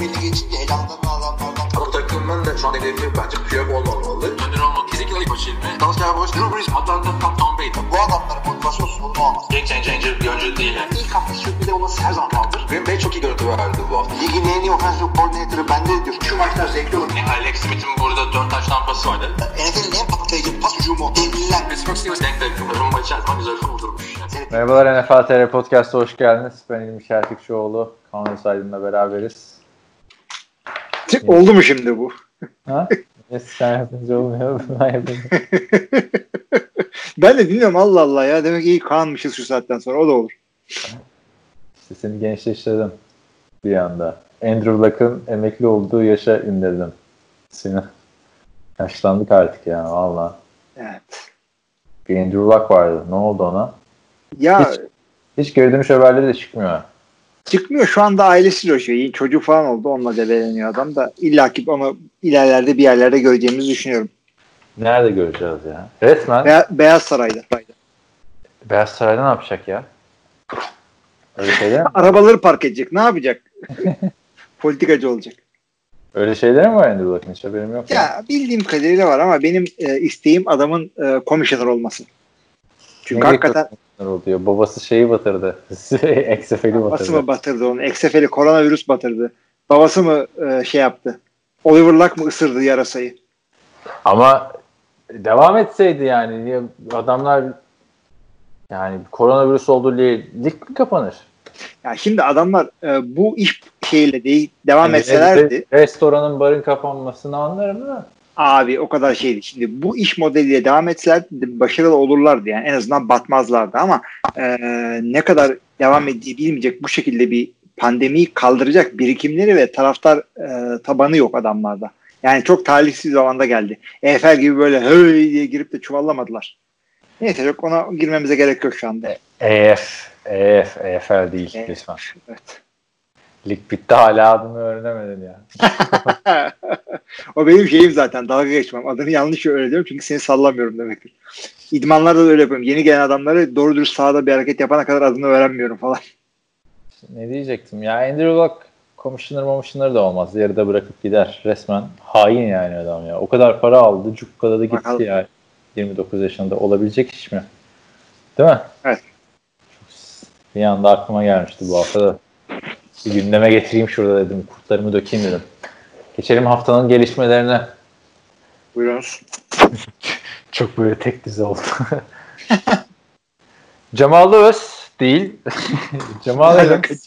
belli geçince elanlarını alanlardan. Ama takımın da şu an hedefi bence Piyok olmamalı. Önder olmalı. Kesinlikle ilk başı ilmi. Dalsya Boş, Drew Brees, Atlanta, Tom Brady. Bu adamların motivasyon sorunu olmaz. Game changer bir oyuncu değil yani. İlk hafta sürpriz olması her zaman kaldır. Green Bay çok iyi görüntü verdi bu hafta. Ligin en iyi offensive coordinator'ı bende diyor. Şu maçlar zevkli olur. Alex Smith'in burada 4 taş tampası vardı. NFL'in en patlayıcı pas hücumu. Devliler. Pittsburgh Steelers denk denk. Rumba içerisinde güzel kurdurmuş. Merhabalar NFL TR Podcast'a hoş geldiniz. Ben İlmi Şertikçioğlu. Kaan Özaydın'la beraberiz. Oldu mu şimdi bu? Ha? Sen yapınca olmuyor. Ben yapınca. Ben de bilmiyorum, Allah Allah ya. Demek iyi Kaan'mışız şu saatten sonra. O da olur. İşte seni gençleştirdim bir anda. Andrew Luck'ın emekli olduğu yaşa indirdim seni. Yaşlandık artık ya valla. Evet. Bir Andrew Luck vardı. Ne oldu ona? Ya Hiç geri dönüş haberleri de çıkmıyor. çıkmıyor. Şu anda ailesi coşuyor. Çocuğu falan oldu. Onunla debeleniyor adam da. İlla ki onu ilerlerde bir yerlerde göreceğimizi düşünüyorum. Nerede göreceğiz ya? Resmen. Beyaz Saray'da. Beyaz Saray'da ne yapacak ya? Öyle şeyler mi? Arabaları park edecek. Ne yapacak? Politikacı olacak. Öyle şeyler mi var Andrew Luck'ın? Hiç haberim yok. Ya bildiğim kadarıyla var ama benim isteğim adamın komisyoner olması. Çünkü Ne hakikaten oluyor? Babası şeyi batırdı. XFL'i batırdı. babası mı batırdı onu? XFL'i koronavirüs batırdı. Babası mı şey yaptı? Oliver Luck mı ısırdı yarasayı? Ama devam etseydi yani. Niye adamlar yani koronavirüs olduğu lig mi kapanır? Ya şimdi adamlar bu iş şeyle değil devam Yani etselerdi. Restoranın, barın kapanmasını anlarım da. Abi o kadar şeydi. Şimdi bu iş modeliyle devam etselerdi başarılı olurlardı yani. En azından batmazlardı ama ne kadar devam edeceği bilmeyecek bu şekilde bir pandemiyi kaldıracak birikimleri ve taraftar tabanı yok adamlarda. Yani çok talihsiz zamanda geldi. EFL gibi böyle höy diye girip de çuvallamadılar. Neyse yok, ona girmemize gerek yok şu anda. EFL değil lütfen. Evet. Lig bitti hala adını öğrenemedin ya. O benim şeyim zaten, dalga geçmem. Adını yanlış söylüyorum çünkü seni sallamıyorum demektir. İdmanlarda da öyle yapıyorum. Yeni gelen adamları doğru dürüst sahada bir hareket yapana kadar adını öğrenmiyorum falan. Ne diyecektim ya, Andrew Luck komisyoner da olmaz. Yarıda bırakıp gider. Resmen hain yani adam ya. O kadar para aldı. Cukkada da gitti. Bakalım. Ya. 29 yaşında olabilecek iş mi? Değil mi? Evet. Bir anda aklıma gelmişti bu hafta da. Bir gündeme getireyim şurada dedim. Kurtlarımı dökeyim dedim. Geçelim haftanın gelişmelerine. Buyurunuz. Çok böyle tek dizi oldu. Jamal Lewis değil. Jamal Adams.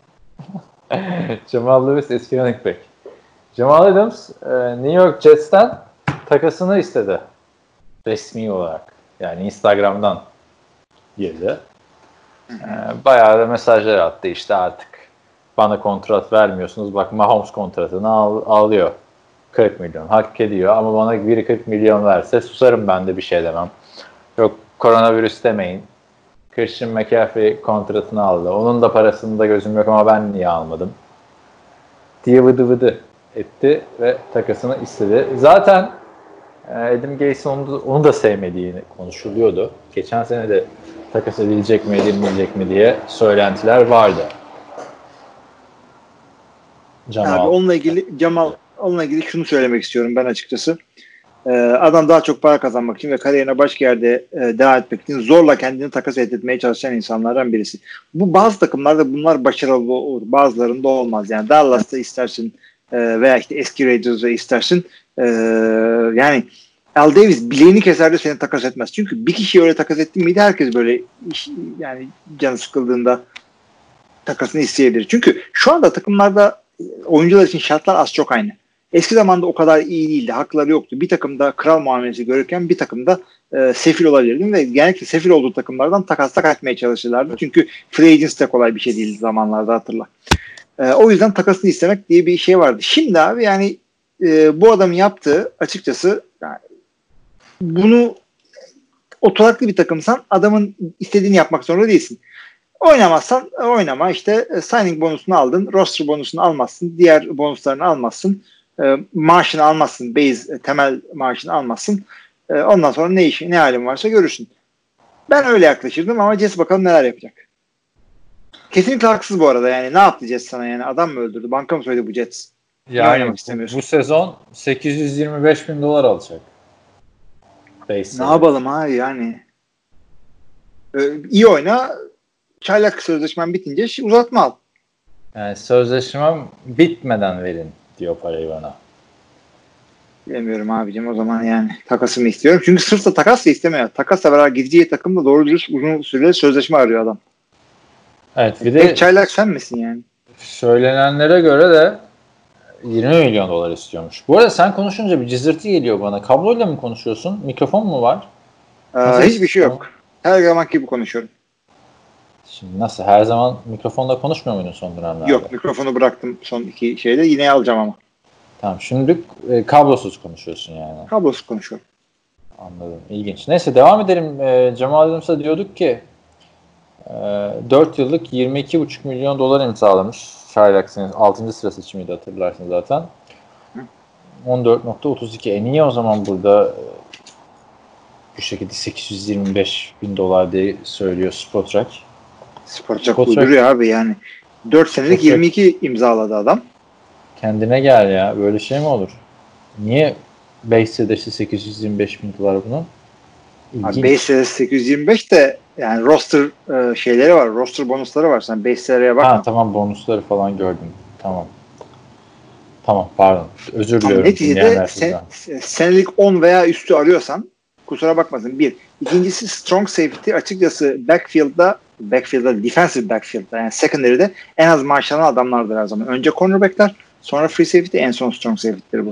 Jamal Lewis eski running back. Jamal Adams New York Jets'ten takasını istedi. Resmi olarak. Yani Instagram'dan girdi. Bayağı da mesajlar attı işte artık. Bana kontrat vermiyorsunuz. Bak Mahomes kontratını alıyor. 40 milyon. Hak ediyor. Ama bana biri 40 milyon verse susarım, ben de bir şey demem. Yok koronavirüs demeyin. Christian McCaffrey kontratını aldı. Onun da parasında gözüm yok ama ben niye almadım? Diye vıdı etti ve takasını istedi. Zaten Adam Gates onu da sevmediğini konuşuluyordu. Geçen sene de takas edilecek mi edilmeyecek mi diye söylentiler vardı. Abi onunla ilgili şunu söylemek istiyorum ben açıkçası. Adam daha çok para kazanmak için ve kariyerine başka yerde devam etmek için zorla kendini takas etmeye çalışan insanlardan birisi. Bu bazı takımlarda bunlar başarılı olur. Bazılarında olmaz. Yani Dallas'ta istersin veya işte eski Raiders'da istersin. Yani Al Davis bileğini keser de seni takas etmez. Çünkü bir kişiyi öyle takas ettin miydi herkes böyle yani canı sıkıldığında takasını isteyebilir. Çünkü şu anda takımlarda oyuncular için şartlar az çok aynı. Eski zamanda o kadar iyi değildi. Hakları yoktu. Bir takımda kral muamelesi görürken bir takımda sefil olabilirdin ve genellikle sefil olduğu takımlardan takasla kaçmaya çalışırlardı. Çünkü free agents de kolay bir şey değildi zamanlarda, hatırla. O yüzden takasını istemek diye bir şey vardı. Şimdi abi yani bu adamın yaptığı açıkçası yani, bunu oturaklı bir takımsan adamın istediğini yapmak zorunda değilsin. Oynamazsan oynama, işte signing bonusunu aldın, roster bonusunu almazsın, diğer bonuslarını almazsın, maaşını almazsın, base temel maaşını almazsın. Ondan sonra ne halin varsa görürsün. Ben öyle yaklaşırdım ama Jets bakalım neler yapacak. kesinlikle haksız bu arada yani. Ne yaptı Jets sana yani? Adam mı öldürdü? Banka mı soydu bu Jets? Yani bu sezon $825,000 alacak. Ne yapalım abi yani? İyi oyna. Çaylak sözleşmen bitince uzatma al. Yani sözleşmem bitmeden verin diyor parayı bana. Bilemiyorum abicim o zaman yani takasımı istiyorum. Çünkü sırf da takas da istemiyor. Takasla beraber gideceği takımda doğru dürüst uzun süreli sözleşme arıyor adam. Evet bir de Çaylak sen misin yani? Söylenenlere göre de $20 milyon istiyormuş. Bu arada sen konuşunca bir cızırtı geliyor bana. Kabloyla mı konuşuyorsun? Mikrofon mu var? Hiçbir şey yok. Her zaman gibi konuşuyorum. Şimdi nasıl? Her zaman mikrofonla konuşmuyor muydun son dönemlerde? Yok mikrofonu bıraktım son iki şeyde. Yine alacağım ama. Tamam şimdi kablosuz konuşuyorsun yani. Kablosuz konuşuyorum. Anladım. İlginç. Neyse devam edelim. Cemal Adams'a diyorduk ki 4 yıllık $22,5 milyon imzalamış. Shylax'ın 6. sıra seçimiydi hatırlarsın zaten. 14.32. Niye o zaman burada bu şekilde $825,000 diye söylüyor Spotrac? Spotrac uyduruyor abi yani. 4 senelik 22 imzaladı adam. Kendine gel ya. Böyle şey mi olur? Niye base sırası $825,000 bunun? Abi base sırası 825 de yani roster şeyleri var. Roster bonusları var. Sen base sıraya bakma. Tamam bonusları falan gördüm. Tamam pardon. Özür diliyorum. Neticede senelik 10 veya üstü arıyorsan kusura bakmasın. Bir. İkincisi strong safety açıkçası backfield'da defensive backfield'da yani secondary'de en az maaş alan adamlardır her zaman. Önce cornerback'ler sonra free safety en son strong safety'dir bu.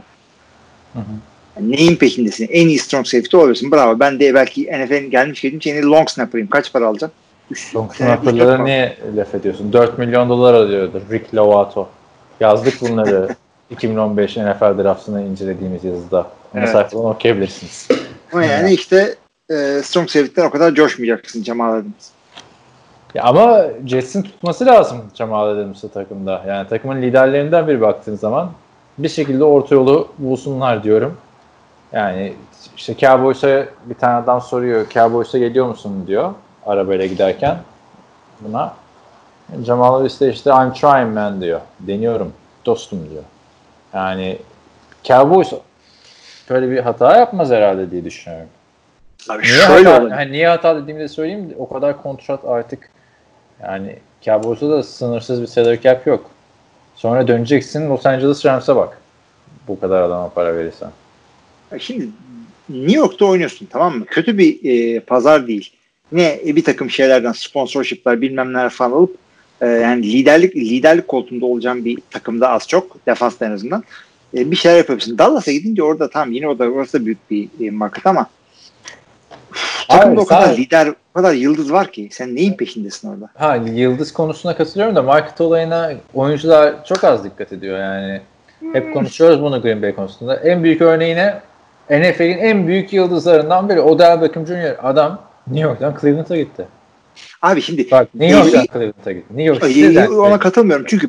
Yani neyin peşindesin? En iyi strong safety olabilirsin. Bravo. Ben de belki NFL'in gelmiş geçmiş en iyi long snapper'ıyım. Kaç para alacaksın? Long snapper'lara niye laf ediyorsun? $4 milyon alıyordur. Rick Lovato. Yazdık bunları 2015 NFL draftını incelediğimiz yazıda. Ona sayfadan okuyabilirsiniz. Ama yani işte strong safety'den o kadar coşmayacaksın Cemal Adams. Ya ama Jets'in tutması lazım Cemal Adams'ı takımda. Yani takımın liderlerinden biri baktığın zaman bir şekilde orta yolu bulsunlar diyorum. Yani işte Cowboys'a bir tane adam soruyor. Cowboys'a geliyor musun diyor arabayla giderken buna. Cemal Adams de işte I'm trying man diyor. Deniyorum dostum diyor. Yani Cowboys böyle bir hata yapmaz herhalde diye düşünüyorum. Abi niye hata dediğimi de söyleyeyim. O kadar kontrat artık yani Cowboys'ta da sınırsız bir salary cap yok. Sonra döneceksin Los Angeles Rams'a bak. Bu kadar adama para verirsen. Şimdi New York'ta oynuyorsun tamam mı? Kötü bir pazar değil. Yine bir takım şeylerden sponsorship'lar bilmem neler falan alıp yani liderlik koltuğunda olacağın bir takımda az çok defansta en azından bir şeyler yapabilirsin. Dallas'a gidince orada tam yine orası da büyük bir market ama takımda o kadar lider, o kadar yıldız var ki sen neyin peşindesin orada? Yıldız konusuna katılıyorum da market olayına oyuncular çok az dikkat ediyor yani. Hep konuşuyoruz bunu Green Bay konusunda. En büyük örneğine NFL'in en büyük yıldızlarından biri Odell Beckham Jr. Adam New York'tan Cleveland'a gitti. Abi şimdi bak New York'tan Cleveland'a gitti. New York ona katılmıyorum. Çünkü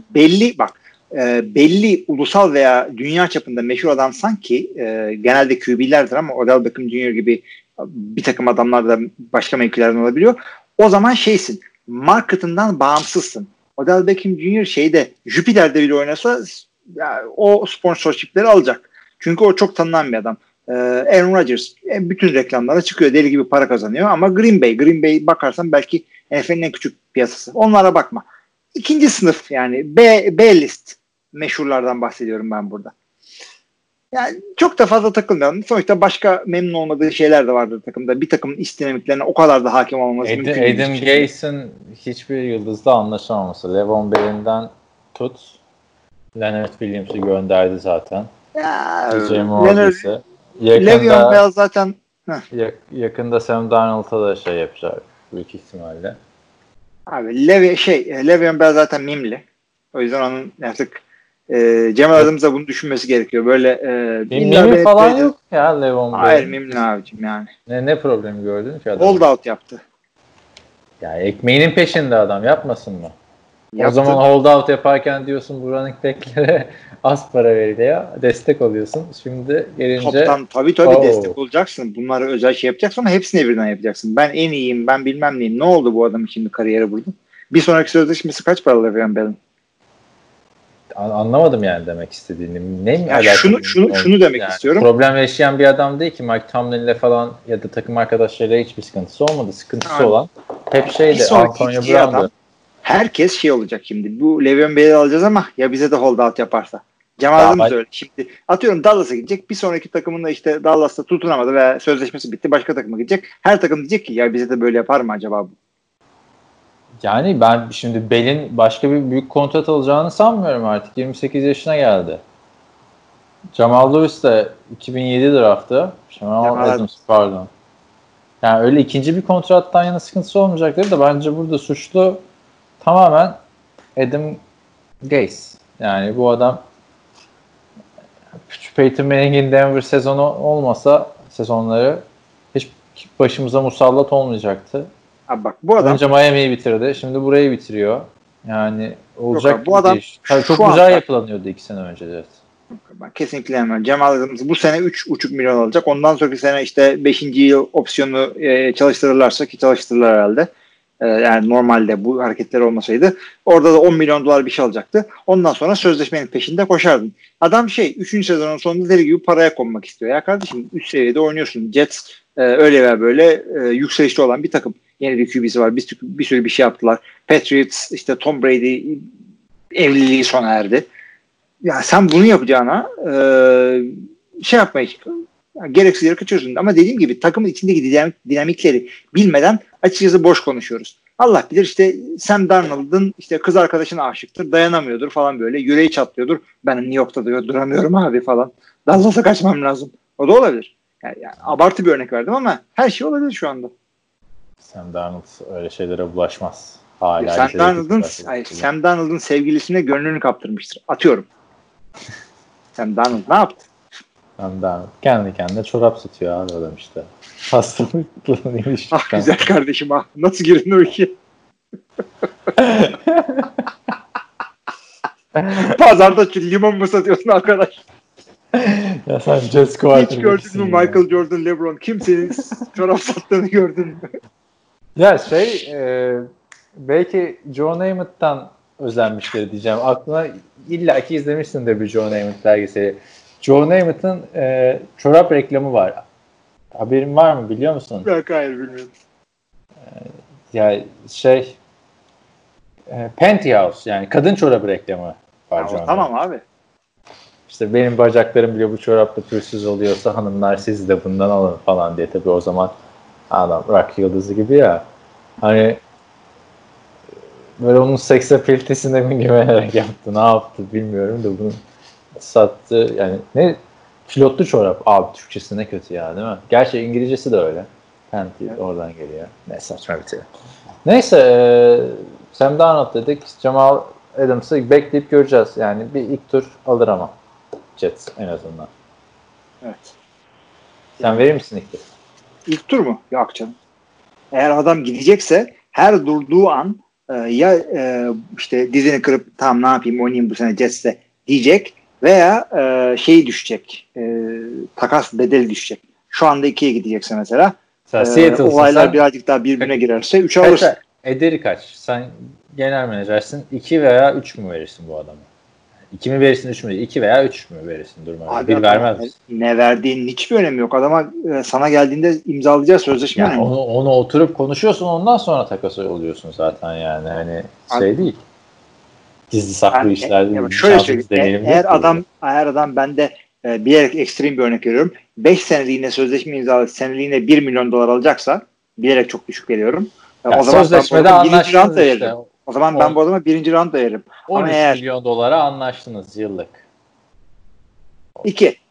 belli ulusal veya dünya çapında meşhur adam sanki genelde QB'lerdir ama Odell Beckham Jr. gibi bir takım adamlar da başka mevkilerden olabiliyor. O zaman marketinden bağımsızsın. Odell Beckham Jr. Jüpiter'de bile oynasa o sponsorshipleri alacak. Çünkü o çok tanınan bir adam. Aaron Rodgers bütün reklamlara çıkıyor. Deli gibi para kazanıyor ama Green Bay bakarsan belki NFL'in en küçük piyasası. Onlara bakma. İkinci sınıf yani B list meşhurlardan bahsediyorum ben burada. Yani çok da fazla takılmıyorum. Sonuçta başka memnun olmadığı şeyler de vardır takımda. Bir takımın iş dinamiklerine o kadar da hakim olmaması mümkün değil. Adam Gase'in hiçbir yıldızla anlaşamaması. Levon Bell'den tut. Leonard Williams'ı gönderdi zaten. Le'Veon Bell zaten yakında Sam Darnold'a da yapacak büyük ihtimalle. Abi Le'Veon Bell zaten mimli. O yüzden onun artık Cemal Adams'a bunu düşünmesi gerekiyor. Böyle mimli falan yok ya Le'Veon Bell. Hayır mimli abicim yani. Ne problemi gördün ki adam? Hold out yaptı. Ya ekmeğinin peşinde adam yapmasın mı? Yaptı. O zaman hold out yaparken diyorsun bu running back'lere az para veriliyor. Destek oluyorsun. Şimdi gelince toptan tabii destek olacaksın. Bunları özel yapacaksın ama hepsini birden yapacaksın. Ben en iyiyim, ben bilmem neyim. Ne oldu bu adamın şimdi kariyeri burada? Bir sonraki sözleşmesi kaç para Le'Veon Bell'in? Anlamadım yani demek istediğini. Ne mi Yani şunu demek yani, istiyorum. Problem yaşayan bir adam değil ki Mike Tomlin'le falan ya da takım arkadaşlarıyla hiçbir sıkıntısı olmadı. Sıkıntısı Aynen. olan hep şeydi. Antonio Brown'du. Herkes şey olacak şimdi. Bu Le'Veon Bell'i alacağız ama ya bize de holdout yaparsa. Jamal Adams öyle. Şimdi atıyorum Dallas'a gidecek. Bir sonraki takımında işte Dallas'ta tutunamadı ve sözleşmesi bitti. Başka takıma gidecek. Her takım diyecek ki ya bize de böyle yapar mı acaba bu? Yani ben şimdi Bell'in başka bir büyük kontrat alacağını sanmıyorum artık. 28 yaşına geldi. Jamal Lewis de 2007 draftı. Jamal Adams pardon. Yani öyle ikinci bir kontrattan yana sıkıntısı olmayacaktır da bence burada suçlu tamamen Adam Gase. Yani bu adam Peyton Manning'in Denver sezonu olmasa sezonları hiç başımıza musallat olmayacaktı. Abi bak bu adam önce Miami'yi bitirdi. Şimdi burayı bitiriyor. Yani olacak abi, bu adam çok güzel yapılanıyordu 2 sene önce. Evet. Ben kesinlikle hemen. Jamal Adams bu sene 3,5 milyon alacak. Ondan sonraki sene işte 5. yıl opsiyonu çalıştırırlarsa ki çalıştırırlar herhalde. Yani normalde bu hareketler olmasaydı orada da 10 milyon dolar bir şey alacaktı. Ondan sonra sözleşmenin peşinde koşardın. Adam 3. sezonun sonunda deli gibi paraya konmak istiyor. Ya kardeşim 3 seviyede oynuyorsun. Jets öyle veya böyle yükselişte olan bir takım. Yeni bir QB'si var. Bir sürü bir şey yaptılar. Patriots işte Tom Brady evliliği sona erdi. Ya sen bunu yapacağına yapmaya gereksiz yere kaçıyorsun. Ama dediğim gibi takımın içindeki dinamikleri bilmeden açıkçası boş konuşuyoruz. Allah bilir işte Sam Darnold'un işte kız arkadaşına aşıktır, dayanamıyordur falan böyle. Yüreği çatlıyordur. Ben New York'ta duramıyorum abi falan. Dallas'a kaçmam lazım. O da olabilir. Yani abartı bir örnek verdim ama her şey olabilir şu anda. Sam Darnold öyle şeylere bulaşmaz. Hala Sam Darnold'un sevgilisine gönlünü kaptırmıştır. Atıyorum. Sam Darnold ne yaptı? Sam Darnold kendi kendine çorap satıyor abi adam işte. Hastalıklıymış. Ah güzel kardeşim ah. Nasıl girdin o işe? Pazarda limon mu satıyorsun arkadaş? Ya sen Jets hiç gördün mü Michael Jordan, LeBron? Kimsenin çorap sattığını gördün mü? Ya belki Joe Namath'tan özenmiştir diyeceğim. Aklına illaki izlemişsindir bir Joe Namath belgeseli. Joe Namath'ın çorap reklamı var. Haberin var mı biliyor musun? Yok hayır bilmiyorum. Pantyhose yani kadın çorabı reklamı var. Tamam abi. İşte benim bacaklarım bile bu çorapla pürsüz oluyorsa hanımlar siz de bundan alın falan diye. Tabii o zaman adam rock yıldızı gibi ya. Hani böyle onun seks apelitesine mi güvenerek yaptı ne yaptı bilmiyorum da bunu sattı yani ne pilotlu çorap abi Türkçesi ne kötü ya değil mi? Gerçi İngilizcesi de öyle. Panty evet. Oradan geliyor. Ne saçma bir şey. Neyse Sam Darnold dedik. Jamal Adams'ı bekleyip göreceğiz. Yani bir ilk tur alır ama Jets en azından. Evet. Sen verir misin ilk tur? İlk tur mu? Yok canım. Eğer adam gidecekse her durduğu an işte dizini kırıp tamam ne yapayım oynayayım bu sene Jets'te diyecek veya düşecek. Takas bedeli düşecek. Şu anda 2'ye gidecekse mesela. Olaylar birazcık daha birbirine girerse 3'e alırsın. Ederi kaç? Sen genel menajersin. 2 veya 3 mü verirsin bu adama? 2 mi verirsin 3 mü? 2 veya 3 mü verirsin duruma? Bir vermez misin? Ne verdiğinin hiçbir önemi yok. Adama sana geldiğinde imzalayacağı sözleşme yani onu oturup konuşuyorsun ondan sonra takas oluyorsun zaten yani. Hani değil. Gizli saklı işler değil. Şöyle söyleyeyim. Eğer adam bende bilerek ekstrem bir örnek veriyorum. 5 seneliğine sözleşme imzaladı. Seneliğine 1 milyon dolar alacaksa bilerek çok düşük veriyorum. O zaman sözleşmede anlaştınız işte. O zaman ben bu adama 1. round da veririm. 13 milyon dolara anlaştınız yıllık. 2.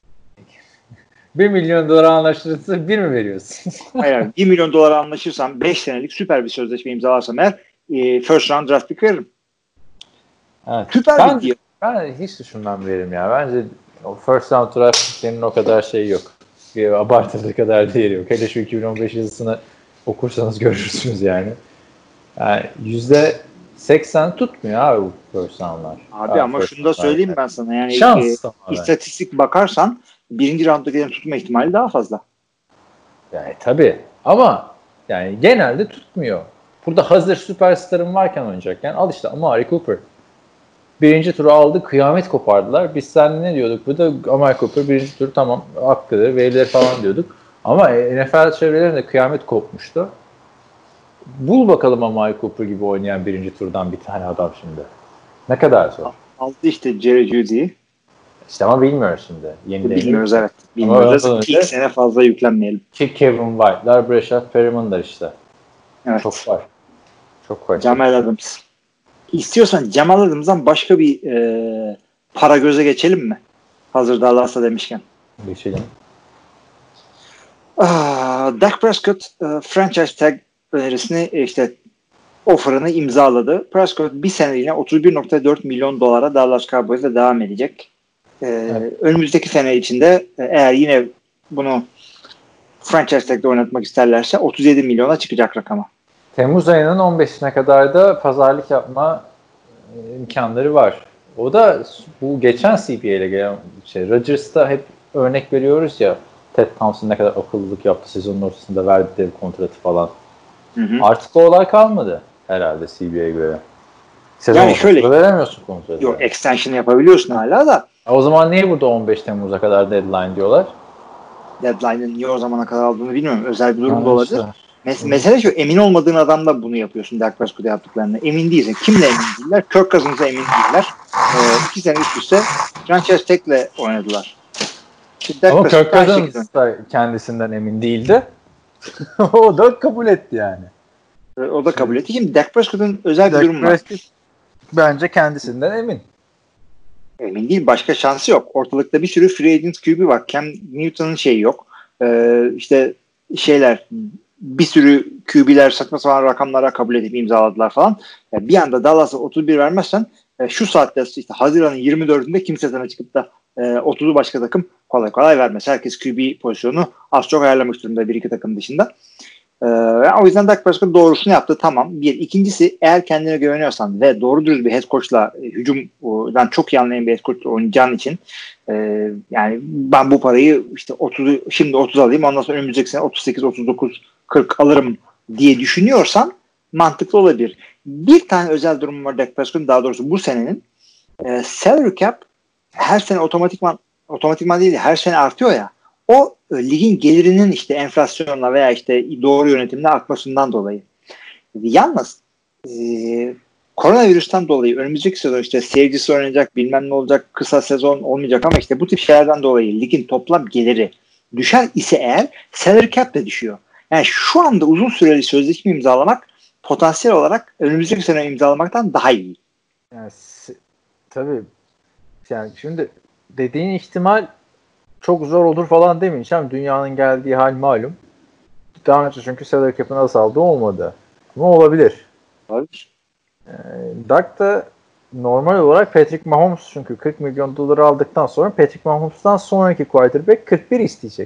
1 milyon dolara anlaştırırsa 1 mi veriyorsun? Hayır. 1 milyon dolara anlaşırsam 5 senelik süper bir sözleşme imzalarsam eğer first round draft pick veririm. Evet. Süper bir deal. Ben hiç düşünmem veririm ya. Bence o first round draft pick'lerin o kadar şeyi yok. Abartıldığı kadar değeri yok. Hele şu 2015 yazısını okursanız görürsünüz yani. Yani %80 tutmuyor abi bu first round'lar. Abi ama şunu da söyleyeyim ben sana. Yani istatistik bakarsan 1. round'dakilerin tutma ihtimali daha fazla. Yani tabii ama yani genelde tutmuyor. Burada hazır süperstarım varken oynayacakken al işte Amari Cooper. Birinci turu aldı, kıyamet kopardılar. Biz seninle ne diyorduk burada? Amari Cooper birinci turu tamam hakkıdır, verilir falan diyorduk. Ama NFL çevrelerinde kıyamet kopmuştu. Bul bakalım Amari Cooper gibi oynayan birinci turdan bir tane adam şimdi. Ne kadar zor. Aldı işte Jerry Jeudy'yi. İşte ama bilmiyoruz şimdi. Bilmiyoruz evet. Bilmiyoruz. İlk sene fazla yüklenmeyelim. Ki Kevin White'lar, Brashad Perriman'lar işte. Evet. Çok var. Çok var. Jamal Adams. İstiyorsan Jamal Adams'dan başka bir para göze geçelim mi? Hazır Dallas'a demişken. Geçelim. Dak Prescott franchise tag önerisini işte offer'ını imzaladı. Prescott bir seneliğine $31.4 milyon Dallas Cowboys'da devam edecek. Evet. Önümüzdeki sene içinde eğer yine bunu franchise tag'de oynatmak isterlerse 37 milyona çıkacak rakama. Temmuz ayının 15'ine kadar da pazarlık yapma imkanları var. O da bu geçen CBA ile gelen şey. Rodgers'ta hep örnek veriyoruz ya, Ted Thompson ne kadar akıllılık yaptı sezonun ortasında verdi dev kontratı falan. Hı. Artık o olay kalmadı herhalde CBA'ye göre. Sezon yani şöyle veremiyorsun kontratı. Yok, extension yapabiliyorsun hala da. O zaman niye burada 15 Temmuz'a kadar deadline diyorlar? Deadline'ın niye o zamana kadar aldığını bilmiyorum. Özel bir durum da olabilir. Mesele şu, emin olmadığın adamla bunu yapıyorsun. Dak Prescott'a yaptıklarına. Emin değilsin. Kimle emin değiller? Kirk Cousins'a emin değiller. 2 sene üst üste franchise tag'le oynadılar. Ama Kirk Cousins da kendisinden emin değildi. O da kabul etti yani. O da kabul etti. Şimdi Dak Prescott'un özel bir durumu var. Bence kendisinden emin. Emin değil. Başka şansı yok. Ortalıkta bir sürü free agent QB var. Cam Newton'un şeyi yok. İşte şeyler, bir sürü QB'ler saçma sapan rakamlara kabul edip imzaladılar falan. Yani bir anda Dallas'a 31 vermezsen şu saatte işte Haziran'ın 24'ünde kimse sana çıkıp da 30'u başka takım kolay kolay vermez. Herkes QB pozisyonu az çok ayarlamış durumda bir iki takım dışında. O yüzden Dak Prescott doğrusunu yaptı. Tamam. Bir. İkincisi, eğer kendine güveniyorsan ve doğru dürüst bir head coach'la hücumdan çok iyi anlayan bir head coach'la oynayacağın için yani ben bu parayı işte 30 alayım, ondan sonra önümüzdeki sene 38, 39, 40 alırım diye düşünüyorsan mantıklı olabilir. Bir tane özel durum var Dak Prescott'un, daha doğrusu bu senenin salary cap her sene otomatikman değil, her sene artıyor ya. O ligin gelirinin işte enflasyonla veya işte doğru yönetimle artmasından dolayı. Yalnız koronavirüsten dolayı önümüzdeki sezon işte seyircisi oynayacak, bilmem ne olacak, kısa sezon olmayacak ama işte bu tip şeylerden dolayı ligin toplam geliri düşer ise eğer salary cap de düşüyor. Yani şu anda uzun süreli sözleşme imzalamak potansiyel olarak önümüzdeki sene imzalamaktan daha iyi. Yani, tabii yani şimdi dediğin ihtimal çok zor olur falan demeyeceğim. Dünyanın geldiği hal malum. Daha önce çünkü salary cap'ın azaldığı olmadı. Ama olabilir. Olabilir. Dak da normal olarak Patrick Mahomes, çünkü 40 milyon doları aldıktan sonra Patrick Mahomes'tan sonraki quarterback 41 isteyecek.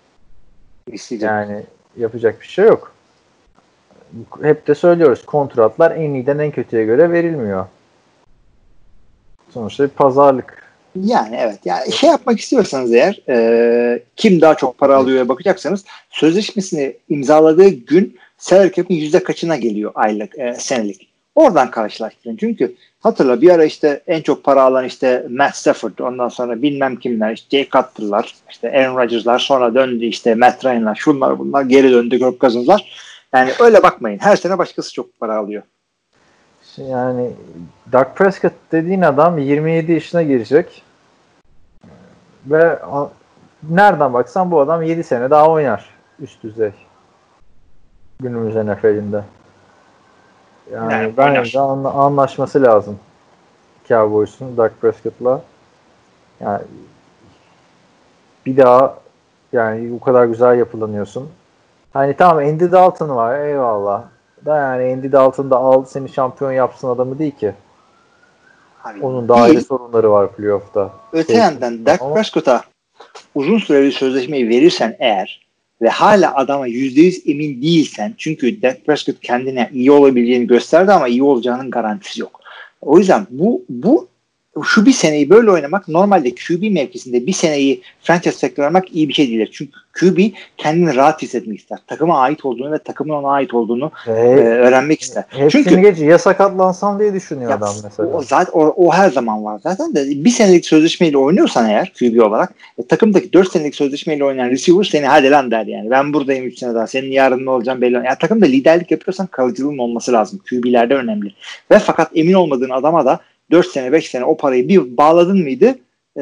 Yani yapacak bir şey yok. Hep de söylüyoruz, kontratlar en iyiden en kötüye göre verilmiyor. Sonuçta bir pazarlık. Yani evet. Yani şey yapmak istiyorsanız eğer kim daha çok para alıyor'ya bakacaksanız sözleşmesini imzaladığı gün salary cap'in yüzde kaçına geliyor aylık, senelik. Oradan karşılaştırın. Çünkü hatırla bir ara işte en çok para alan işte Matt Stafford, ondan sonra bilmem kimler, işte Jay Cutler'lar, işte Aaron Rodgers'lar, sonra döndü işte Matt Ryan'lar, şunlar bunlar, geri döndü Kirk Cousins'lar. Yani öyle bakmayın. Her sene başkası çok para alıyor. Yani Dak Prescott dediğin adam 27 yaşına girecek ve nereden baksan bu adam 7 sene daha oynar üst düzey günümüz NFL'inde. Yani bence anlaşması lazım Cowboys'un Dak Prescott'la. Yani bir daha yani bu kadar güzel yapılanıyorsun. Hani tamam, Andy Dalton var, eyvallah. Da yani Andy Dalton da al seni şampiyon yapsın adamı değil ki. Abi, onun da ayrı sorunları var playoff'ta. Öte yandan Dak Prescott'a uzun süreli sözleşmeyi verirsen eğer ve hala adama %100 emin değilsen, çünkü Dak Prescott kendine iyi olabileceğini gösterdi ama iyi olacağının garantisi yok. O yüzden bu şu bir seneyi böyle oynamak, normalde QB mevkisinde bir seneyi franchise tekrarlamak iyi bir şey değildir. Çünkü QB kendini rahat hissetmek ister. Takıma ait olduğunu ve takımın ona ait olduğunu öğrenmek ister. Hepsini Çünkü geç ya sakatlansam diye düşünüyor ya, adam mesela. O her zaman var. Zaten de bir senelik sözleşmeyle oynuyorsan eğer QB olarak takımdaki 4 senelik sözleşmeyle oynayan receiver seni hadi lan der yani. Ben buradayım 3 sene daha. Senin yarın ne olacağım belli. Yani takımda liderlik yapıyorsan kalıcılığın olması lazım. QB'lerde önemli. Ve fakat emin olmadığın adama da 4 sene 5 sene o parayı bir bağladın mıydı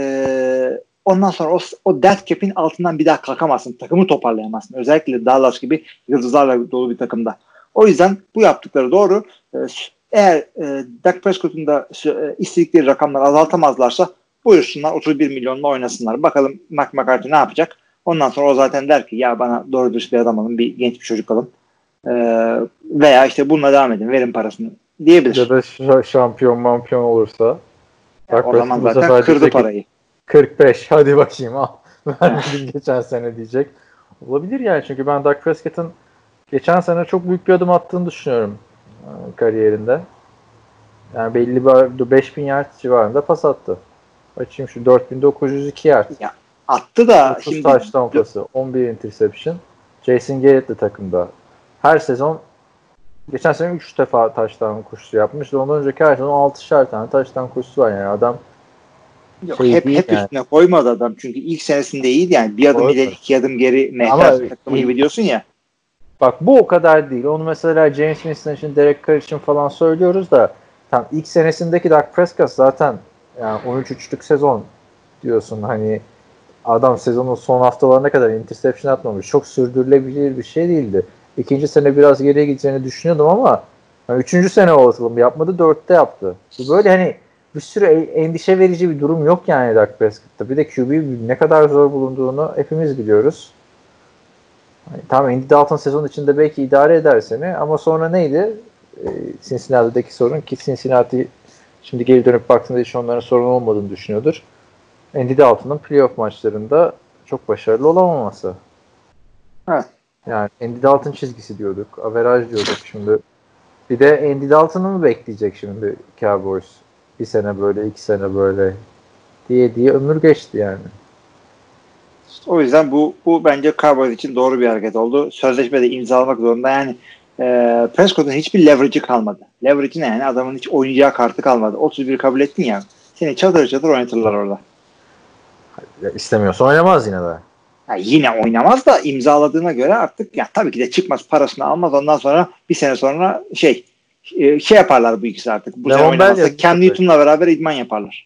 ondan sonra o death cap'in altından bir daha kalkamazsın. Takımı toparlayamazsın. Özellikle Dallas gibi yıldızlarla dolu bir takımda. O yüzden bu yaptıkları doğru. Eğer Dak Prescott'un da istedikleri rakamları azaltamazlarsa buyursunlar 31 milyonla oynasınlar. Bakalım McCarthy ne yapacak? Ondan sonra o zaten der ki ya bana doğru dürüst bir adam alın, bir genç bir çocuk alın. Veya işte bununla devam edin, verin parasını diyebilir. Ya da şampiyon olursa. O zaman zaten kırdı parayı. 45 hadi bakayım al. Vermedim geçen sene diyecek. Olabilir yani çünkü ben Dak Prescott'ın geçen sene çok büyük bir adım attığını düşünüyorum kariyerinde. Yani belli bir 5000 yard civarında pas attı. Açayım şu 4902 yard. Ya, attı da 30 şimdi touchdown pası, 11 interception. Jason Garrett'li takımda. Her sezon geçen sene 3 defa touchdown koşusu yapmıştı. Ondan önceki her sezon 6'şer tane touchdown koşusu var yani adam. Hep yani. Üstüne koymadı adam. Çünkü ilk senesinde iyiydi yani. Bir adım ileri 2 adım geri mehter takımı gibi diyorsun ya. Bak bu o kadar değil. Onu mesela James Winston için, Derek Carr için falan söylüyoruz da tam ilk senesindeki Dak Prescott zaten yani 13-3'lük sezon diyorsun hani adam sezonun son haftalarına kadar interception atmamış. Çok sürdürülebilir bir şey değildi. İkinci sene biraz geriye gideceğini düşünüyordum ama yani 3. sene olasılığım yapmadı. 4'te yaptı. Bu böyle hani bir sürü endişe verici bir durum yok yani Dak Prescott'ta. Bir de QB ne kadar zor bulunduğunu hepimiz biliyoruz. Yani, tamam Andy Dalton sezon içinde belki idare eder seni ama sonra neydi? Cincinnati'deki sorun ki Cincinnati şimdi geri dönüp baktığında hiç onların sorun olmadığını düşünüyordur. Andy Dalton'ın playoff maçlarında çok başarılı olamaması. Evet. Yani Andy Dalton çizgisi diyorduk. Average diyorduk şimdi. Bir de Andy Dalton'ı mı bekleyecek şimdi Cowboys? Bir sene böyle, 2 sene böyle diye ömür geçti yani. O yüzden bu bence Cowboys için doğru bir hareket oldu. Sözleşmede imzalamak zorunda. Yani Prescott'un hiçbir leverage'ı kalmadı. Leverage'i ne yani? Adamın hiç oynayacağı kartı kalmadı. 31 kabul ettin ya. Seni çatır oynatırlar orada. Ya İstemiyorsa oynamaz yine de. Ya yine oynamaz da imzaladığına göre artık ya tabii ki de çıkmaz, parasını almaz. Ondan sonra bir sene sonra şey yaparlar bu ikisi artık. Bu sene oynamazsa Cam Newton'la beraber idman yaparlar.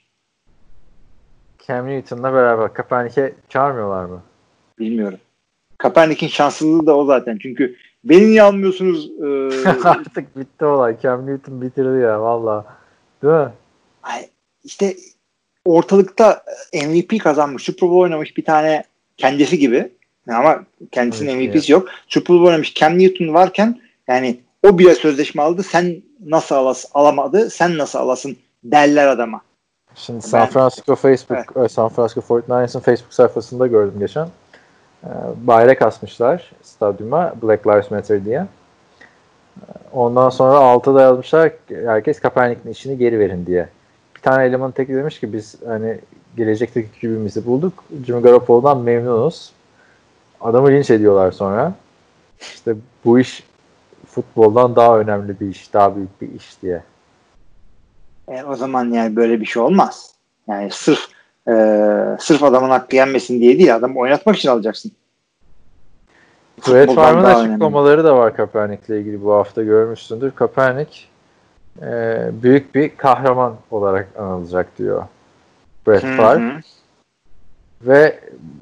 Cam Newton'la beraber Kaepernick'e çağırmıyorlar mı? Bilmiyorum. Kaepernick'in şanssızlığı da o zaten. Çünkü beni niye almıyorsunuz? Artık bitti olay. Cam Newton bitirdi ya valla. Değil mi? İşte ortalıkta MVP kazanmış, Super Bowl oynamış bir tane kendisi gibi ama kendisinin MVP'si yok. Super Bowl oynamış Cam Newton varken yani o bile sözleşme aldı. Sen nasıl alamadı? Sen nasıl alasın derler adama. Şimdi San Francisco San Francisco 49ers'ın Facebook sayfasında gördüm geçen. Bayrak asmışlar stadyuma Black Lives Matter diye. Ondan sonra altta da yazmışlar herkes Kaepernick'in işini geri verin diye. Bir tane eleman teki demiş ki biz hani gelecekteki QB'mizi bulduk. Jimmy Garoppolo'dan memnunuz. Adamı linç ediyorlar sonra. İşte bu iş futboldan daha önemli bir iş, daha büyük bir iş diye. O zaman yani böyle bir şey olmaz. Yani sırf adamın hakkı yenmesin diye değil, adamı oynatmak için alacaksın. Brett Favre'ın açıklamaları da var Kaepernick'le ilgili bu hafta görmüşsündür. Kaepernick büyük bir kahraman olarak anılacak diyor Brett Favre. Ve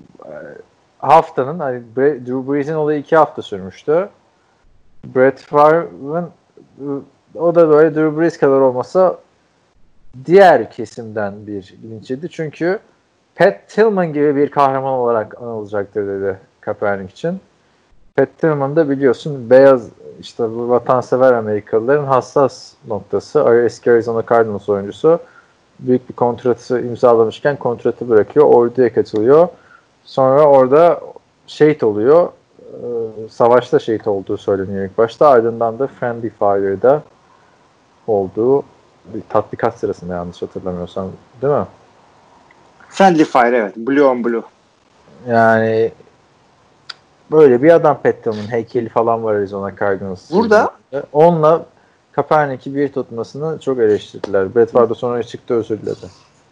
haftanın hani Drew Brees'in olayı 2 hafta sürmüştü. Brett Favre'ın o da böyle Drew Brees kadar olmasa diğer kesimden bir linçiydi. Çünkü Pat Tillman gibi bir kahraman olarak anılacaktır dedi Kaepernick için. Pat Tillman da biliyorsun beyaz işte vatansever Amerikalıların hassas noktası. Eski Arizona Cardinals oyuncusu. Büyük bir kontratı imzalamışken kontratı bırakıyor. Orduya katılıyor. Sonra orada şehit oluyor. Savaşta şehit olduğu söyleniyor ilk başta. Ardından da Friendly Fire'da olduğu Bir tatbikat sırasında yanlış hatırlamıyorsam. Değil mi? Friendly Fire, evet. Blue on Blue. Yani böyle bir adam, Pat Tillman heykeli falan var Arizona Cardinals. Burada onunla Kaepernick'i bir tutmasını çok eleştirdiler. Brett Favre sonra çıktı, özür diledi.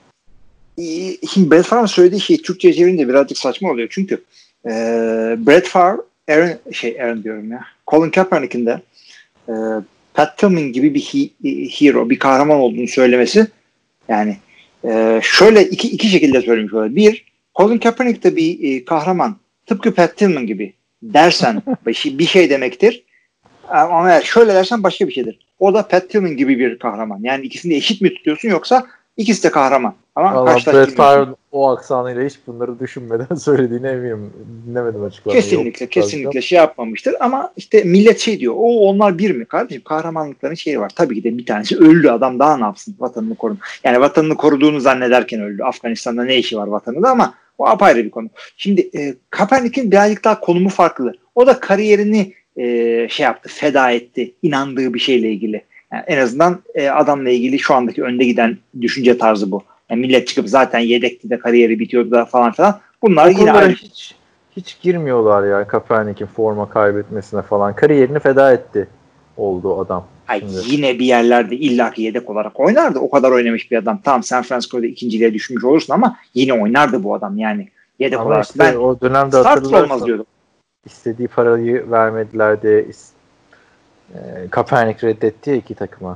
Şimdi Brett Favre'ın söylediği şey Türkçe'ye çevirince birazcık saçma oluyor. Çünkü Brett Favre, Aaron diyorum ya. Colin Kaepernick'in de Pat Tillman gibi bir hero, bir kahraman olduğunu söylemesi, yani şöyle iki şekilde söylemiş oluyor. Bir, Colin Kaepernick de bir kahraman. Tıpkı Pat Tillman gibi dersen bir şey demektir. Ama eğer şöyle dersen başka bir şeydir. O da Pat Tillman gibi bir kahraman. Yani ikisini de eşit mi tutuyorsun, yoksa ikisi de kahraman. Ama Brett Favre o aksanıyla hiç bunları düşünmeden söylediğine eminim. Dinlemedim açıklamayı. Kesinlikle şey yapmamıştır. Ama işte millet şey diyor. Onlar bir mi? Kardeşim, kahramanlıkların şeyi var. Tabii ki de bir tanesi öldü adam, daha ne yapsın? Vatanını korun. Yani vatanını koruduğunu zannederken öldü. Afganistan'da ne işi var vatanında, ama o apayrı bir konu. Şimdi Kaepernick'in birazcık daha konumu farklı. O da kariyerini şey yaptı, feda etti. İnandığı bir şeyle ilgili. Yani en azından adamla ilgili şu andaki önde giden düşünce tarzı bu. Yani millet çıkıp zaten yedekti de kariyeri bitiyordu da falan filan. Bunlar yine aynı. Hiç girmiyorlar ya Kaepernick'in forma kaybetmesine falan. Kariyerini feda etti oldu adam. Yine bir yerlerde illaki yedek olarak oynardı. O kadar oynamış bir adam. Tamam, San Francisco'da ikinciliğe düşmüş olursun ama yine oynardı bu adam yani. Yedek ama olarak. Işte ben o dönemde olmaz diyordum. İstediği parayı vermediler diye Kaepernick reddetti ya iki takıma.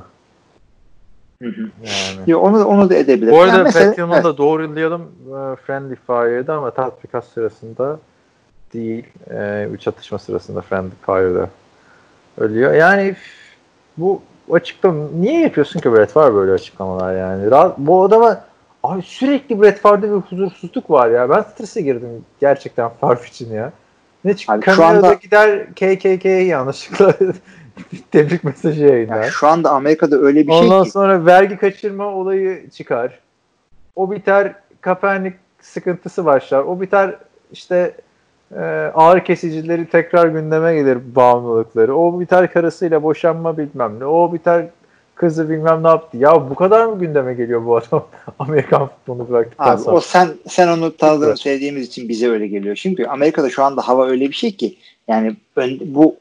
Yani. Ya onu da edebilir. Bu arada Pat Tillman'ı da doğrulayalım. Friendly Fire'da ama tatbikat sırasında değil. Çatışma sırasında Friendly Fire'da ölüyor. Yani bu açıklama niye yapıyorsun ki Brett Favre böyle açıklamalar yani? Bu adama abi sürekli Brett Favre'da bir huzursuzluk var ya. Ben strese girdim gerçekten Favre için ya. Ne çıktı? Kamerada gider KKK'ye yanlışlıkla tebrik mesajı yayınlar. Yani şu anda Amerika'da öyle bir ondan şey ki. Ondan sonra vergi kaçırma olayı çıkar. O biter, Kaepernick sıkıntısı başlar. O biter, işte ağır kesicileri tekrar gündeme gelir, bağımlılıkları. O biter, karısıyla boşanma bilmem ne. O biter, kızı bilmem ne yaptı. Ya bu kadar mı gündeme geliyor bu adam Amerikan futbolunu bıraktıktan sonra? O sen onu tanıdığını sevdiğimiz için bize öyle geliyor. Çünkü Amerika'da şu anda hava öyle bir şey ki, yani bu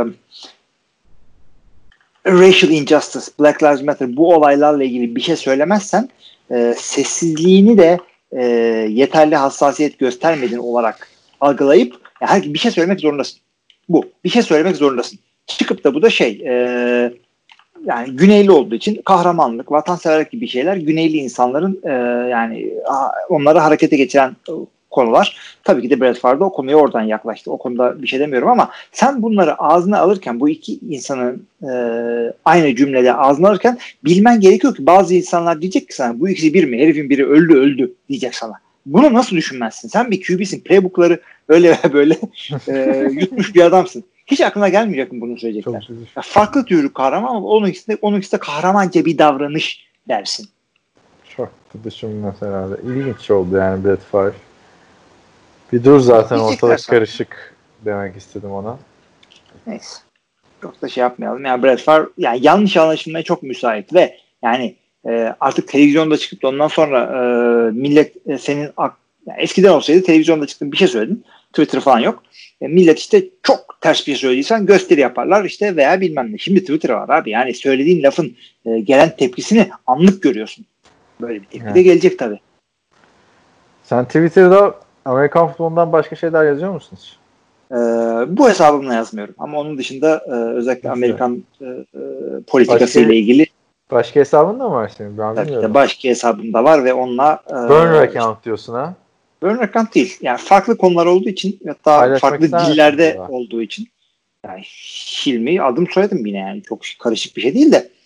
racial injustice, Black Lives Matter, bu olaylarla ilgili bir şey söylemezsen sessizliğini de yeterli hassasiyet göstermediğin olarak algılayıp bir şey söylemek zorundasın. Bir şey söylemek zorundasın. Çıkıp da bu da yani Güneyli olduğu için kahramanlık, vatanseverlik gibi şeyler Güneyli insanların yani onları harekete geçiren konular. Tabii ki de Brett Favre o konuya oradan yaklaştı. O konuda bir şey demiyorum ama sen bunları ağzına alırken, bu iki insanın aynı cümlede ağzına alırken bilmen gerekiyor ki bazı insanlar diyecek ki sana bu ikisi bir mi? Herifin biri öldü diyecek sana. Bunu nasıl düşünmezsin? Sen bir QB'sin. Playbook'ları öyle böyle yutmuş bir adamsın. Hiç aklına gelmeyecek mi bunu söyleyecekler? Farklı türlü kahraman ama onunkisi de kahramanca bir davranış dersin. Çok da düşünmez herhalde. İlginç oldu yani Brett Favre. Bir dur zaten ortalık karışık demek istedim ona. Neyse. Çok da şey yapmayalım. Yani Brett Favre yani yanlış anlaşılmaya çok müsait ve yani artık televizyonda çıkıp da ondan sonra millet senin yani eskiden olsaydı televizyonda çıktın bir şey söyledin. Twitter falan yok. Millet işte çok ters bir şey söylediysen gösteri yaparlar işte veya bilmem ne. Şimdi Twitter var abi. Yani söylediğin lafın gelen tepkisini anlık görüyorsun. Böyle bir tepki de gelecek tabii. Sen Twitter'da Amerikan futbolundan başka şeyler yazıyor musunuz? Bu hesabımla yazmıyorum. Ama onun dışında özellikle Amerikan politikasıyla ilgili. Başka hesabın da mı var senin? Ben tabii bilmiyorum. de başka hesabım da var ve onunla burner account diyorsun ha? Burner account değil. Yani farklı konular olduğu için hatta farklı dillerde olduğu için yani Hilmi adım soyadım yine yani çok karışık bir şey değil de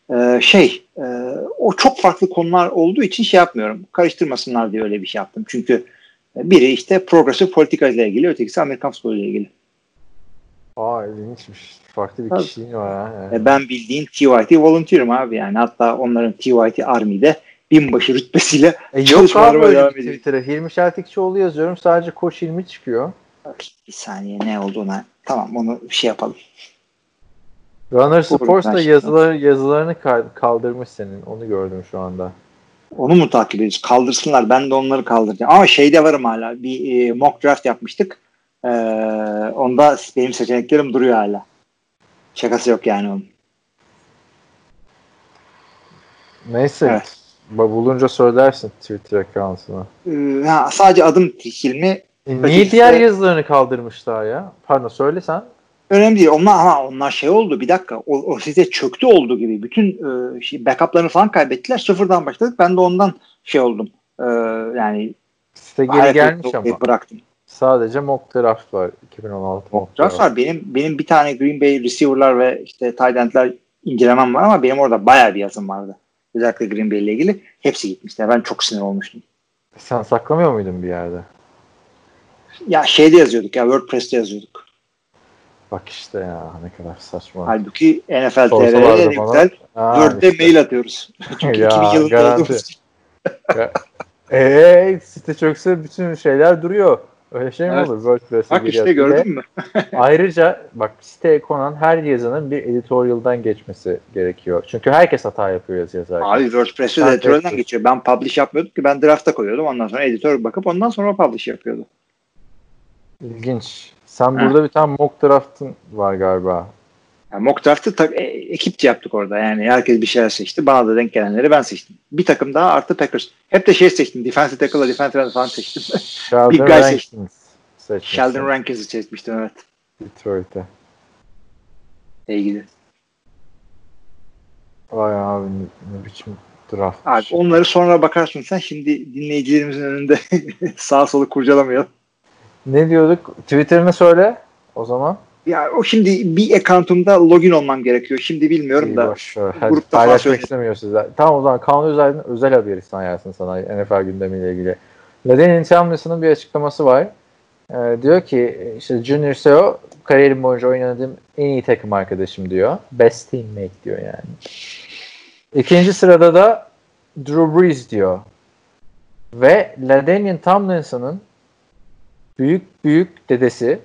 o çok farklı konular olduğu için şey yapmıyorum. Karıştırmasınlar diye öyle bir şey yaptım. Çünkü biri işte progresif politika ile ilgili, ötekisi Amerikan futbolu ile ilgili. İlginçmiş. Farklı bir kişiliğin var ha. Yani. Ben bildiğin TYT volunteer'ım abi yani. Hatta onların TYT Army'de binbaşı rütbesiyle çalışmalarıma devam ediyorum. Twitter'a Hilmi Şeltikçioğlu yazıyorum. Sadece Koç Hilmi çıkıyor. Bir saniye ne olduğuna. Tamam onu şey yapalım. Runner Sports da Gerçekten. yazılarını kaldırmış senin. Onu gördüm şu anda. Onu mu takip ediyoruz? Kaldırsınlar. Ben de onları kaldıracağım. Ama şeyde varım hala. Bir mock draft yapmıştık. Onda benim seçeneklerim duruyor hala. Şakası yok yani onun. Neyse. Evet. Bulunca söylersin Twitter account'una. Sadece adım filmi. Niye diğer yazılarını kaldırmışlar ya? Pardon söyle sen. Önemli değil. Onlar şey oldu. Bir dakika. O site çöktü oldu gibi. Bütün backup'larını falan kaybettiler. Sıfırdan başladık. Ben de ondan şey oldum. Yani site geri gelmiş ama. Bıraktım. Sadece mock draft var. 2016 mock draft var. Benim bir tane Green Bay receiver'lar ve işte tight end'ler incelemem var ama benim orada bayağı bir yazım vardı. Özellikle Green Bay ile ilgili. Hepsi gitmişti. Ben çok sinir olmuştum. Sen saklamıyor muydun bir yerde? Ya şeyde yazıyorduk ya. WordPress'te yazıyorduk. Bak işte ya ne kadar saçma. Halbuki NFL TR'ye en güzel Word'de işte mail atıyoruz. Çünkü ya, 2000 yılında olduğumuz site çökse bütün şeyler duruyor. Öyle şey mi olur? WordPress'e bak işte gördün mü? Ayrıca bak siteye konan her yazının bir editorial'dan geçmesi gerekiyor. Çünkü herkes hata yapıyor yazı yazarken. Abi WordPress'te de editorial'dan geçiyor. Ben publish yapmıyordum ki, ben draft'a koyuyordum. Ondan sonra editör bakıp ondan sonra publish yapıyordu. İlginç. Sen burada bir tane mock draft'ın var galiba. Yani mock draft'ı ekipçe yaptık orada. Yani herkes bir şeyler seçti. Bana da denk gelenleri ben seçtim. Bir takım daha artı Packers. Hep de şey seçtim. Defensive tackle'la defensive end falan seçtim. Sheldon Rankins. Sheldon Rankins'i seçmiştim, evet. Detroit'e. İlgili. Vay abi ne biçim draft. Abi onları sonra bakarsın sen. Şimdi dinleyicilerimizin önünde sağa solu kurcalamayalım. Ne diyorduk? Twitter'ını söyle o zaman. Ya o şimdi bir account'umda login olmam gerekiyor. Şimdi bilmiyorum İyi, da. Grupta paylaşmak istemiyor sizler. Tamam o zaman Kaan Özay'ın özel haberi sayarsan sana NFL gündemiyle ilgili. LaDainian Tomlinson'ın bir açıklaması var. Diyor ki işte Junior Seau kariyerim boyunca oynadığım en iyi takım arkadaşım diyor. Best teammate diyor yani. İkinci sırada da Drew Brees diyor. Ve LaDainian Tomlinson'ın büyük dedesi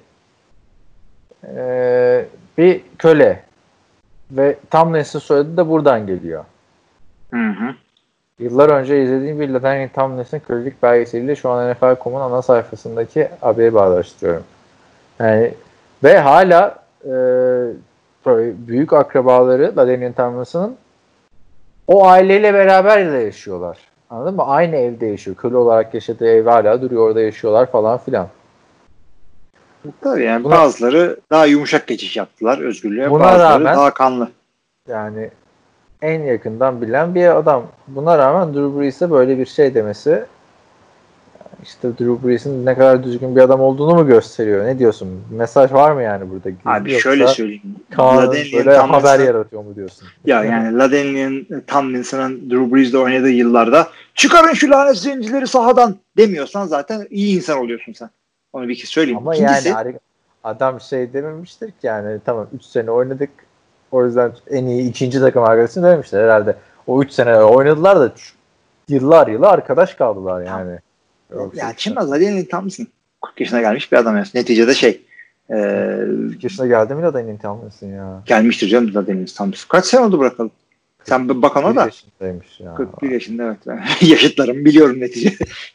bir köle ve Tomlinson soyadı da buradan geliyor. Hı. Yıllar önce izlediğim bir LaDainian Tomlinson kölelik belgeseliyle şu an NFL.com'un ana sayfasındaki haberi bağdaştırıyorum. Yani ve hala büyük akrabaları LaDainian Tomlinson'ın o aileyle beraber de yaşıyorlar. Anladın mı? Aynı evde yaşıyor. Köle olarak yaşadığı ev hala duruyor. Orada yaşıyorlar falan filan. Tabii yani bazıları daha yumuşak geçiş yaptılar özgürlüğe. Bazıları rağmen, daha kanlı. Yani en yakından bilen bir adam. Buna rağmen Drew Brees'e böyle bir şey demesi işte Drew Brees'in ne kadar düzgün bir adam olduğunu mu gösteriyor? Ne diyorsun? Mesaj var mı yani burada? Abi şöyle söyleyeyim. Kaan'ın böyle haber yaratıyor mu diyorsun? Ya yani LaDainian Tomlinson'ın Drew Brees'le oynadığı yıllarda çıkarın şu lanet zencileri sahadan demiyorsan zaten iyi insan oluyorsun sen. Onu bir kez söyleyeyim. Ama yani adam şey dememiştir ki yani tamam 3 sene oynadık o yüzden en iyi ikinci takım arkadaşım dememişler herhalde. O 3 sene oynadılar da yıllar arkadaş kaldılar yani. Ya şimdi LaDainian Tomlinson 40 yaşına gelmiş bir adam yani. Neticede 40 yaşına geldi mi LaDainian Tomlinson ya? Gelmiştir canım LaDainian Tomlinson. Kaç sene oldu bırakalım? Sen bak ona da. 41 yaşındaymış ya. 41 yaşında evet. Yaşıtlarımı biliyorum neticede.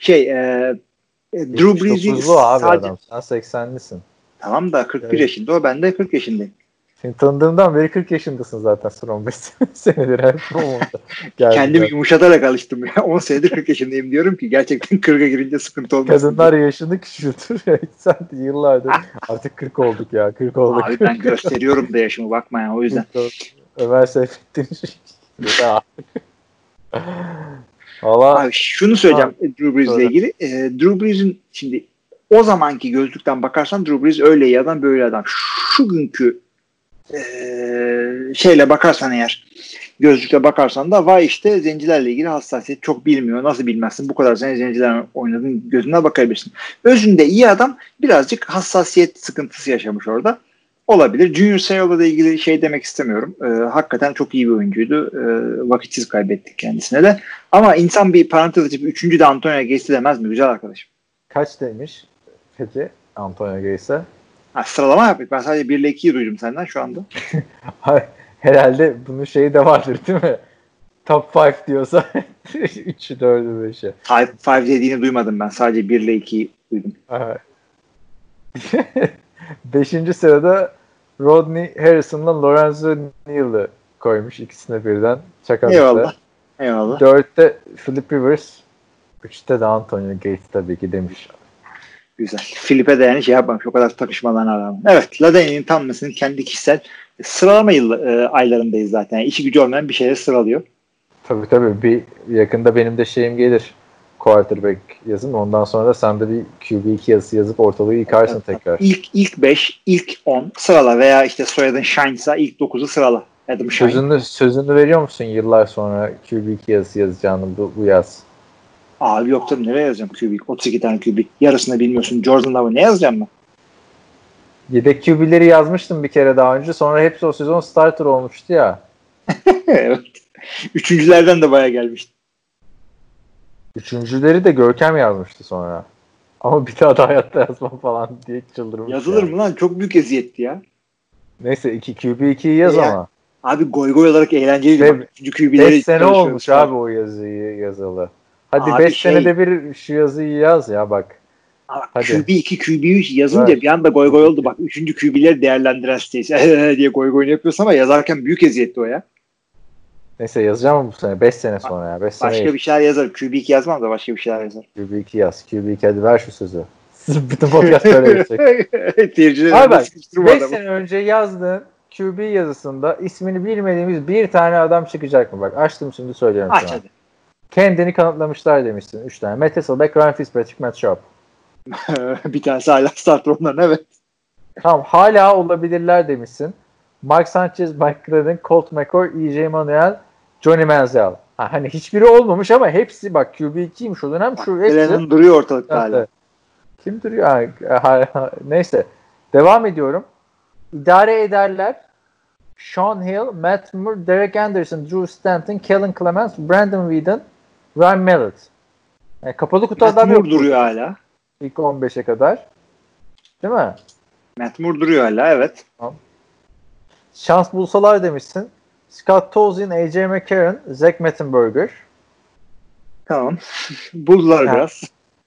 Drew Brees'in sadece... adam. Sen 80'lisin. Tamam da 41 yaşında o, ben de 40 yaşındayım. Seni tanıdığımdan beri 40 yaşındasın zaten son 15 senedir hep kendimi yumuşatarak alıştım ya. 10 senedir 40 yaşındayım diyorum ki gerçekten 40'a girince sıkıntı olmaz. Kadınlar yaşını küçültür. Sen de yıllardır artık 40 olduk ya. 40 olduk. Abi ben gösteriyorum da yaşımı, bakma ya o yüzden. Ömer Seyfettin Valla. Abi şunu söyleyeceğim Drew Brees'le ilgili. Drew Brees'in şimdi o zamanki gözlükten bakarsan Drew Brees öyle iyi adam böyle adam. Şu günkü şeyle bakarsan eğer, gözlükle bakarsan da vay işte zencilerle ilgili hassasiyet çok bilmiyor. Nasıl bilmezsin? Bu kadar sene zenciler oynadığın gözüne bakabilirsin. Özünde iyi adam, birazcık hassasiyet sıkıntısı yaşamış orada. Olabilir. Junior Seau'la da ilgili şey demek istemiyorum. Hakikaten çok iyi bir oyuncuydu. Vakitsiz kaybettik kendisine de. Ama insan bir parantez açıp 3. de Antonio Gates'i demez mi? Güzel arkadaşım. Kaç demiş peki Antonio Gates'e? Sıralama yaptık. Ben sadece 1 ile 2'yi duydum senden şu anda. Herhalde bunun şeyi de vardır değil mi? Top 5 diyorsa 3'ü 4'ü 5'i. Top 5 dediğini duymadım ben. Sadece 1 ile 2'yi duydum. 5. sırada Rodney Harrison'la Lorenzo Neal'ı koymuş. İkisine birden. Eyvallah. Eyvallah. 4'te Philip Rivers. 3'te de Antonio Gates tabii ki demiş. Güzel. Filip'e de yani şey yapmamış. O kadar takışmalarına rağmen. Evet. Ladani'nin Tomlinson'ın kendi kişisel sıralama aylarındayız zaten. Yani işi gücü olmayan bir şeyleri sıralıyor. Tabii. Bir yakında benim de şeyim gelir. Quarterback yazın. Ondan sonra da sen de bir QB2 yazısı yazıp ortalığı yıkarsın tekrar. İlk 5, ilk 10 sırala veya işte soyadın Shine'sa ilk 9'u sırala. Adam Shine. Sözünü veriyor musun yıllar sonra QB2 yazısı yazacağını bu yaz? Abi yok tabii nereye yazacağım QB? 32 tane QB. Yarısını bilmiyorsun. Jordan Love'ı ne yazacağım ben? Yedek QB'leri yazmıştım bir kere daha önce. Sonra hepsi o sezon starter olmuştu ya. Evet. Üçüncülerden de bayağı gelmişti. Üçüncüleri de Görkem yazmıştı sonra. Ama bir daha da hayatta yazmam falan diye çıldırmış. Yazılır mı lan? Çok büyük eziyetti ya. Neyse QB2'yi yaz ama. Abi goy olarak eğlenceliydi. 5 sene olmuş abi o yazıyı yazalı. Hadi 5 senede bir şu yazıyı yaz ya bak. Hadi. QB2, QB3 yazınca evet. Bir anda goy oldu. Bak 3. QB'leri değerlendiren sitesi diye goy yapıyorsun ama yazarken büyük eziyetti o ya. Neyse yazacağım bu sene. 5 sene sonra ya. 5 başka sene bir şeyler yazarım. QB2 yazmam da başka bir şeyler yazarım. QB2 yaz. QB2 hadi ver şu sözü. Bütün podcast böyle geçecek. Abi bak 5 sene önce yazdığın QB yazısında ismini bilmediğimiz bir tane adam çıkacak mı? Bak açtım şimdi söylüyorum sana. Hadi. Kendini kanıtlamışlar demişsin. 3 tane. Matt Hasselbeck, Ryan Fitzpatrick, Matt Schaub. Bir tanesi hala starter onların evet. Tamam hala olabilirler demişsin. Mark Sanchez, Mike Glennon, Colt McCoy, E.J. Manuel, Johnny Manziel. Hani hiçbiri olmamış ama hepsi bak QB2'ymiş o dönem. Şu hepsi duruyor ortalıkta hala. Kim duruyor? Neyse. Devam ediyorum. İdare ederler. Sean Hill, Matt Moore, Derek Anderson, Drew Stanton, Kellen Clemens, Brandon Whedon, Ryan Mallett. Yani kapalı kutu adam yok. Matt Moore duruyor hala. İlk 15'e kadar. Değil mi? Matt Moore duruyor hala evet. Tamam. Şans bulsalar demişsin. Scott Tolzien, A.J. McCarron, Zach Mettenberger. Tamam. Buldular yani. Biraz.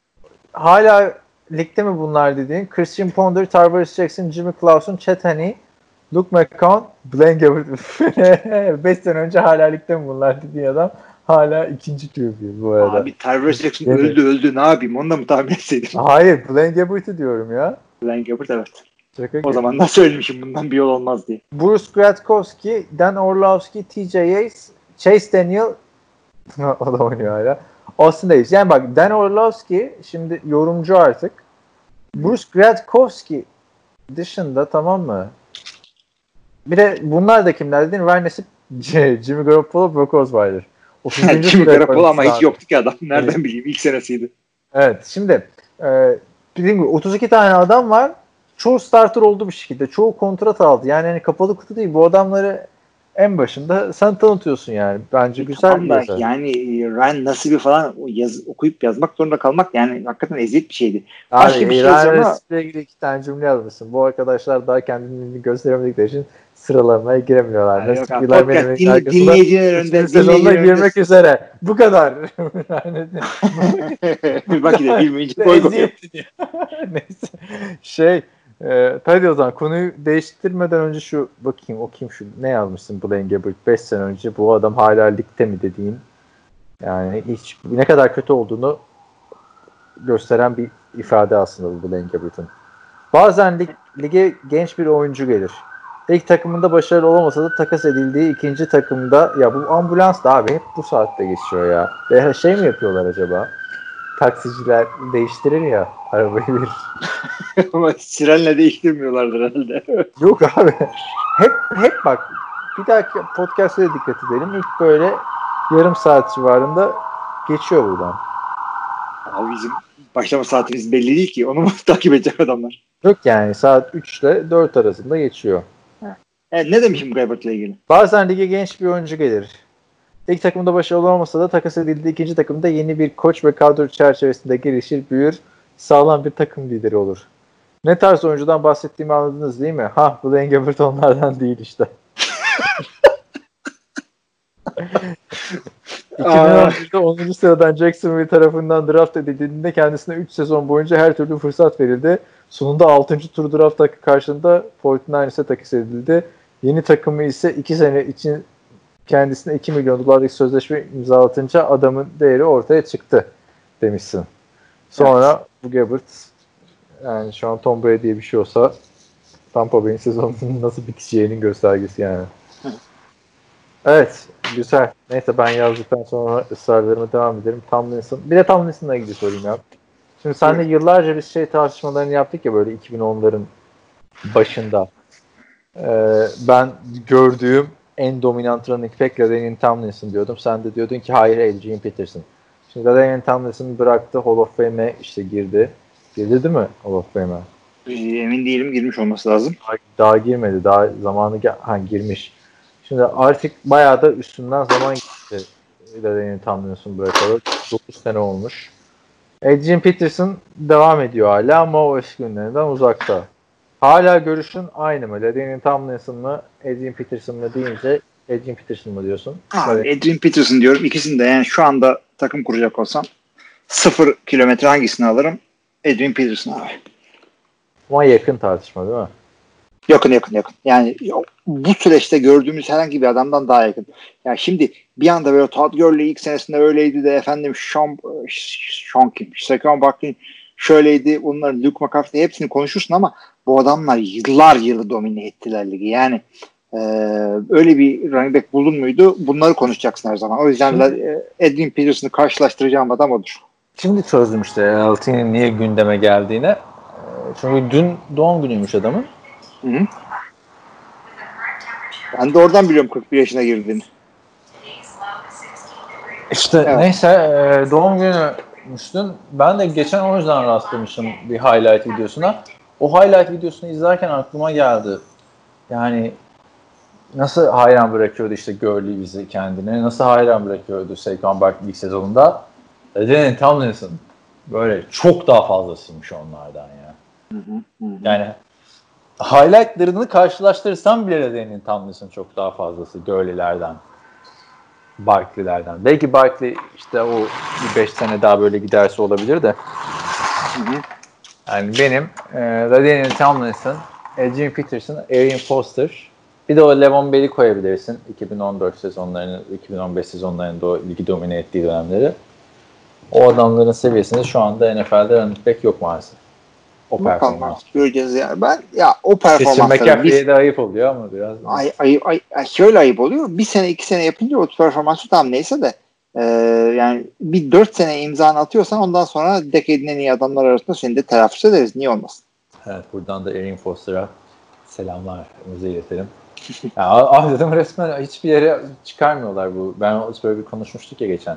Hala ligde mi bunlar dediğin? Christian Ponder, Tarvaris Jackson, Jimmy Clausen, Chet Haney, Luke McCown, Blaine Gabbert. 5 sene önce hala ligde mi bunlar dediğin adam hala ikinci QB bu arada. Abi Tarvaris Jackson öldü. Ne yapayım? Onu da mı tahmin etseydim? Hayır. Blaine Gabbert'i diyorum ya. Blaine Gabbert evet. O zaman da söylemişim bundan bir yol olmaz diye. Bruce Gradkowski, Dan Orlovsky, T.J. Yates, Chase Daniel o da oynuyor hala. Austin Davis. Yani bak Dan Orlovsky şimdi yorumcu artık. Bruce Gradkowski dışında tamam mı? Bir de bunlar da kimler dedin? Ryan Nassib, Jimmy Garoppolo, Brock Osweiler. Jimmy Garoppolo ama hiç yoktu ki adam. Nereden bileyim? İlk senesiydi. Evet. Şimdi dediğim gibi 32 tane adam var. Çoğu starter oldu bir şekilde. Çoğu kontrat aldı. Yani hani kapalı kutu değil. Bu adamları en başında sen tanıtıyorsun yani. Bence güzel bir yazar. Yani Ryan Nassib'i falan okuyup yazmak zorunda kalmak yani hakikaten eziyet bir şeydi. Başka bir şey Ryan Nassib'le ilgili 2 tane cümle yazmışsın. Bu arkadaşlar daha kendini gösteremedikleri için sıralamaya giremiyorlar. Dinleyiciler önünde sezonda girmek üzere. Bu kadar. Bak yine bilmeyince Neyse. Hadi o zaman konuyu değiştirmeden önce şu bakayım o kim şu ne yazmışsın Blaine Gabbert 5 sene önce bu adam hala ligde mi dediğin yani hiç ne kadar kötü olduğunu gösteren bir ifade aslında bu Blaine Gabbert'ın. Bazen lige genç bir oyuncu gelir. İlk takımında başarılı olamasa da takas edildiği ikinci takımda ya bu ambulans da abi hep bu saatte geçiyor ya. Ve şey mi yapıyorlar acaba? Taksiciler değiştirir ya arabayı bir. Ama sirenle değiştirmiyorlardır herhalde. Yok abi. Hep bak bir dahaki podcast'a da dikkat edelim. İlk böyle yarım saat civarında geçiyor buradan. Abi bizim başlama saatimiz belli değil ki. Onu mu takip edecek adamlar? Yok yani saat 3 ile 4 arasında geçiyor. Ne demişim Gabbert'la ilgili? Bazen lige genç bir oyuncu gelir. İlk takımda başarılı olmasa da takas edildiği ikinci takımda yeni bir koç ve kadro çerçevesinde gelişir, büyür, sağlam bir takım lideri olur. Ne tarz oyuncudan bahsettiğimi anladınız değil mi? Ha, Blaine Gabbert onlardan değil işte. 2011'de 10. sıradan Jacksonville tarafından draft edildiğinde kendisine 3 sezon boyunca her türlü fırsat verildi. Sonunda 6. tur draft hakkı karşılığında 49ers'e takas edildi. Yeni takımı ise 2 sene için kendisine $2 milyon sözleşme imzalatınca adamın değeri ortaya çıktı demişsin. Sonra evet. Bu Gabbert, yani şu an Tom Brady diye bir şey olsa Tampa Bay'in sezonunun nasıl biteceğinin göstergesi yani. Evet, güzel. Neyse, ben yazdıktan sonra ısrarlarıma devam ederim. Bir de Tomlinson'la ilgili sorayım ya. Şimdi seninle yıllarca bir tartışmalarını yaptık ya böyle 2010'ların başında. Ben gördüğüm en dominant running back LaDainian Tomlinson diyordum. Sen de diyordun ki hayır, Adrian Peterson. Şimdi LaDainian Tomlinson bıraktı, Hall of Fame'e girdi. Girdi değil mi Hall of Fame'e? Emin değilim, girmiş olması lazım. Daha girmedi. Daha zamanı girmiş. Şimdi artık bayağı da üstünden zaman gitti. LaDainian Tomlinson bırakalı. 9 sene olmuş. Adrian Peterson devam ediyor hala ama o eski günlerinden uzakta. Hala görüşün aynı mı? LaDainian Tomlinson mı? Adrian Peterson mı deyince Adrian Peterson mı diyorsun? Adrian Peterson diyorum. İkisini de, yani şu anda takım kuracak olsam 0 kilometre hangisini alırım? Adrian Peterson abi. Ama yakın tartışma değil mi? Yakın. Yani bu süreçte gördüğümüz herhangi bir adamdan daha yakın. Yani şimdi bir anda böyle Todd Gurley ilk senesinde öyleydi de efendim Sean kim? Saquon Barkley şöyleydi. Onların Luke McCaffrey hepsini konuşursun ama bu adamlar yıllar domine ettiler ligi. Yani öyle bir running back bulun muydu? Bunları konuşacaksın her zaman. O yüzden Adrian Peterson'ı karşılaştıracağım adam odur. Şimdi çözdüm işte LT'nin niye gündeme geldiğine. Çünkü dün doğum günüymüş adamın. Hı. Ben de oradan biliyorum 41 yaşına girdiğini. İşte evet. Neyse doğum günüymüş dün. Ben de geçen o yüzden rastlamışım bir highlight videosuna. O highlight videosunu izlerken aklıma geldi. Yani nasıl hayran bırakıyordu işte Gurley bizi kendine. Nasıl hayran bırakıyordu Saquon Barkley ilk sezonunda. LaDainian Tomlinson böyle çok daha fazlasıymış onlardan ya. Hı. Yani highlightlarını karşılaştırırsam bile LaDainian Tomlinson çok daha fazlası Gurley'lerden, Barkley'lerden. Belki Barkley işte o 5 sene daha böyle giderse olabilir de. Hı. Yani benim LaDainian Tomlinson, Adrian Peterson, Arian Foster, bir de o Le'Veon Bell'i koyabilirsin. 2014 sezonlarını, 2015 sezonlarında o ligi domine ettiği dönemleri. O adamların seviyesinde şu anda NFL'de running back yok maalesef. O performans. Göreceğiz yani. O performansları McCaffrey'e de ayıp oluyor ama biraz. Şöyle ayıp oluyor. Bir sene 2 sene yapınca o performansı tam neyse de yani bir 4 sene imzanı atıyorsan ondan sonra decade'in en iyi adamlar arasında seni de telaffuz ederiz. Niye olmasın? Evet, buradan da Arian Foster'a selamlar iletelim. Yani, dedim resmen hiçbir yere çıkarmıyorlar bu. Ben böyle bir konuşmuştuk ya geçen.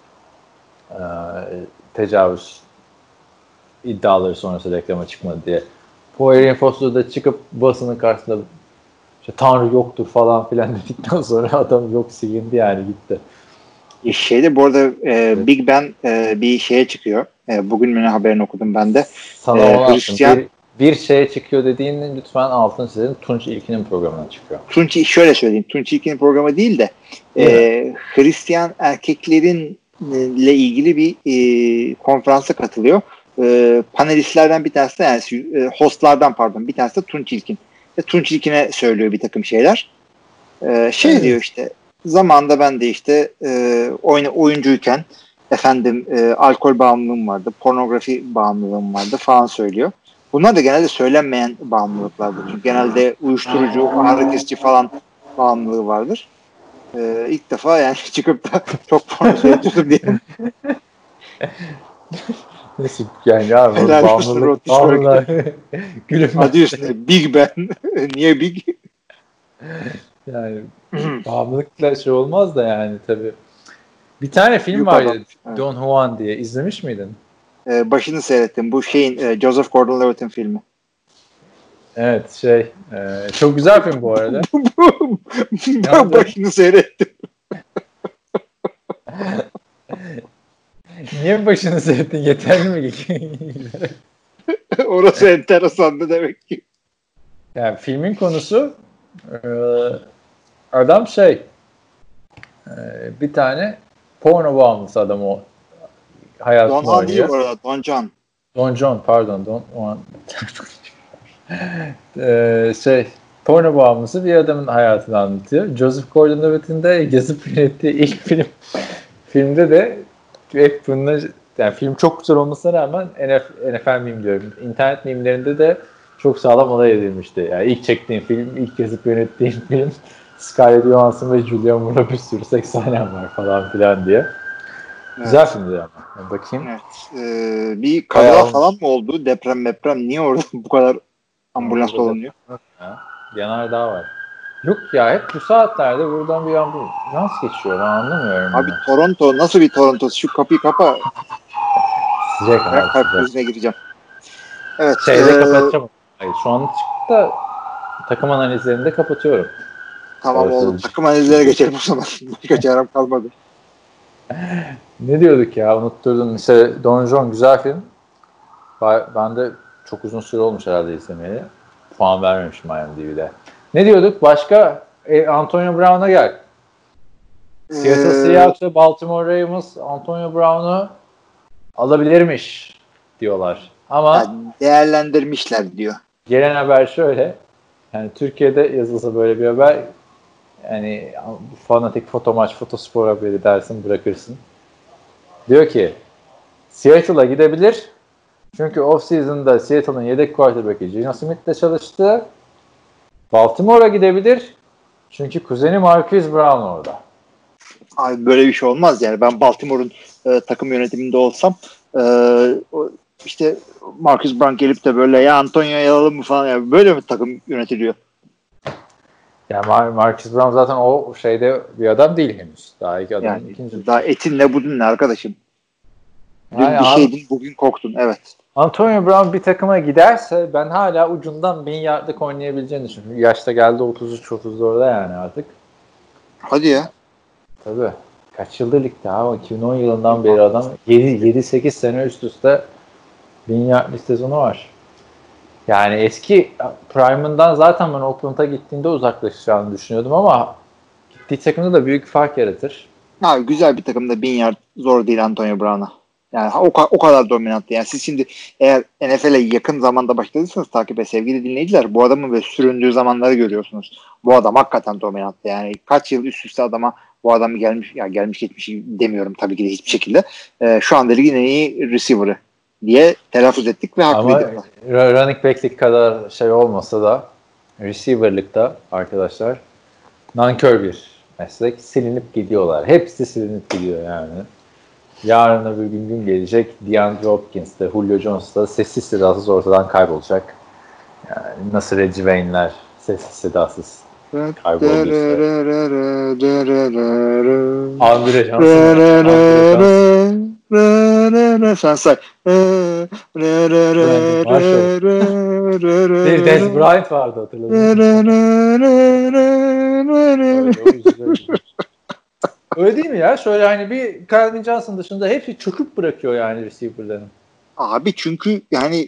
Tecavüz iddiaları sonrası reklama çıkmadı diye. Bu Arian Foster'da çıkıp basının karşısında işte, Tanrı yoktur falan filan dedikten sonra adam yok silindi yani gitti. Şeyde bu arada evet. Big Ben bir şeye çıkıyor. Bugün mü ne haberini okudum ben de. Sana bir şeye çıkıyor dediğinin lütfen altını çizelim. Tunç İlkin'in programına çıkıyor. Şöyle söyleyeyim. Tunç İlkin'in programı değil de Hristiyan erkeklerin ile ilgili bir konferansa katılıyor. Panelistlerden bir tanesi de yani hostlardan pardon bir tanesi de Tunç İlkin. Tunç İlkin'e söylüyor bir takım şeyler. Diyor işte zamanında ben de işte oyuncuyken efendim alkol bağımlılığım vardı, pornografi bağımlılığım vardı falan söylüyor. Bunlar da genelde söylenmeyen bağımlılıklardır. Çünkü genelde uyuşturucu, ağrı kesici falan bağımlılığı vardır. İlk defa yani çıkıp da çok porno söyletiyorum diye. Neyse yani abi bağımlılık adı üstüne Big Ben. Niye Big? Yani bağımlılıkla şey olmaz da yani tabii. Bir tane film vardı Don Juan diye. İzlemiş miydin? Başını seyrettim. Bu Joseph Gordon-Levitt'in filmi. Evet çok güzel film bu arada. Başını seyrettim. Niye başını seyrettin? Yeterli mi? Orası enteresandı demek ki. Yani filmin konusu adam bir tane porno bağımlısı adam o hayatını Don Han değil oynuyor. orada. Don John. Don John pardon. Porno bağımlısı bir adamın hayatını anlatıyor. Joseph Gordon-Levitt'in de yazıp yönettiği ilk filmde de hep bunlar, yani film çok güzel olmasına rağmen NFL meme diyorum. İnternet mimlerinde de çok sağlam olay edilmişti. Yani ilk çektiğim film, ilk yazıp yönettiğim film, Scarlett Johansson ve Julia Moore'a bir sürü seks sahnem var falan filan diye. Evet. Güzel filmdi ama. Yani bakayım. Evet. Bir kaza falan mı oldu? Deprem. Niye orada bu kadar ambulans dolanıyor? Yanardağ var. Yok ya, hep bu saatlerde buradan bir ambulans geçiyor. Ben anlamıyorum. Abi bunu. Toronto nasıl bir Toronto? Şu kapıyı kapa. Sıcak abi. Kalp krizine gireceğim. Evet. Kapatacağım. Hayır, şu an çıktı da takım analizlerini de kapatıyorum. Tamam oldu. Takım analizlere geçelim o zaman. Başka çarem kalmadı. Ne diyorduk ya? Unutturdum. İşte Don John güzel film. Ben de çok uzun süre olmuş herhalde izlemeli. Puan vermemişim IMDb'de. Ne diyorduk? Başka Antonio Brown'a gel. Seattle Seahawks'la Baltimore Ravens Antonio Brown'u alabilirmiş diyorlar. Ama yani değerlendirmişler diyor. Gelen haber şöyle. Yani Türkiye'de yazılsa böyle bir haber, yani fanatik fotospor haberi dersin, bırakırsın. Diyor ki Seattle'a gidebilir. Çünkü off-season'da Seattle'ın yedek quarterback'i Geno Smith'le çalıştı. Baltimore'a gidebilir. Çünkü kuzeni Marquise Brown orada. Abi böyle bir şey olmaz yani. Ben Baltimore'un takım yönetiminde olsam işte Marquise Brown gelip de böyle ya Antonio'yu alalım mı falan, yani böyle mi takım yönetiliyor? Yani Marquise Brown zaten o şeyde bir adam değil henüz. Daha iki adam. Yani daha etin ne budun ne arkadaşım. Dün yani bir şeydin, bugün koktun. Evet. Antonio Brown bir takıma giderse ben hala ucundan 1000 yardlık oynayabileceğini düşünüyorum. Yaşta geldi 33-34'da yani artık. Hadi ya. Tabii. Kaç yıldır ligde abi? 2010 yılından beri adam 7-8 sene üst üste 1000 yardlık sezonu var. Yani eski prime'ından zaten ben Oakland'a gittiğinde uzaklaşacağını düşünüyordum ama gittiği takımda da büyük fark yaratır. Abi güzel bir takımda 1000 yard zor değil Antonio Brown'a. Yani o kadar dominanttı. Yani siz şimdi eğer NFL'e yakın zamanda başladıysanız takibe sevgili dinleyiciler, bu adamın böyle süründüğü zamanları görüyorsunuz. Bu adam hakikaten dominanttı. Yani kaç yıl üst üste bu adam gelmiş geçmiş demiyorum tabii ki de hiçbir şekilde. Şu anda ligin en iyi receiver'ı diye telaffuz ettik ve haklıydık. Ama running back'lik kadar şey olmasa da receiver'lıkta arkadaşlar nankör bir meslek. Silinip gidiyorlar. Hepsi silinip gidiyor yani. Yarın öbür gün gelecek. DeAndre Hopkins de, Julio Jones da sessiz sedasız ortadan kaybolacak. Yani nasıl Reggie Wayne'ler sessiz sedasız kaybolduysa. Andre Johnson. Sen say. Dez Bryant vardı, hatırladın mı? Öyle değil mi ya? Şöyle hani bir Calvin Johnson dışında hepsi çöküp bırakıyor yani receiver'ların. Abi çünkü yani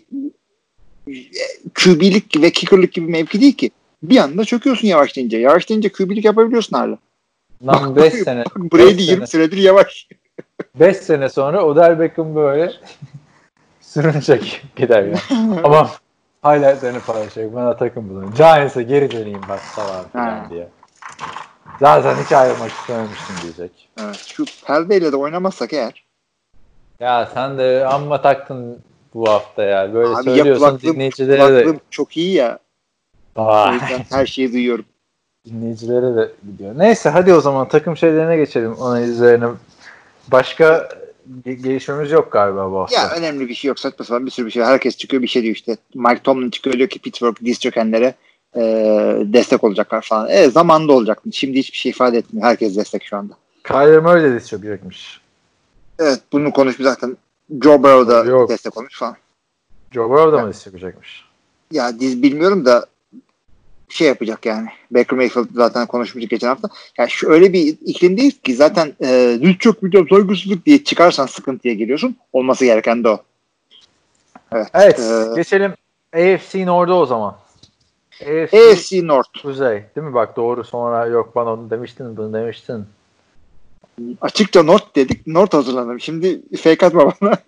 QB'lik ve kicker'lık gibi mevki değil ki. Bir anda çöküyorsun yavaşlayınca. Yavaşlayınca QB'lik yapabiliyorsun hala. Lan 5 sene. Brady 20 senedir yavaş. 5 sene sonra Odell Beckham böyle sürünecek gider ya. Ama highlightlarını paylaşacak. Bana takım bulun. Giants'a geri döneyim bak falan filan diye. Zaten hiç ayrılmak istememiştim diyecek. Evet, şu perdeyle de oynamazsak eğer. Ya sen de amma taktın bu hafta ya. Böyle abi söylüyorsun dinleyicilere de. Çok iyi ya. O yüzden her şeyi duyuyorum. Dinleyicilere de gidiyor. Neyse hadi o zaman takım şeylerine geçelim. Analizlerine. Başka gelişmemiz yok galiba bu hafta. Ya önemli bir şey yok. Saçma sapan bir sürü bir şey. Herkes çıkıyor bir şey diyor işte. Mike Tomlin çıkıyor diyor ki Pittsburgh diz çökenlere destek olacaklar falan. Zamanında olacaktı. Şimdi hiçbir şey ifade etmiyor. Herkes destek şu anda. Kyler Murray de diz çökecekmiş. Evet, bunu konuşmuş zaten. Joe Burrow da destek olmuş falan. Joe Burrow da mı diz çökecekmiş? Ya diz bilmiyorum da şey yapacak yani. Baker Mayfield zaten konuşmuştuk geçen hafta. Yani öyle bir iklimdeyiz ki zaten diz çökmeyeceğim, saygısızlık diye çıkarsan sıkıntıya giriyorsun. Olması gereken de o. Evet. Geçelim AFC North'a o zaman. AFC North. Kuzey. Değil mi? Bak doğru, sonra yok bana onu demiştin, bunu demiştin. Açıkça North dedik. North hazırlandım. Şimdi fake atma bana.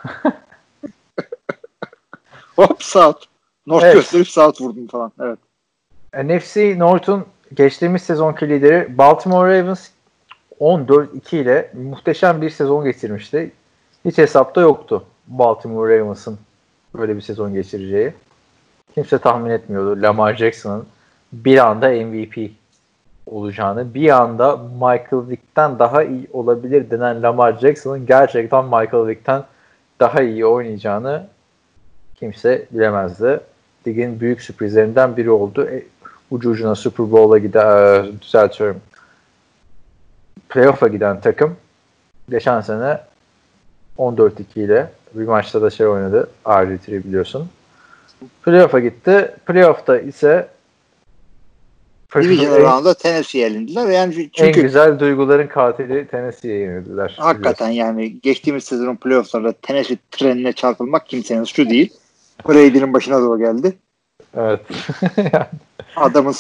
Hop South. North gösterip South vurdum falan. Evet. NFC North'un geçtiğimiz sezonki lideri Baltimore Ravens 14-2 ile muhteşem bir sezon geçirmişti. Hiç hesapta yoktu Baltimore Ravens'ın böyle bir sezon geçireceği. Kimse tahmin etmiyordu Lamar Jackson'ın bir anda MVP olacağını, bir anda Michael Vick'ten daha iyi olabilir denen Lamar Jackson'ın gerçekten Michael Vick'ten daha iyi oynayacağını kimse bilemezdi. Ligin büyük sürprizlerinden biri oldu. Ucu ucuna Super Bowl'a giden, playoff'a giden takım geçen sene 14-2 ile bir maçta da oynadı. RG3 biliyorsun. Playoff'a gitti. Playoff'ta ise Division round'da Tennessee'ye elindiler. Yani çünkü en güzel duyguların katili Tennessee'ye yenildiler. Hakikaten yani geçtiğimiz sezonun playoff'larda Tennessee trenine çarpılmak kimsenin suçu değil. Brady'nin başına doğru geldi. Evet. Adamın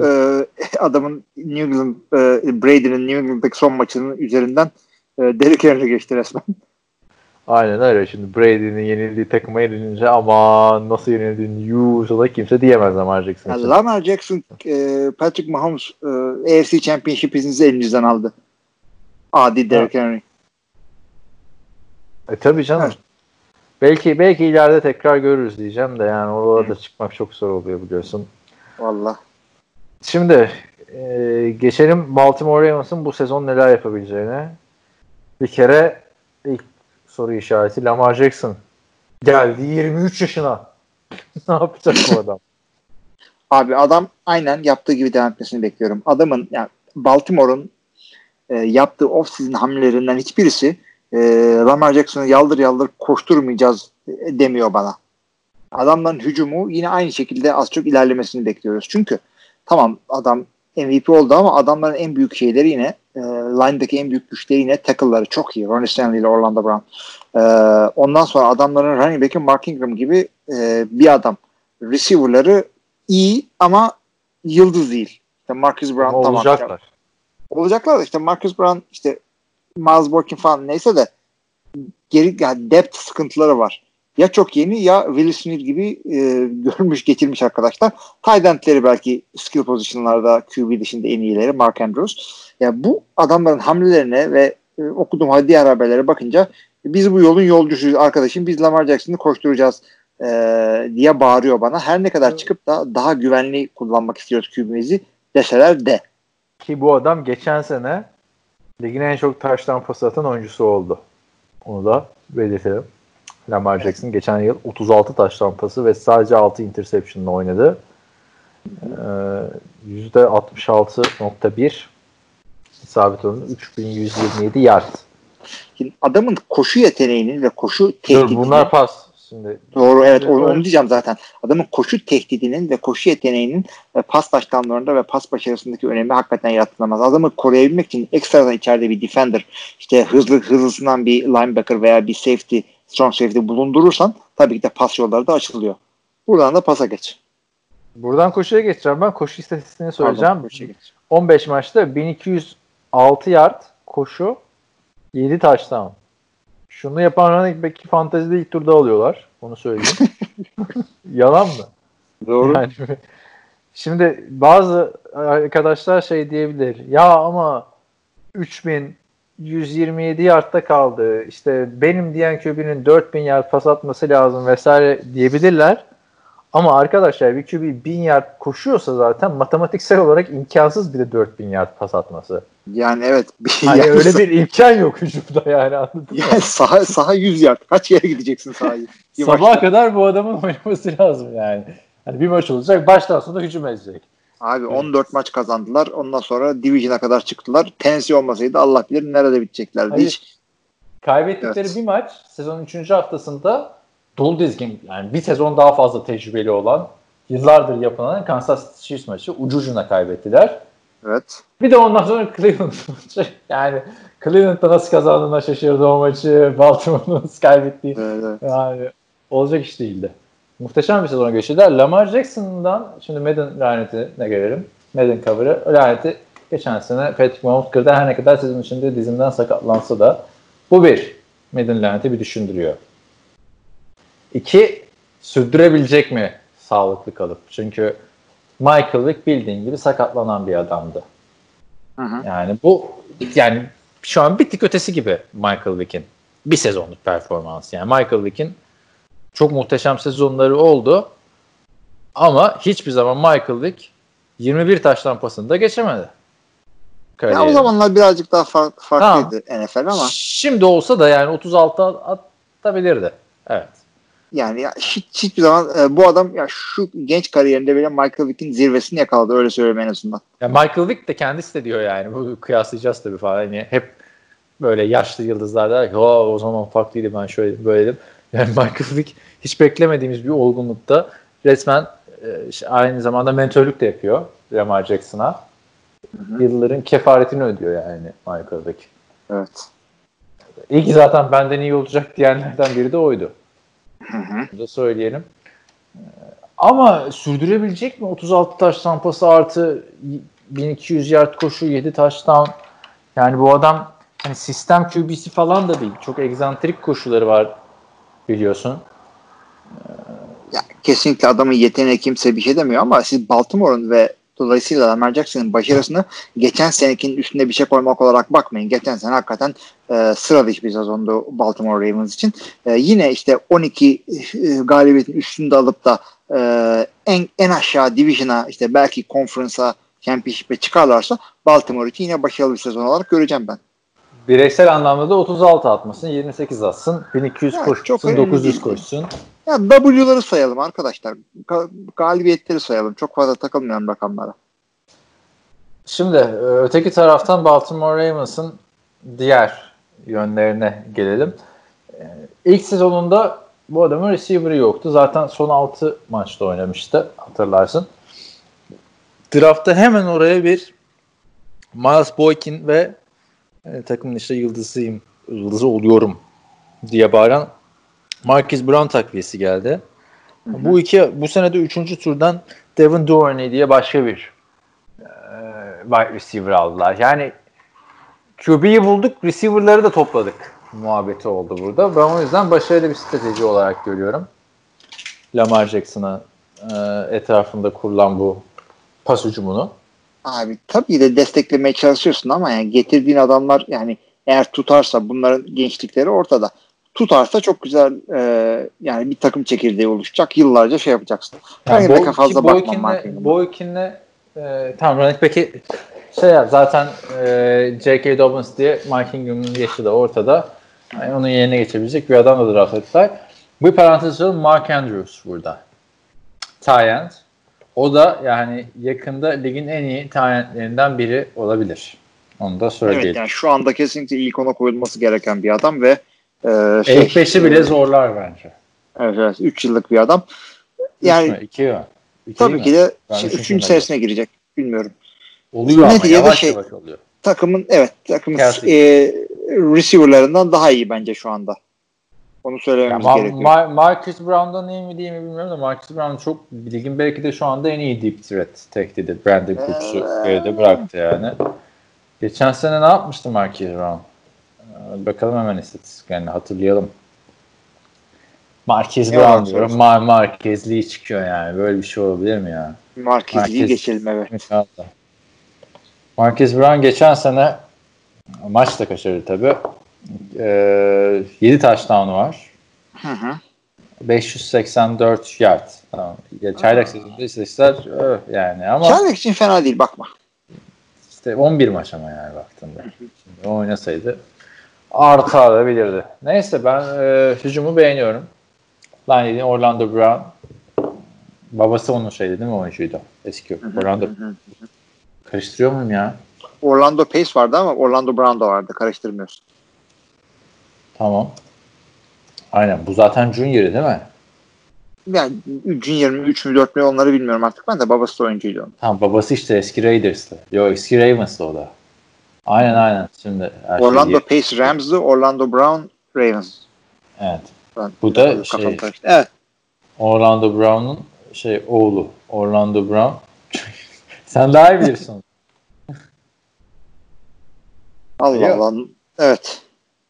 New England Brady'nin New England'daki son maçının üzerinden Derrick Henry geçti resmen. Aynen öyle. Şimdi Brady'nin yenildiği takıma yenilince aman nasıl yenildiğini yuh kimse diyemez Lamar Jackson için. Lamar Jackson Patrick Mahomes AFC Championship'inizi elinizden aldı. Adi Derrick Henry. Tabii canım. Evet. Belki ileride tekrar görürüz diyeceğim de yani orada da çıkmak çok zor oluyor biliyorsun. Vallahi. Şimdi geçelim Baltimore Ravens'ın bu sezon neler yapabileceğine. Bir kere ilk soru işareti Lamar Jackson geldi 23 yaşına. Ne yapacak bu adam? Abi adam aynen yaptığı gibi devam etmesini bekliyorum. Adamın yani Baltimore'un yaptığı off-season hamlelerinden hiçbirisi Lamar Jackson'ı yaldır koşturmayacağız demiyor bana. Adamların hücumu yine aynı şekilde az çok ilerlemesini bekliyoruz. Çünkü tamam adam MVP oldu ama adamların en büyük şeyleri yine line'daki en büyük güçleri yine tackle'ları çok iyi. Ronnie Stanley ile Orlando Brown. Ondan sonra adamların running back'i Mark Ingram gibi bir adam. Receiver'ları iyi ama yıldız değil. İşte Marcus Brown ama tamam. Olacaklar. Olacaklar da işte Marcus Brown işte Miles Boykin falan neyse de yani depth sıkıntıları var. Ya çok yeni ya Will Smith gibi görmüş geçirmiş arkadaşlar. Tight end'leri belki skill pozisyonlarda QB dışında en iyileri Mark Andrews. Ya bu adamların hamlelerine ve okuduğum diğer haberlere bakınca biz bu yolun yolcusuyuz arkadaşım. Biz Lamar Jackson'ı koşturacağız diye bağırıyor bana. Her ne kadar çıkıp da daha güvenli kullanmak istiyoruz QB'mizi deseler de. Ki bu adam geçen sene ligin en çok touchdown pası atan oyuncusu oldu. Onu da belirtelim. Lamar Jackson geçen yıl 36 touchdown pası ve sadece 6 interception'la oynadı. %66.1 isabet oranı 3127 yard. Şimdi adamın koşu yeteneğinin ve koşu tehdidinin... Bunlar pas. Şimdi doğru evet onu diyeceğim zaten. Adamın koşu tehdidinin ve koşu yeteneğinin pas taştanlarında ve pas başarısındaki önemi hakikaten yadsınamaz. Adamı koruyabilmek için ekstradan içeride bir defender, işte hızlısından bir linebacker veya bir safety, strong safety bulundurursan tabii ki de pas yolları da açılıyor. Buradan da pasa geç. Buradan koşuya geçeceğim. Ben koşu istatistiğini söyleyeceğim. Pardon, 15 maçta 1206 yard koşu, 7 touchdown. Şunu yapan running back'i fantezide ilk turda alıyorlar. Onu söyleyeyim. Yalan mı? Doğru. Yani, şimdi bazı arkadaşlar diyebilir. Ya ama 3127 yardta kaldı. İşte benim diyen QB'nin 4000 yard pas atması lazım vesaire diyebilirler. Ama arkadaşlar bir QB 1000 yard koşuyorsa zaten matematiksel olarak imkansız bir de 4000 yard pas atması. Yani evet. Hani öyle bir imkan yok hücumda yani anladın mı? Yani saha 100 yard. Kaç yere gideceksin sahayı? Sabaha kadar bu adamın oynaması lazım yani. Hani bir maç olacak baştan sona hücum edecek. Abi 14 maç kazandılar. Ondan sonra Division'a kadar çıktılar. Tennessee olmasaydı Allah bilir nerede biteceklerdi. Hayır. Hiç. Kaybettikleri bir maç sezonun 3. haftasında dolu dizgin yani bir sezon daha fazla tecrübeli olan yıllardır yapılan Kansas City Chiefs maçı ucuna kaybettiler. Evet. Bir de ondan sonra Cleveland maçı. Yani Cleveland'da nasıl kazandığına şaşırdı o maçı. Baltimore'da nasıl kaybettiği. Evet. Yani olacak iş değildi. Muhteşem bir sezon geçirdiler. Lamar Jackson'dan şimdi Madden lanetine gelelim. Madden cover'ı. Laneti geçen sene Patrick Mahomes kırdı. Her ne kadar sezon içinde dizimden sakatlansa da bu bir. Madden laneti bir düşündürüyor. 2. Sürdürebilecek mi sağlıklı kalıp? Çünkü Michael Vick bildiğin gibi sakatlanan bir adamdı. Yani bu şu an bir tık ötesi gibi Michael Vick'in bir sezonluk performansı. Yani Michael Vick'in çok muhteşem sezonları oldu ama hiçbir zaman Michael Vick 21 taştan pasını da geçemedi. Ya o zamanlar birazcık daha farklıydı NFL ama. Şimdi olsa da yani 36 atabilirdi. Evet. Yani hiçbir zaman bu adam ya şu genç kariyerinde bile Michael Vick'in zirvesini yakaladı, öyle söyleyeyim en azından. Ya Michael Vick de kendisi de diyor yani. Bu kıyaslayacağız tabii falan. Yani hep böyle yaşlı yıldızlar der ki o zaman farklıydı, ben şöyle böyleydim. Yani Michael Vick hiç beklemediğimiz bir olgunlukta resmen aynı zamanda mentörlük de yapıyor Lamar Jackson'a. Yılların kefaretini ödüyor yani Michael Vick. Evet. İyi ki zaten benden iyi olacak diyenlerden biri de oydu. Bunu da söyleyelim. Ama sürdürebilecek mi? 36 taş tampası artı 1200 yard koşu, 7 touchdown. Yani bu adam hani sistem QB'si falan da değil. Çok egzantrik koşuları var biliyorsun. Ya kesinlikle adamın yeteneğine kimse bir şey demiyor ama siz Baltimore'un ve dolayısıyla Lamar Jackson'ın başarısını geçen senekinin üstünde bir şey koymak olarak bakmayın. Geçen sene hakikaten sıra dışı bir sezondu Baltimore Ravens için. Yine işte 12 galibiyetin üstünde alıp da en aşağı division'a, işte belki conference'a, championship'e çıkarlarsa Baltimore için yine başarılı bir sezon olarak göreceğim ben. Bireysel anlamda da 36 atmasın, 28 atsın, 1200 evet, koşsun, 900 koşsun. Ya W'ları sayalım arkadaşlar. Galibiyetleri sayalım. Çok fazla takılmayalım rakamlara. Şimdi öteki taraftan Baltimore Ravens'ın diğer yönlerine gelelim. İlk sezonunda bu adamın receiver'ı yoktu. Zaten son 6 maçta oynamıştı, hatırlarsın. Draftta hemen oraya bir Miles Boykin ve takımın işte yıldızı oluyorum diye bağıran Marquise Brown takviyesi geldi. Bu sene de 3. turdan Devin Duvernay diye başka bir wide receiver aldılar. Yani QB'yi bulduk, receiver'ları da topladık muhabbeti oldu burada. Ben o yüzden başarılı bir strateji olarak görüyorum. Lamar Jackson'a etrafında kurulan bu pas hücumunu. Abi tabii de desteklemeye çalışıyorsun ama yani getirdiğin adamlar, yani eğer tutarsa, bunların gençlikleri ortada. Tutarsa çok güzel yani bir takım çekirdeği oluşacak. Yıllarca şey yapacaksın. Yani fazla bakmam. Boykin'le tam running back'i zaten J.K. Dobbins diye Mike Ingram'ın yaşı da ortada. Yani onun yerine geçebilecek bir adam da draft ettiler. Bu parantez söyleyeyim, Mark Andrews burada. Tight end. O da yani yakında ligin en iyi tight endlerinden biri olabilir. Onu da söyleyelim. Evet, yani şu anda kesinlikle ilk ona koyulması gereken bir adam ve ilk 5'i bile zorlar bence. Evet, 3 yıllık bir adam. Yani 2 mi? Tabii ki de 3. senesine girecek. Bilmiyorum. Oluyor ama yavaş yavaş oluyor. Takımın receiver'larından daha iyi bence şu anda. Onu söylememiz gerekiyor. Marcus Brown'dan iyi mi değil mi bilmiyorum da Marcus Brown çok ligin belki de şu anda en iyi deep threat tehdidi. Brandon Cooks'u geride bıraktı yani. Geçen sene ne yapmıştı Marcus Brown? Bakalım hemen istatistiklerini hatırlayalım. Marquise Brown diyorum. Marquezli çıkıyor yani. Böyle bir şey olabilir mi ya? Marquezli'yi geçelim evet. Marquise Brown geçen sene maç da kaçırdı tabii. 7 touchdown'u var. 584 yard. Tamam. Çaylak sezonunda istatistikler yani ama çaylak için fena değil, bakma. İşte 11 maç ama yani baktığında. Şimdi oynasaydı artabilirdi. Neyse ben hücumu beğeniyorum. Lan dediğin Orlando Brown. Babası onun şeydi değil mi, oyuncuydu? Eski Orlando. Karıştırıyor muyum ya? Orlando Pace vardı ama Orlando Brown da vardı. Karıştırmıyorsun. Tamam. Aynen. Bu zaten Junior'ı değil mi? Yani Junior mi 3 mü 4 mü onları bilmiyorum artık. Ben de babası da oyuncuydu onun. Tamam, babası işte eski Raiders'tı. Yok, eski Ravens'tı o da. Aynen. Şimdi Orlando Pace Rams'dı. Orlando Brown Ravens. Evet. Bu da kafam karıştı. Evet. Orlando Brown'un oğlu. Orlando Brown. Sen daha iyi bilirsin. Allah Allah. Evet.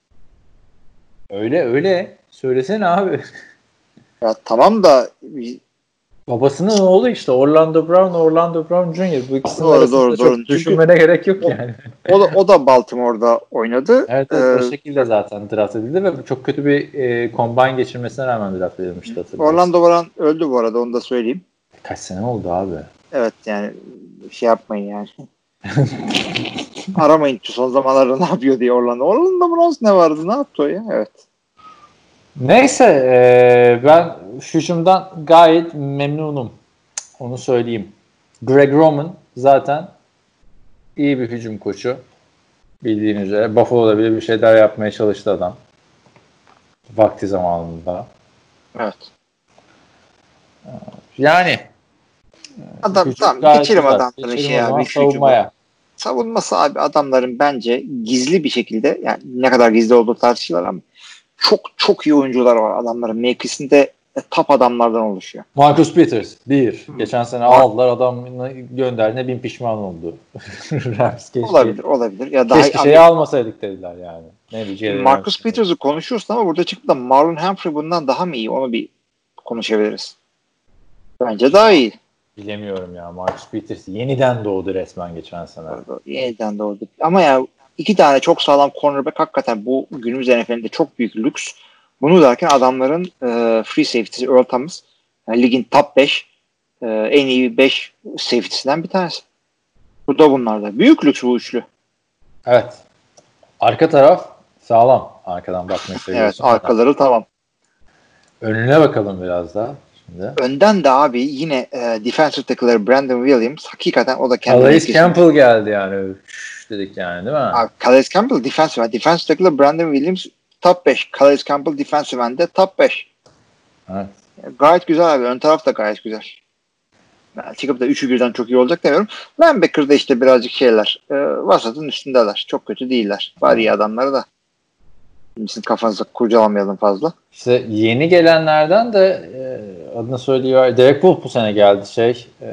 Öyle. Söylesene abi. Ya tamam da babasının oğlu işte Orlando Brown Jr. Bu ikisinin arasında çok düşünmene gerek yok yani. O da Baltimore'da oynadı. Evet, o şekilde zaten draft edildi ve çok kötü bir combine geçirmesine rağmen draft edilmişti. Orlando Brown öldü bu arada, onu da söyleyeyim. Kaç sene oldu abi? Evet yani yapmayın yani. Aramayın son zamanlarda ne yapıyor diye Orlando Brown ne vardı, ne yaptı o ya? Evet. Neyse ben hücumdan gayet memnunum. Onu söyleyeyim. Greg Roman zaten iyi bir hücum koçu. Bildiğiniz üzere. Buffalo'da bile bir şeyler yapmaya çalıştı adam. Vakti zamanında. Evet. Yani adam tamam geçelim adamların işi ya. Savunmaya. Savunması abi adamların bence gizli bir şekilde, yani ne kadar gizli olduğu tartışılır ama çok iyi oyuncular var adamların. Mevkisinde top adamlardan oluşuyor. Marcus Peters geçen sene aldılar, adamını gönderdiğine bin pişman oldu. Olabilir. Ya daha keşke almasaydık dediler yani. Ne diyeceğim? Marcus Peters'ı konuşuyorsun ama burada çıkıp da Marlon Humphrey bundan daha mı iyi? Onu bir konuşabiliriz. Bence daha iyi. Bilemiyorum ya. Marcus Peters yeniden doğdu resmen geçen sene. Yeniden doğdu. Ama ya 2 tane çok sağlam cornerback hakikaten bu günümüz NFL'inde çok büyük lüks. Bunu derken adamların free safety'si Earl Thomas, yani ligin top 5 en iyi 5 safety'sinden bir tanesi. Bu da bunlarda. Büyük lüks bu üçlü. Evet. Arka taraf sağlam. Arkadan bakmayı seviyorsun. Evet, arkaları tamam. Önüne bakalım biraz daha. Şimdi. Önden de abi yine defensive tackler Brandon Williams, hakikaten o da kendine Calais Campbell geldi yani. Dedik yani değil mi? Abi, Calais Campbell defensive tackler Brandon Williams top 5. Calais Campbell defensive end'de top 5. Evet. Gayet güzel abi. Ön taraf da gayet güzel. Yani çıkıp da üçü birden çok iyi olacak demiyorum. Linebacker'da işte birazcık vasatın üstündeler. Çok kötü değiller. Var iyi adamları da. Sizin kafanızı kurcalamayalım fazla. İşte yeni gelenlerden de adını söylüyor. Derek Wolfe bu sene geldi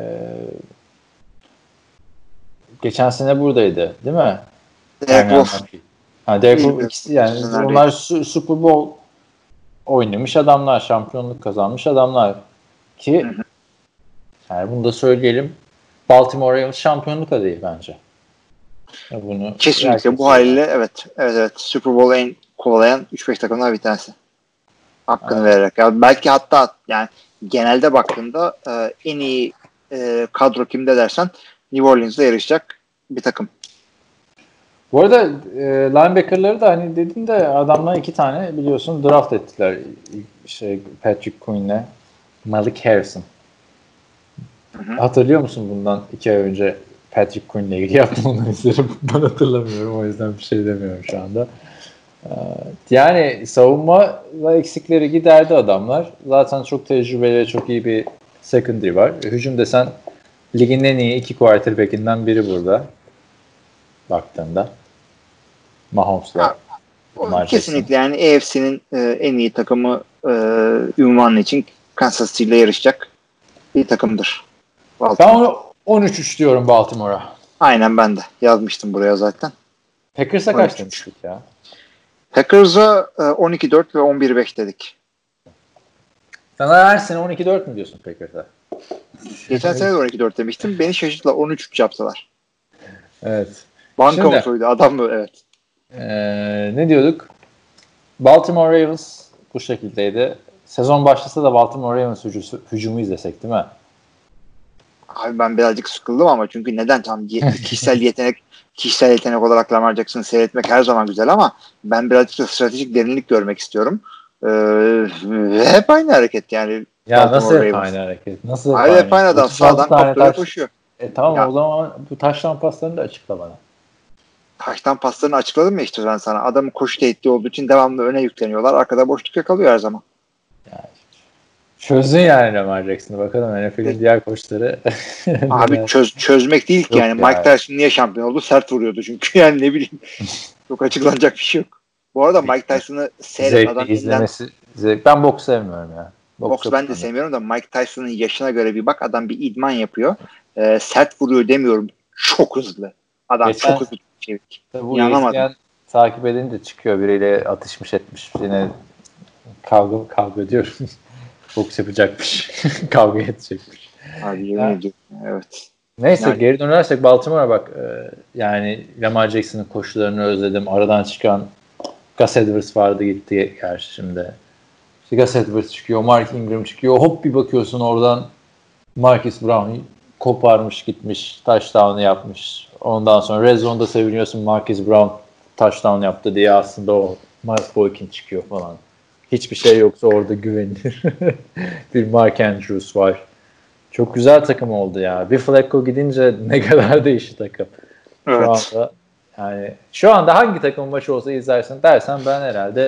geçen sene buradaydı değil mi? Derek Wolfe. Derek Wolfe ikisi yani onlar Super Bowl oynamış adamlar, şampiyonluk kazanmış adamlar ki yani bunu da söyleyelim. Baltimore Ravens şampiyonluk adayı bence. Bunu kesinlikle bu haliyle evet Super Bowl en kovalayan 3-5 takımdan bir tanesi. Hakkını vererek. Yani belki hatta yani genelde baktığında en iyi kadro kimde dersen New Orleans'da yarışacak bir takım. Bu arada linebacker'ları da hani dedin de adamlar 2 tane biliyorsun draft ettiler. Patrick Queen'le Malik Harrison. Hatırlıyor musun bundan 2 ay önce Patrick Queen'le ilgili yaptığımı izlerim. Ben hatırlamıyorum, o yüzden bir şey demiyorum şu anda. Yani savunma eksikleri giderdi adamlar. Zaten çok tecrübeli, çok iyi bir secondary var. Hücum desen ligin en iyi 2 quarterback'inden biri burada. Baktığında. Mahomes'la. Kesinlikle yani AFC'nin en iyi takımı ünvanı için Kansas City ile yarışacak bir takımdır. Ben 13-3 diyorum Baltimore'a. Aynen, ben de yazmıştım buraya zaten. Packers'a kaç demiştik ya? Packers'a 12-4 ve 11-5 dedik. Sana her sene 12-4 mü diyorsun Packers'a? Geçen sene de 12-4 demiştim. Beni şaşırttılar. 13-3 yaptılar. Evet. Banka mı soydu? Adam mı? Evet. Ne diyorduk? Baltimore Ravens bu şekildeydi. Sezon başlasa da Baltimore Ravens hücumu izlesek değil mi? Abi ben birazcık sıkıldım ama çünkü neden? Tam kişisel yetenek olarak Lamar Jackson'ı seyretmek her zaman güzel ama ben birazcık da stratejik derinlik görmek istiyorum. Hep aynı hareket yani. Ya Baltimore nasıl hep Ravens. aynı hareket? Nasıl hep aynı adam. Sağdan kaptırıyor, koşuyor. Tamam ya. O zaman bu taştan paslarını da açıkla bana. Taştan paslarını açıkladım ya işte ben sana. Adamın koşu tehdidi olduğu için devamlı öne yükleniyorlar. Arkada boşluk yakalıyor her zaman. Yani, çözdün yani Lamar Jackson'ı. Bakalım NFL'in diğer koçları. Abi çözmek değil ki yani. Mike Tyson niye şampiyon oldu? Sert vuruyordu çünkü yani ne bileyim. Çok açıklanacak bir şey yok. Bu arada Mike Tyson'ı seyret. Adam Ben boks sevmiyorum ya. Boks ben de sevmiyorum da Mike Tyson'ın yaşına göre bir bak, adam bir idman yapıyor. Sert vuruyor demiyorum. Çok hızlı. Adam çok hızlı. Bu ESPN takip edince çıkıyor. Biriyle atışmış etmiş. Yine kavga ediyorum. Boks yapacakmış. Kavga edecekmiş. Abi yemin ediyorum. Evet. Neyse yani, geri dönersek Baltimore'a bak. Yani Lamar Jackson'ın koşularını özledim. Aradan çıkan Gus Edwards vardı, gitti gerçi şimdi. İşte Gus Edwards çıkıyor. Mark Ingram çıkıyor. Hop bir bakıyorsun oradan Marcus Brown koparmış gitmiş. Touchdown'ı yapmış. Ondan sonra red zone'da seviniyorsun, Marcus Brown touchdown yaptı diye, aslında o Miles Boykin çıkıyor falan. Hiçbir şey yoksa orada güvenilir. Bir Mark Andrews var. Çok güzel takım oldu ya. Bir Flacco gidince ne kadar değişti takım. Evet. Şu anda hangi takımın maçı olsa izlersin dersen ben herhalde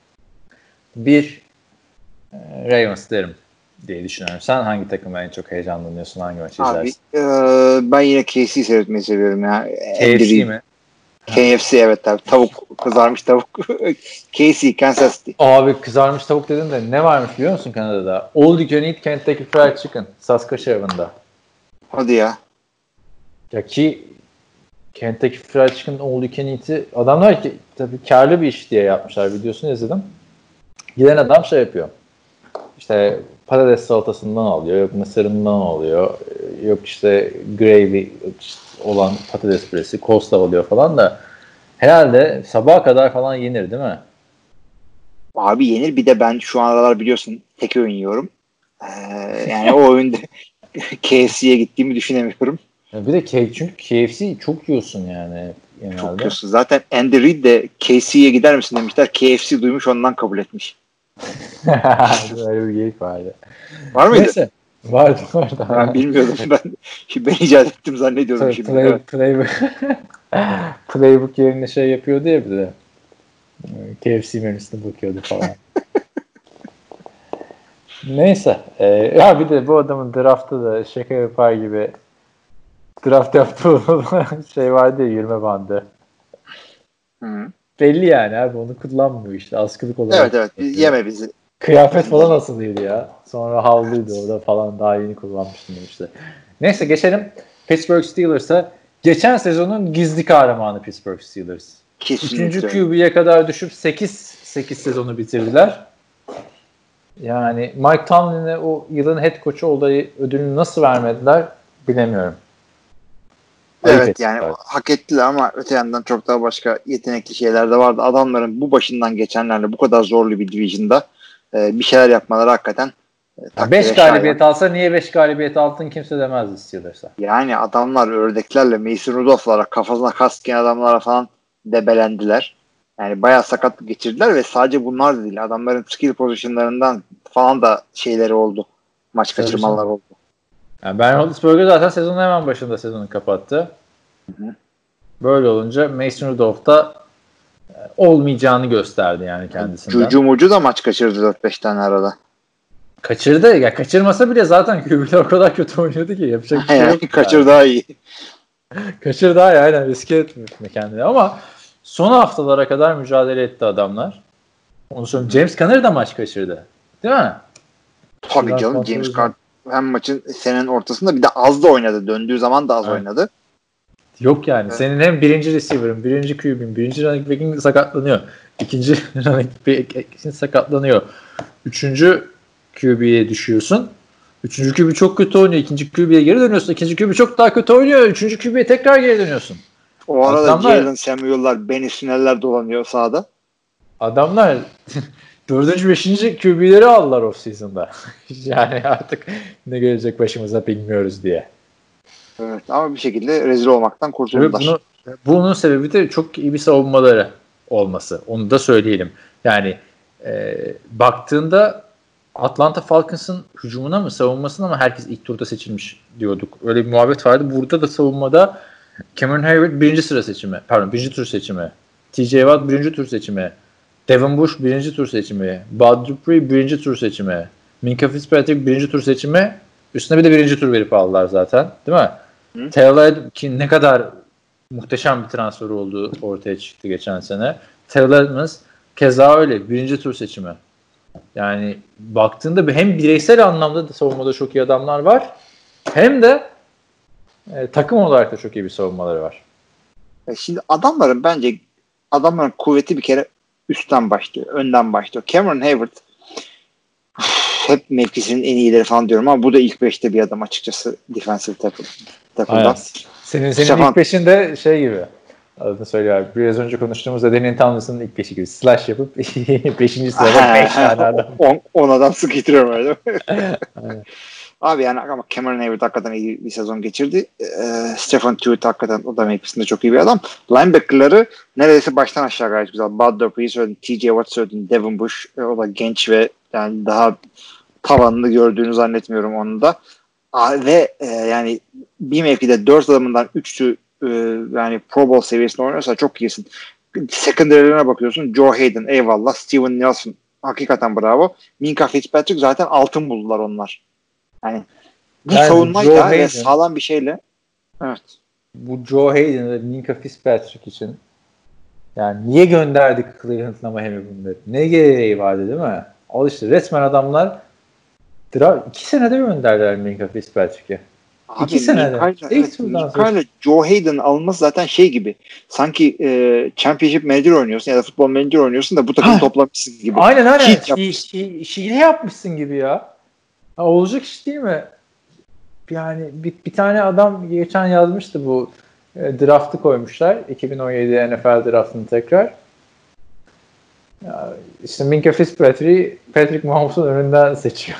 bir Ravens derim diye düşünüyorum. Sen hangi takıma en çok heyecanlanıyorsun? Hangi maçı izlersin? Ben yine KFC seyretmeyi seviyorum ya. KFC mi? KFC evet abi. Tavuk, kızarmış tavuk. KFC, Kansas City. Abi kızarmış tavuk dedin de ne varmış biliyor musun Kanada'da? All you can eat Kentucky Fried Chicken. Saskatchewan'da. Hadi ya. Ya ki Kentucky Fried Chicken All you can eat'i adamlar ki tabii karlı bir iş diye yapmışlar. Videosunu izledim. Giden adam şey yapıyor. İşte patates salatasından alıyor, yok mısırından alıyor, yok işte gravy olan patates püresi, coleslaw alıyor falan da herhalde sabaha kadar falan yenir değil mi? Abi yenir. Bir de ben şu aralar biliyorsun tek öğün yiyorum. Yani o öğünde KFC'ye gittiğimi düşünemiyorum. Bir de çünkü KFC çok yiyorsun yani. Genelde. Çok yiyorsun. Zaten Andy Reid de KFC'ye gider misin demişler. KFC duymuş, ondan kabul etmiş. Böyle bir geyik vardı. Var mıydı? Neyse. Vardı. Ben bilmiyordum. Ben icat ettim zannediyordum şimdi. Playbook yerine şey yapıyordu ya bir de. KFC menüsüne bakıyordu falan. Neyse. Ya bir de bu adamın draft'ta da şaka yapar gibi draft yaptığı şey vardı ya, yürüme bandı. Hı. Belli yani abi, onu kullanmıyor işte. Askılık olarak. Evet. Yeme bizi. Kıyafet falan asılıydı ya. Sonra havluydu orada falan. Daha yeni kullanmıştım işte. Neyse geçelim Pittsburgh Steelers'a. Geçen sezonun gizli kahramanı Pittsburgh Steelers. Kesinlikle. 3. QB'ye kadar düşüp 8 sezonu bitirdiler. Yani Mike Tomlin'e o yılın head coach'u olayı ödülünü nasıl vermediler bilemiyorum. Evet yani hak ettiler ama öte yandan çok daha başka yetenekli şeyler de vardı. Adamların bu başından geçenlerle bu kadar zorlu bir division'da bir şeyler yapmaları hakikaten 5 galibiyet alsa niye 5 galibiyet aldın kimse demezdi Steelers'a. Yani adamlar ördeklerle, Mason Rudolph'lara, kafasına kask giyen adamlara falan debelendiler. Yani bayağı sakatlık geçirdiler ve sadece bunlar da değil. Adamların skill pozisyonlarından falan da şeyleri oldu. Maç kaçırmalar oldu. Yani Ben Roethlisberger zaten sezonun hemen başında sezonu kapattı. Hı-hı. Böyle olunca Mason Rudolph da olmayacağını gösterdi yani kendisinden. Cucu da maç kaçırdı 4-5 tane arada. Kaçırdı. Ya kaçırmasa bile zaten QB'ler o kadar kötü oynuyordu ki yapacak bir şey yok. Kaçır daha iyi. Kaçır daha iyi. Aynen riske etmiyor kendini. Ama son haftalara kadar mücadele etti adamlar. Onu söyleyeyim. James Conner da maç kaçırdı. Değil mi? Tabii canım. James Conner hem maçın senenin ortasında bir de az da oynadı. Döndüğü zaman da az oynadı. Yok yani. Evet. Senin hem birinci receiver'ın, birinci QB'in, birinci running back'in sakatlanıyor. İkinci running back'in sakatlanıyor. Üçüncü QB'ye düşüyorsun. Üçüncü QB çok kötü oynuyor. İkinci QB'ye geri dönüyorsun. İkinci QB çok daha kötü oynuyor. Üçüncü QB'ye tekrar geri dönüyorsun. O arada Jalen Samuel'lar, Benny Snell'ler dolanıyor sahada. Adamlar 4. 5. QB'leri aldılar off-season'da. Yani artık ne gelecek başımıza bilmiyoruz diye. Evet ama bir şekilde rezil olmaktan kurtuldular. Bunun sebebi de çok iyi bir savunmaları olması. Onu da söyleyelim. Yani baktığında Atlanta Falcons'ın hücumuna mı savunmasına mı herkes ilk turda seçilmiş diyorduk. Öyle bir muhabbet vardı. Burada da savunmada Cameron Heyward 1. tur seçimi. TJ Watt 1. tur seçimi. Devin Bush 1. tur seçimi. Bud Dupree 1. tur seçimi. Minkah Fitzpatrick 1. tur seçimi. Üstüne bir de 1. tur verip aldılar zaten. Değil mi? Taylor ki ne kadar muhteşem bir transfer olduğu ortaya çıktı geçen sene. Taylor Edmonds keza öyle 1. tur seçimi. Yani baktığında hem bireysel anlamda da savunmada çok iyi adamlar var. Hem de takım olarak da çok iyi bir savunmaları var. Şimdi adamların kuvveti bir kere üstten başlıyor. Önden başlıyor. Cameron Hayward hep mevkisinin en iyileri falan diyorum ama bu da ilk 5'te bir adam açıkçası defensive tackle'dan. Senin ilk 5'inde şey gibi. Adını söylüyor. Biraz önce konuştuğumuz Daniel Tomlinson'ın ilk 5'i gibi. Slash yapıp 5. sırada 5 tane adam. 10 adam sık getiriyorum öyle. Abi yani ama Cameron Hayward hakikaten iyi bir sezon geçirdi. Stephen Tuitt hakikaten o da mevkisinde çok iyi bir adam. Linebacker'ları neredeyse baştan aşağı gayet güzel. Bud Dupree'yi söyledin, TJ Watt söyledin, Devin Bush o da genç ve yani daha tavanını gördüğünü zannetmiyorum onun da. Ve yani bir mevkide 4 adamından 3'ü yani Pro Bowl seviyesinde oynuyorsa çok iyisin. Secondary'lerine bakıyorsun. Joe Hayden eyvallah. Steven Nelson hakikaten bravo. Minka Fitzpatrick zaten altın buldular onlar. Yani bu savunmayla ve sağlam bir şeyle. Evet. Bu Joe Hayden ve Minka Fitzpatrick için yani niye gönderdik Cleveland'la Miami bunları? Ne gereği vardı değil mi? Al işte resmen adamlar 2 senede gönderdiler Minka Fitzpatrick'i. 2 senede. Minka'yla Joe Hayden alınması zaten şey gibi. Sanki Championship Manager oynuyorsun ya da Football Manager oynuyorsun da bu takımı toplamışsın gibi. Aynen. Hile yapmışsın gibi ya. Olacak iş değil mi? Yani bir tane adam geçen yazmıştı bu draft'ı koymuşlar. 2017 NFL draft'ını tekrar. İşte Minka Fitzpatrick'i Patrick Mahomes'un önünden seçiyor.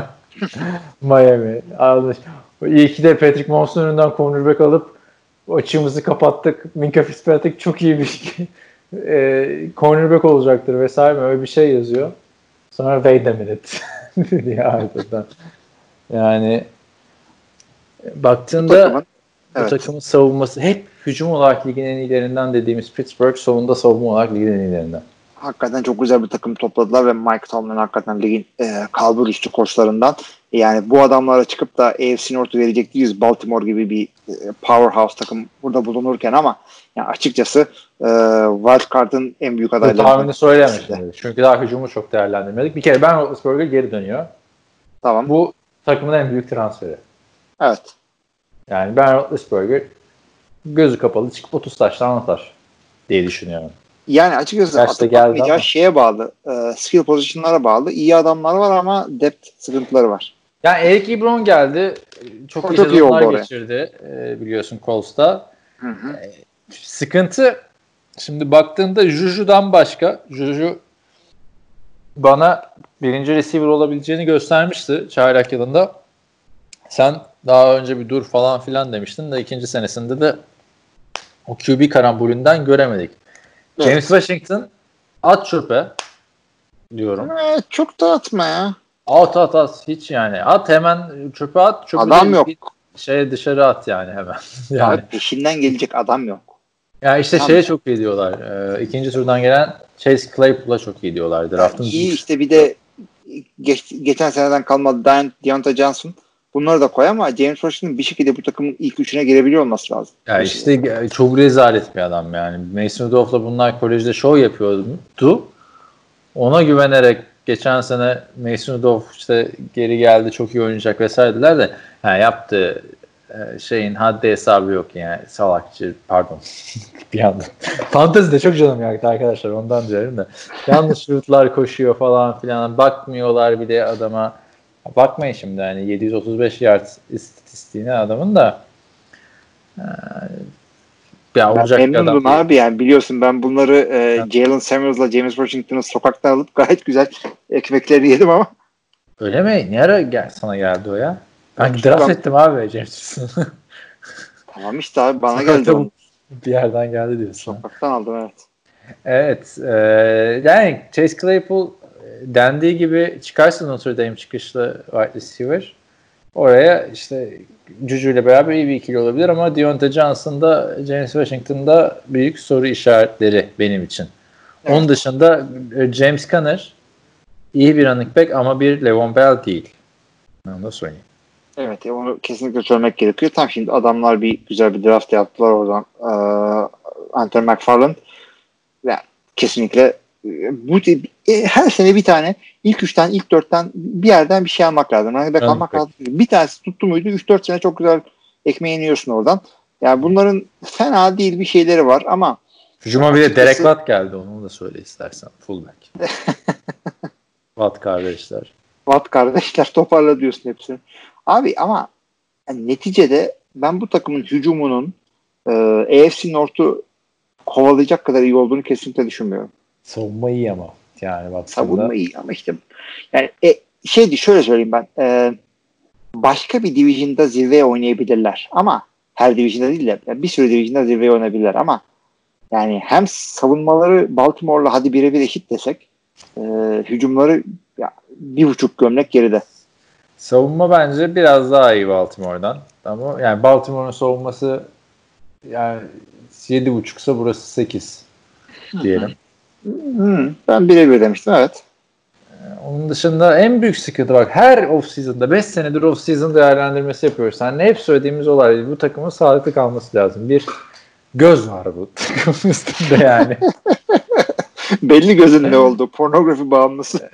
Miami. Almış. İyi ki de Patrick Mahomes'un önünden cornerback alıp açığımızı kapattık. Minka Fitzpatrick çok iyi bir cornerback olacaktır vesaire. Öyle bir şey yazıyor. Sonra wait a minute diye ardından. Yani baktığında bu takımın savunması hep hücum olarak ligin en iyilerinden dediğimiz Pittsburgh savunma olarak ligin en iyilerinden. Hakikaten çok güzel bir takım topladılar ve Mike Tomlin hakikaten ligin kalbur üstü koçlarından. Yani bu adamlara çıkıp da AFC North'u verecek değiliz. Baltimore gibi bir powerhouse takım burada bulunurken ama yani açıkçası Wild Card'ın en büyük adayları. Bu tahmini söylemedim. Çünkü daha hücumu çok değerlendirmedik. Bir kere Ben Roethlisberger geri dönüyor. Tamam. Bu takımın en büyük transferi. Evet. Yani Ben Roethlisberger gözü kapalı çıkıp 30 taştan atar diye düşünüyorum. Yani açıkçası atamayacağı şeye bağlı. Skill pozisyonlara bağlı. İyi adamlar var ama depth sıkıntıları var. Yani Eric Ebron geldi. Çok iyi sezonlar geçirdi. Biliyorsun Colts'ta. Sıkıntı şimdi baktığında Juju'dan başka. Juju bana birinci receiver olabileceğini göstermişti çaylak yılında. Sen daha önce bir dur falan filan demiştin de ikinci senesinde de o QB karambulünden göremedik. Evet. James Washington at çöpe diyorum. Çok da atma ya. At hiç yani. At hemen çöpe at. Çöpe adam yok. Dışarı at yani hemen. Yani. Peşinden gelecek adam yok. Ya işte şeye çok iyi diyorlar. İkinci turdan gelen Chase Claypool'a çok iyi diyorlar. Draft'ın iyi işte bir de geçen seneden kalma Deontay Johnson. Bunları da koy ama James Washington bir şekilde bu takımın ilk üçüne girebiliyor olması lazım. Ya işte çok rezalet bir adam yani. Mason Rudolph'la bunlar kolejde show yapıyordu. Ona güvenerek geçen sene Mason Rudolph işte geri geldi çok iyi oynayacak vesaire dediler de yaptığı şeyin haddi hesabı yok yani. Salakçı pardon bir anda. Fantezide çok canım yaktı arkadaşlar ondan diyorum da. Yanlış şutlar koşuyor falan filan. Bakmıyorlar bir de adama. Bakmayın şimdi yani 735 yard istatistiğine adamın da olacak bir adam. Memnunum abi yani biliyorsun ben bunları Jalen Samuels'la James Washington'ı sokakta alıp gayet güzel ekmekleri yedim ama. Öyle mi? Ne ara sana geldi o ya? Ben draft ettim abi James Washington'ı. Tamam işte abi bana geldi. Bir yerden geldi diyorsun. Sokaktan aldım evet. Evet. Yani Chase Claypool dendiği gibi çıkarsa Notre Dame çıkışlı wide receiver oraya işte Juju ile beraber iyi bir ikili olabilir ama Deontay Johnson'da James Washington'da büyük soru işaretleri benim için. Evet. Onun dışında James Conner iyi bir running back ama bir Le'Veon Bell değil. Onu da söyleyeyim. Evet onu kesinlikle söylemek gerekiyor. Tam şimdi adamlar güzel bir draft yaptılar oradan. Anthony McFarland yani kesinlikle her sene bir tane ilk 3'ten ilk 4'ten bir yerden bir şey almak lazım. Hani kalmak lazım. Bir tanesi tuttu muydu 3-4 sene çok güzel ekmeğini yiyorsun oradan. Yani bunların fena değil bir şeyleri var ama hücuma bir de Derek Watt geldi. Onu da söyle istersen. Fullback. Watt kardeşler toparla diyorsun hepsini. Abi ama yani neticede ben bu takımın hücumunun AFC North'u kovalayacak kadar iyi olduğunu kesinlikle düşünmüyorum. Savunma iyi ama. Yani baktığında. Savunma iyi ama işte yani şöyle söyleyeyim ben. Başka bir division'da zirveye oynayabilirler ama her division'da değil de bir sürü division'da zirveye oynayabilirler ama yani hem savunmaları Baltimore'la hadi birebir eşit desek hücumları 1,5 gömlek geride. Savunma bence biraz daha iyi Baltimore'dan. Ama yani Baltimore'un savunması yani 7,5'sa burası 8 diyelim. Ben birebir demiştim evet. Onun dışında en büyük sıkıntı bak her off-season'da 5 senedir off-season değerlendirmesi yapıyoruz. Sen hep söylediğimiz olay bu takımın sağlıklı kalması lazım. Bir göz var bu takımın üstünde yani. Belli gözün ne oldu? Pornografi bağımlısı.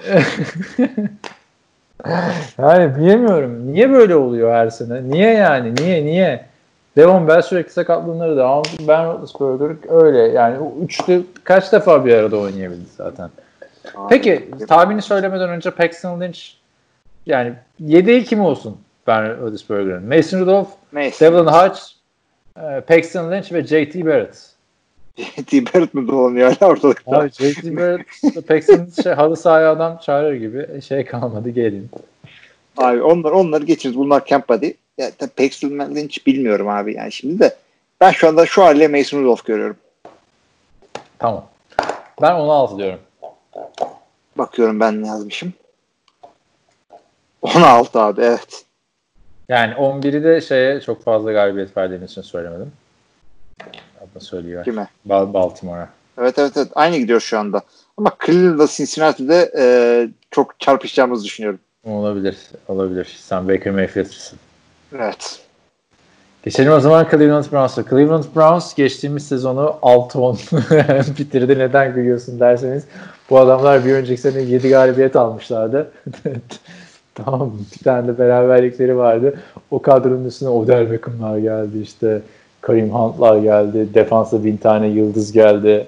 Yani bilemiyorum. Niye böyle oluyor her sene? Niye yani? Niye? Devon Bell sürekli sakatlanırdı. Ben Roethlisberger öyle. Yani o üçlü kaç defa bir arada oynayabildi zaten. Peki tahmini söylemeden önce Paxton Lynch yani 7'ye kim olsun Ben Roethlisberger'ın? Mason Rudolph, Devlin Hodge, Paxton Lynch ve J.T. Barrett. J.T. Barrett mi dolanıyor hala ortalıkta? Abi J.T. Barrett, Paxton Lynch halı sahaya adam çağırır gibi kalmadı gelin. Abi onları geçiriz. Bunlar camp body. Ya, Paxton Lynch bilmiyorum abi. Yani şimdi de ben şu anda şu haliyle Mason Rudolph görüyorum. Tamam. Ben 16 diyorum. Bakıyorum ben ne yazmışım. 16 abi evet. Yani 11'i de şeye çok fazla galibiyet verdiğimiz için söylemedim. Adını söylüyor. Kime? Baltimore'a. Evet. Aynı gidiyor şu anda. Ama Cleveland'da Cincinnati'de çok çarpışacağımızı düşünüyorum. Olabilir. Sen Baker Mayfield'sın. Evet. Geçelim o zaman Cleveland Browns'a. Cleveland Browns geçtiğimiz sezonu 6-10 bitirdi. Neden gülüyorsun derseniz bu adamlar bir önceki sene 7 galibiyet almışlardı. Tamam, bir tane de beraberlikleri vardı. O kadronun üstüne Odell Beckham'lar geldi işte. Kareem Hunt'lar geldi. Defansa 1000 tane yıldız geldi.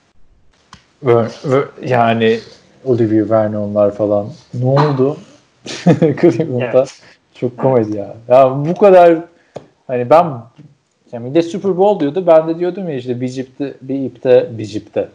Yani Olivier Vernon'lar falan. Ne oldu? Cleveland'da evet. Çok komedi ya. Ya bu kadar hani ben yani millet Super Bowl diyordu. Ben de diyordum ya işte Bijip'te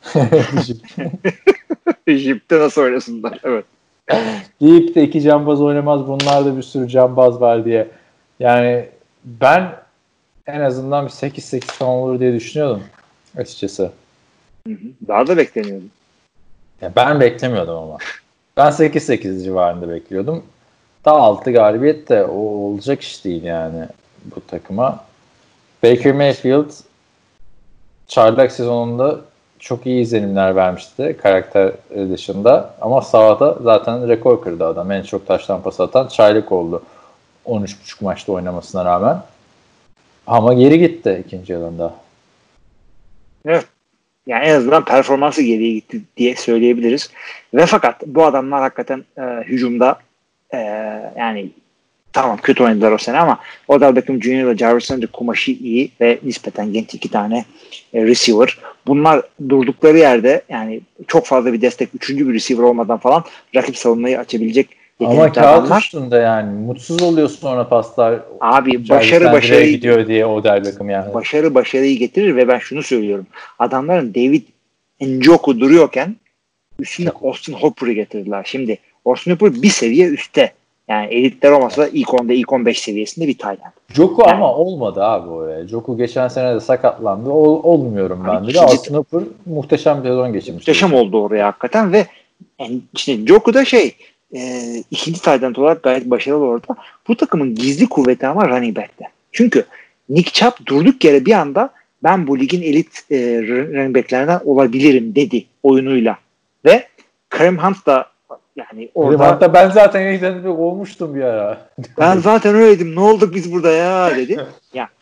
nasıl oynasınlar? Evet. Bijip'te 2 cambaz oynamaz. Bunlarda bir sürü cambaz var diye. Yani ben en azından bir 8-8 falan olur diye düşünüyordum açıkçası. Daha da bekleniyordum. Ya ben beklemiyordum ama. Ben 8-8 civarında bekliyordum. Daha 6 galibiyet de o olacak iş değil yani bu takıma. Baker Mayfield çaylak sezonunda çok iyi izlenimler vermişti karakter dışında. Ama sahada zaten rekor kırdı adam. En çok taştan pas atan çaylak oldu. 13,5 maçta oynamasına rağmen. Ama geri gitti ikinci yılında. Evet. Yani en azından performansı geriye gitti diye söyleyebiliriz. Ve fakat bu adamlar hakikaten hücumda yani tamam kötü oynadılar o sene ama Odell Beckham Jr. ile Jarvis Landry kumaşı iyi ve nispeten genç 2 tane receiver. Bunlar durdukları yerde yani çok fazla bir destek, 3. bir receiver olmadan falan rakip savunmayı açabilecek. Ama kağıt üstünde yani mutsuz oluyorsun sonra paslar. Abi başarı gidiyor diye Odell Beckham yani. Başarıyı getirir ve ben şunu söylüyorum. Adamların David Njoku duruyorken üstüne Austin Hooper'ı getirdiler. Şimdi Austin Hooper bir seviye üstte. Yani elitler olmasa da ilk 10'da ilk 15 seviyesinde bir Tayland. Joku yani, ama olmadı abi oraya. Joku geçen sene de sakatlandı. Olmuyorum ben. Bir de Austin Hooper muhteşem bir sezon geçirmiş. Muhteşem oldu oraya hakikaten ve yani işte Joku da ikinci Tayland olarak gayet başarılı orada. Bu takımın gizli kuvveti ama running back'te. Çünkü Nick Chubb durduk yere bir anda ben bu ligin elit running back'lerden olabilirim dedi oyunuyla. Ve Kareem Hunt da yani orada hatta ben zaten elit olmuştum bir ara. Ben zaten öyleydim. Ne olduk biz burada ya dedi. Ya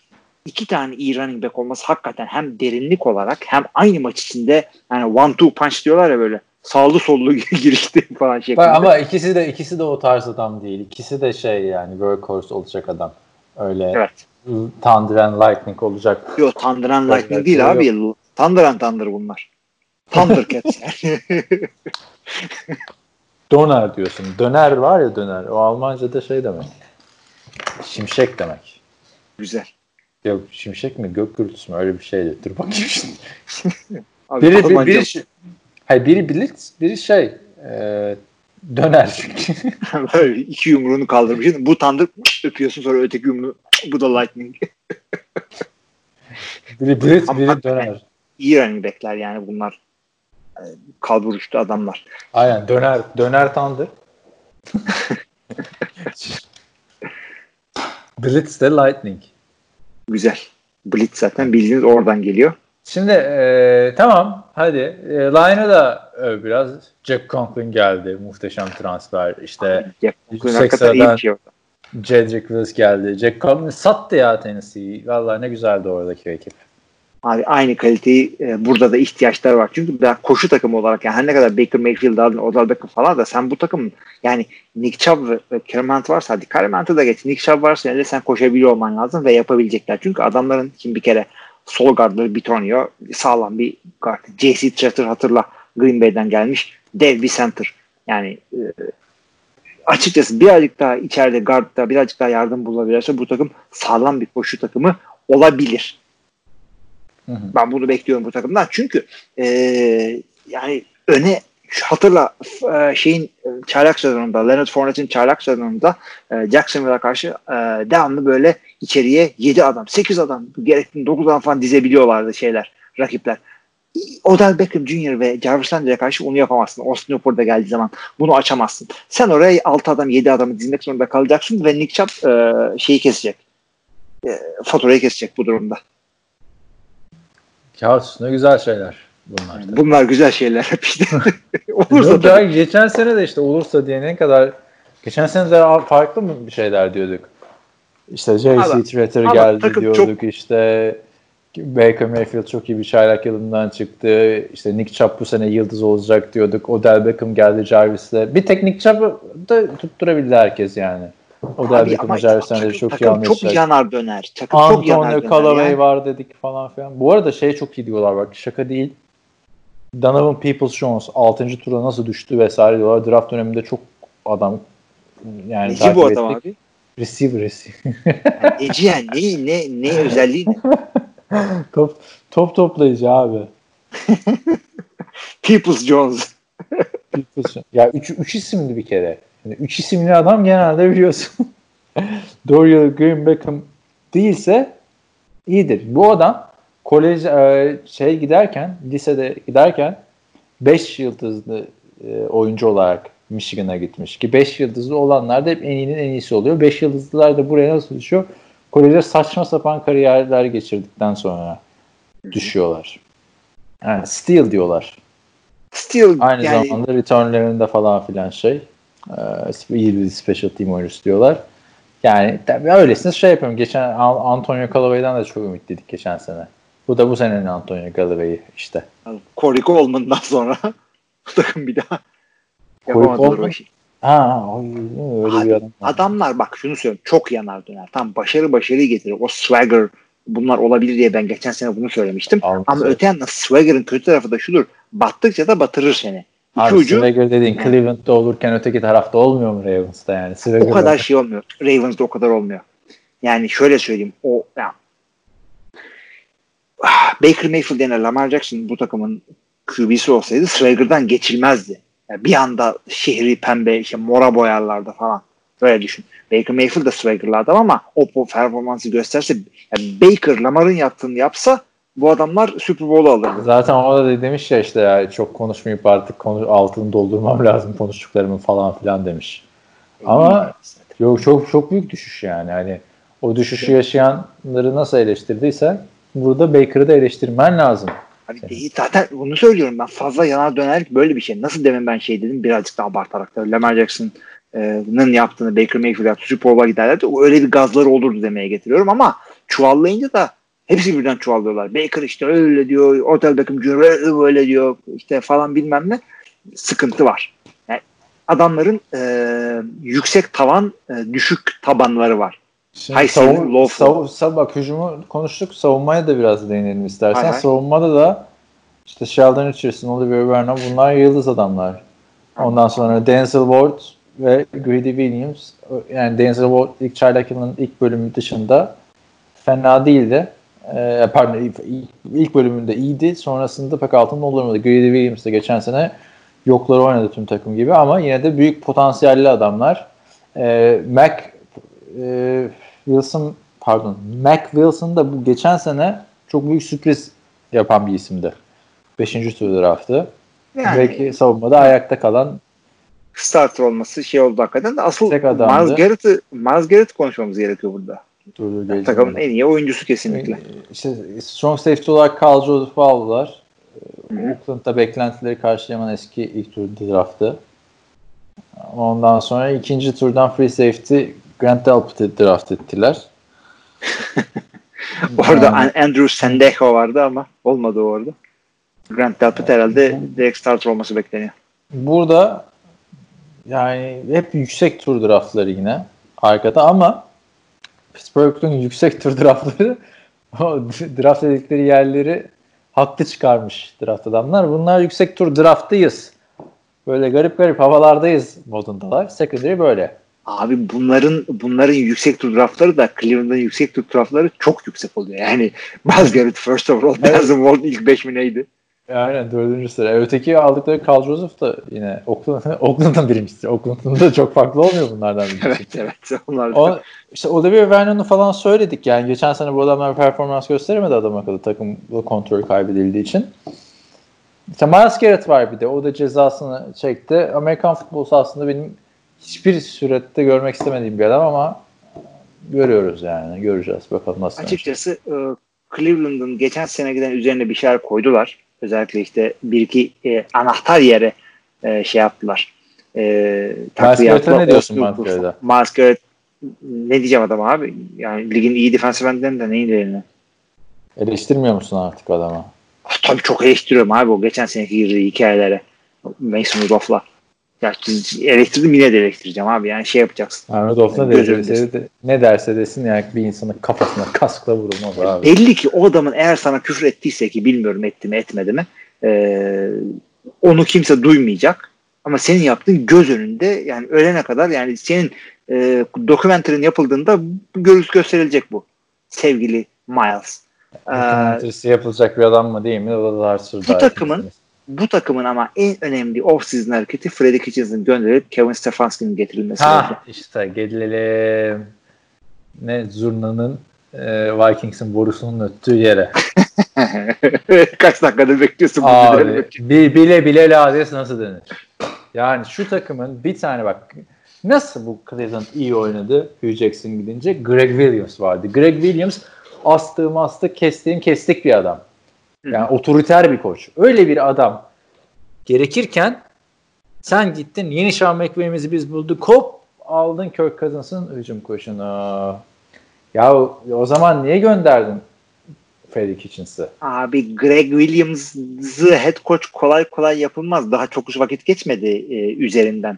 iki tane iyi running back olması hakikaten hem derinlik olarak hem aynı maç içinde yani one two punch diyorlar ya böyle sağlı sollu girişti falan şeklinde. Ama ikisi de o tarz adam değil. İkisi de şey yani workhorse olacak adam. Öyle evet. Thunder and Lightning olacak. Yok Thunder and Lightning değil abi. Yok. Thunder and Thunder bunlar. Thundercats. Döner diyorsun. Döner var ya döner. O Almanca'da şey demek. Şimşek demek. Güzel. Yok şimşek mi? Gök gürültüsü mü? Öyle bir şeydi. Dur bakayım şimdi. Biri blitz, biri şey döner çünkü. Böyle iki yumruğunu kaldırmışsın. Bu Thunder öpüyorsun sonra öteki yumruğu bu da Lightning. Biri blitz, biri döner. İyi running back'ler yani bunlar. Kalbur uçtu adamlar. Aynen döner Thunder. Blitz de Lightning. Güzel. Blitz zaten bildiğiniz oradan geliyor. Şimdi tamam hadi. Line'ı da biraz. Jack Conklin geldi. Muhteşem transfer. İşte yüksek sıradan Jedrick Wills geldi. Jack Conklin sattı ya Tennessee'yi. Vallahi ne güzeldi oradaki ekip. Abi aynı kaliteyi burada da ihtiyaçları var. Çünkü ben koşu takımı olarak yani her ne kadar Baker Mayfield aldın, Odell Beckham falan da sen bu takımın yani Nick Chubb ve Kareem Hunt varsa hadi Kareem Hunt'ı da geç. Nick Chubb varsa yani sen koşabiliyor olman lazım ve yapabilecekler. Çünkü adamların şimdi bir kere sol guardları Bitonio sağlam bir guard. J.C. Tretter hatırla Green Bay'den gelmiş. Dev bir center. Yani açıkçası birazcık daha içeride guardda birazcık daha yardım bulabilirse bu takım sağlam bir koşu takımı olabilir. Hı hı. Ben bunu bekliyorum bu takımdan. Çünkü yani öne hatırla çaylak sezonunda Leonard Fournette'in çaylak sezonunda Jacksonville'a karşı devamlı böyle içeriye 7 adam 8 adam gerektiğinde 9 adam falan dizebiliyorlardı rakipler. Odell Beckham Jr. ve Jarvis Landry'e karşı onu yapamazsın. Austin Hooper'da geldiği zaman bunu açamazsın. Sen oraya 6 adam 7 adamı dizmek zorunda kalacaksın ve Nick Chubb kesecek. Faturayı kesecek bu durumda. Kağıt ne güzel şeyler bunlar. Tabii. Bunlar güzel şeyler. Olursa da geçen sene de işte olursa diye ne kadar geçen sene de farklı mı bir şeyler diyorduk. İşte J.C. Tretter geldi diyorduk çok... işte Baker Mayfield çok iyi bir çaylak yılından çıktı. İşte Nick Chubb bu sene yıldız olacak diyorduk. Odell Beckham geldi Jarvis'le. Bir tek Nick Chubb'ı da tutturabildi herkes yani. Odell Beckham Jarvis'ten de çok iyi anlaşacak. Çok yanar döner. Antonio Callaway yani. Var dedik falan filan. Bu arada çok iyi diyorlar bak şaka değil. Donovan Peoples-Jones 6. tura nasıl düştü vesaire diyorlar. Draft döneminde çok adam yani Neci bu adam abi? Receiver. Neci yani ne özelliği ne? top toplayıcı abi. Peoples-Jones. Ya 3 isimli bir kere. Yani 3 isimli adam genelde biliyorsun. Dorial Green Beckham değilse iyidir. Bu adam kolej giderken, lisede giderken 5 yıldızlı oyuncu olarak Michigan'a gitmiş. Ki 5 yıldızlı olanlar da hep en iyinin en iyisi oluyor. 5 yıldızlılar da buraya nasıl düşüyor? Kolejde saçma sapan kariyerler geçirdikten sonra düşüyorlar. Yani steal diyorlar. Steal aynı zamanda returnlerinde falan filan iyi bir special team oyuncusu diyorlar. Yani tabii öylesine yapıyorum. Geçen Antonio Callaway'dan da çok ümitliydik geçen sene. Bu da bu senenin Antonio Callaway'i işte. Corey Coleman'dan sonra bu takım bir daha yapamadılar o işi. Öyle bir adam. Adamlar bak şunu söylüyorum. Çok yanar döner. Tam başarıyı getirir. O swagger bunlar olabilir diye ben geçen sene bunu söylemiştim. Ama öte yandan swagger'ın kötü tarafı da şudur. Battıkça da batırır seni. Abi swagger dediğin yani, Cleveland'da olurken öteki tarafta olmuyor mu Ravens'da yani? O kadar olmuyor. Ravens'da o kadar olmuyor. Yani şöyle söyleyeyim. Baker Mayfield yerine Lamar Jackson bu takımın QB'si olsaydı swagger'dan geçilmezdi. Yani bir anda şehri pembe mora boyarlardı falan. Böyle düşün. Baker Mayfield da swagger'lı adam ama o performansı gösterse yani Baker Lamar'ın yaptığını yapsa bu adamlar Super Bowl'u alırdı. Zaten o da demiş ya işte ya çok konuşmayıp artık altını doldurmam lazım konuştuklarımın falan filan demiş. Ama yok çok büyük düşüş yani. Hani o düşüşü yaşayanları nasıl eleştirdiyse burada Baker'ı da eleştirmen lazım. Abi zaten bunu söylüyorum ben. Fazla yanar dönerlik böyle bir şey. Nasıl demin ben dedim birazcık daha abartarak da Lamar Jackson'ın yaptığını Baker Mayfield yaptı. Super Bowl'a giderlerdi. Öyle bir gazları olurdu demeye getiriyorum ama çuvallayınca da hepsi birden çuvallıyorlar. Baker işte öyle diyor, Odell Beckham Jr. öyle diyor işte falan bilmem ne. Sıkıntı var. Yani adamların yüksek tavan, düşük tabanları var. Bak hücumu konuştuk. Savunmaya da biraz değinelim istersen. Hay. Savunmada da işte Sheldon Richardson, Oliver Vernon bunlar yıldız adamlar. Ondan sonra Denzel Ward ve Greedy Williams. Yani Denzel Ward ilk çaylak yılının ilk bölümü dışında fena değildi. Pardon ilk bölümünde iyiydi. Sonrasında pek altında olamadı. Greedy Williams de geçen sene yokları oynadı tüm takım gibi ama yine de büyük potansiyelli adamlar. Mac Wilson da bu geçen sene çok büyük sürpriz yapan bir isimdi. 5. tur draftı. Yani, belki savunmada ayakta kalan starter olması şey oldu hakikaten de asıl Myles Garrett'ı konuşmamız gerekiyor burada. Yani, takımın en iyi oyuncusu kesinlikle. İşte strong safety olarak Carl Joseph'u aldılar. Oakland'da beklentileri karşılayan eski ilk tur draftı. Ondan sonra 2. turdan free safety Grant Delpit'i draft ettiler. Orada Andrew Sendejo vardı ama olmadı orada. Grant Delpit herhalde direkt starter olması bekleniyor. Burada yani hep yüksek tur draftları yine arkada ama Pittsburgh'un yüksek tur draftları o draft edildikleri yerleri haklı çıkarmış draft adamlar. Bunlar yüksek tur drafttayız. Böyle garip havalardayız modundalar. Secondary böyle. Abi bunların yüksek tur draftları da Cleveland'ın yüksek tur draftları çok yüksek oluyor. Yani Myles Garrett first overall, Denzel Ward ilk 5 mi neydi? Aynen 4. sıra. Öteki aldıkları Carl Joseph da yine Oakland'ın birincisi. Oakland'ın da çok farklı olmuyor bunlardan birisi. evet. Onlar işte Oliver Vernon'u falan söyledik. Yani geçen sene bu adamlar performans gösteremedi adam akıllı takımla kontrolü kaybedildiği için. İşte Myles Garrett var bir de. O da cezasını çekti. Amerikan futbolu aslında benim hiçbir surette görmek istemediğim bir adam ama görüyoruz yani. Göreceğiz. Bakalım nasıl. Açıkçası Cleveland'ın geçen sene giden üzerine bir şeyler koydular. Özellikle işte bir iki anahtar yere şey yaptılar. Myles Garrett'e ne diyorsun Myles Garrett ne diyeceğim adam abi? Yani ligin iyi defensive endlerinden neyin eline? Eleştirmiyor musun artık adama? Tabii çok eleştiriyorum abi o geçen seneki girdiği hikayelere. Mason Rudolph'la. Ya eleştirdim yine de eleştireceğim abi. Yani şey yapacaksın. Rudolph'la ne derse desin yani bir insanın kafasına kaskla vurulmaz abi. Belli ki o adamın eğer sana küfür ettiyse ki bilmiyorum etti mi etmedi mi onu kimse duymayacak. Ama senin yaptığın göz önünde yani ölene kadar yani senin dokümenterin yapıldığında gösterilecek bu. Sevgili Myles. Dokumenterisi yapılacak bir adam mı değil mi? O da bu takımın ama en önemli off-season hareketi Freddie Kitchens'ın gönderip Kevin Stefanski'nin getirilmesi. İşte gelelim ne zurnanın Vikings'in borusunun öttüğü yere. Kaç dakikadır bekliyorsun? Abi, bile lades nasıl denir? Yani şu takımın bir tane bak nasıl bu Cleveland iyi oynadı Hugh Jackson gidince Greg Williams vardı. Greg Williams astık kestik bir adam. Yani otoriter bir koç. Öyle bir adam gerekirken sen gittin yeni Sean McVay'imizi biz bulduk. Hop aldın Kirk Cousins'ın hücum koşunu. Ya o zaman niye gönderdin Freddie Kitchens'ı? Abi Greg Williams'ı head coach kolay yapılmaz. Daha çok vakit geçmedi üzerinden.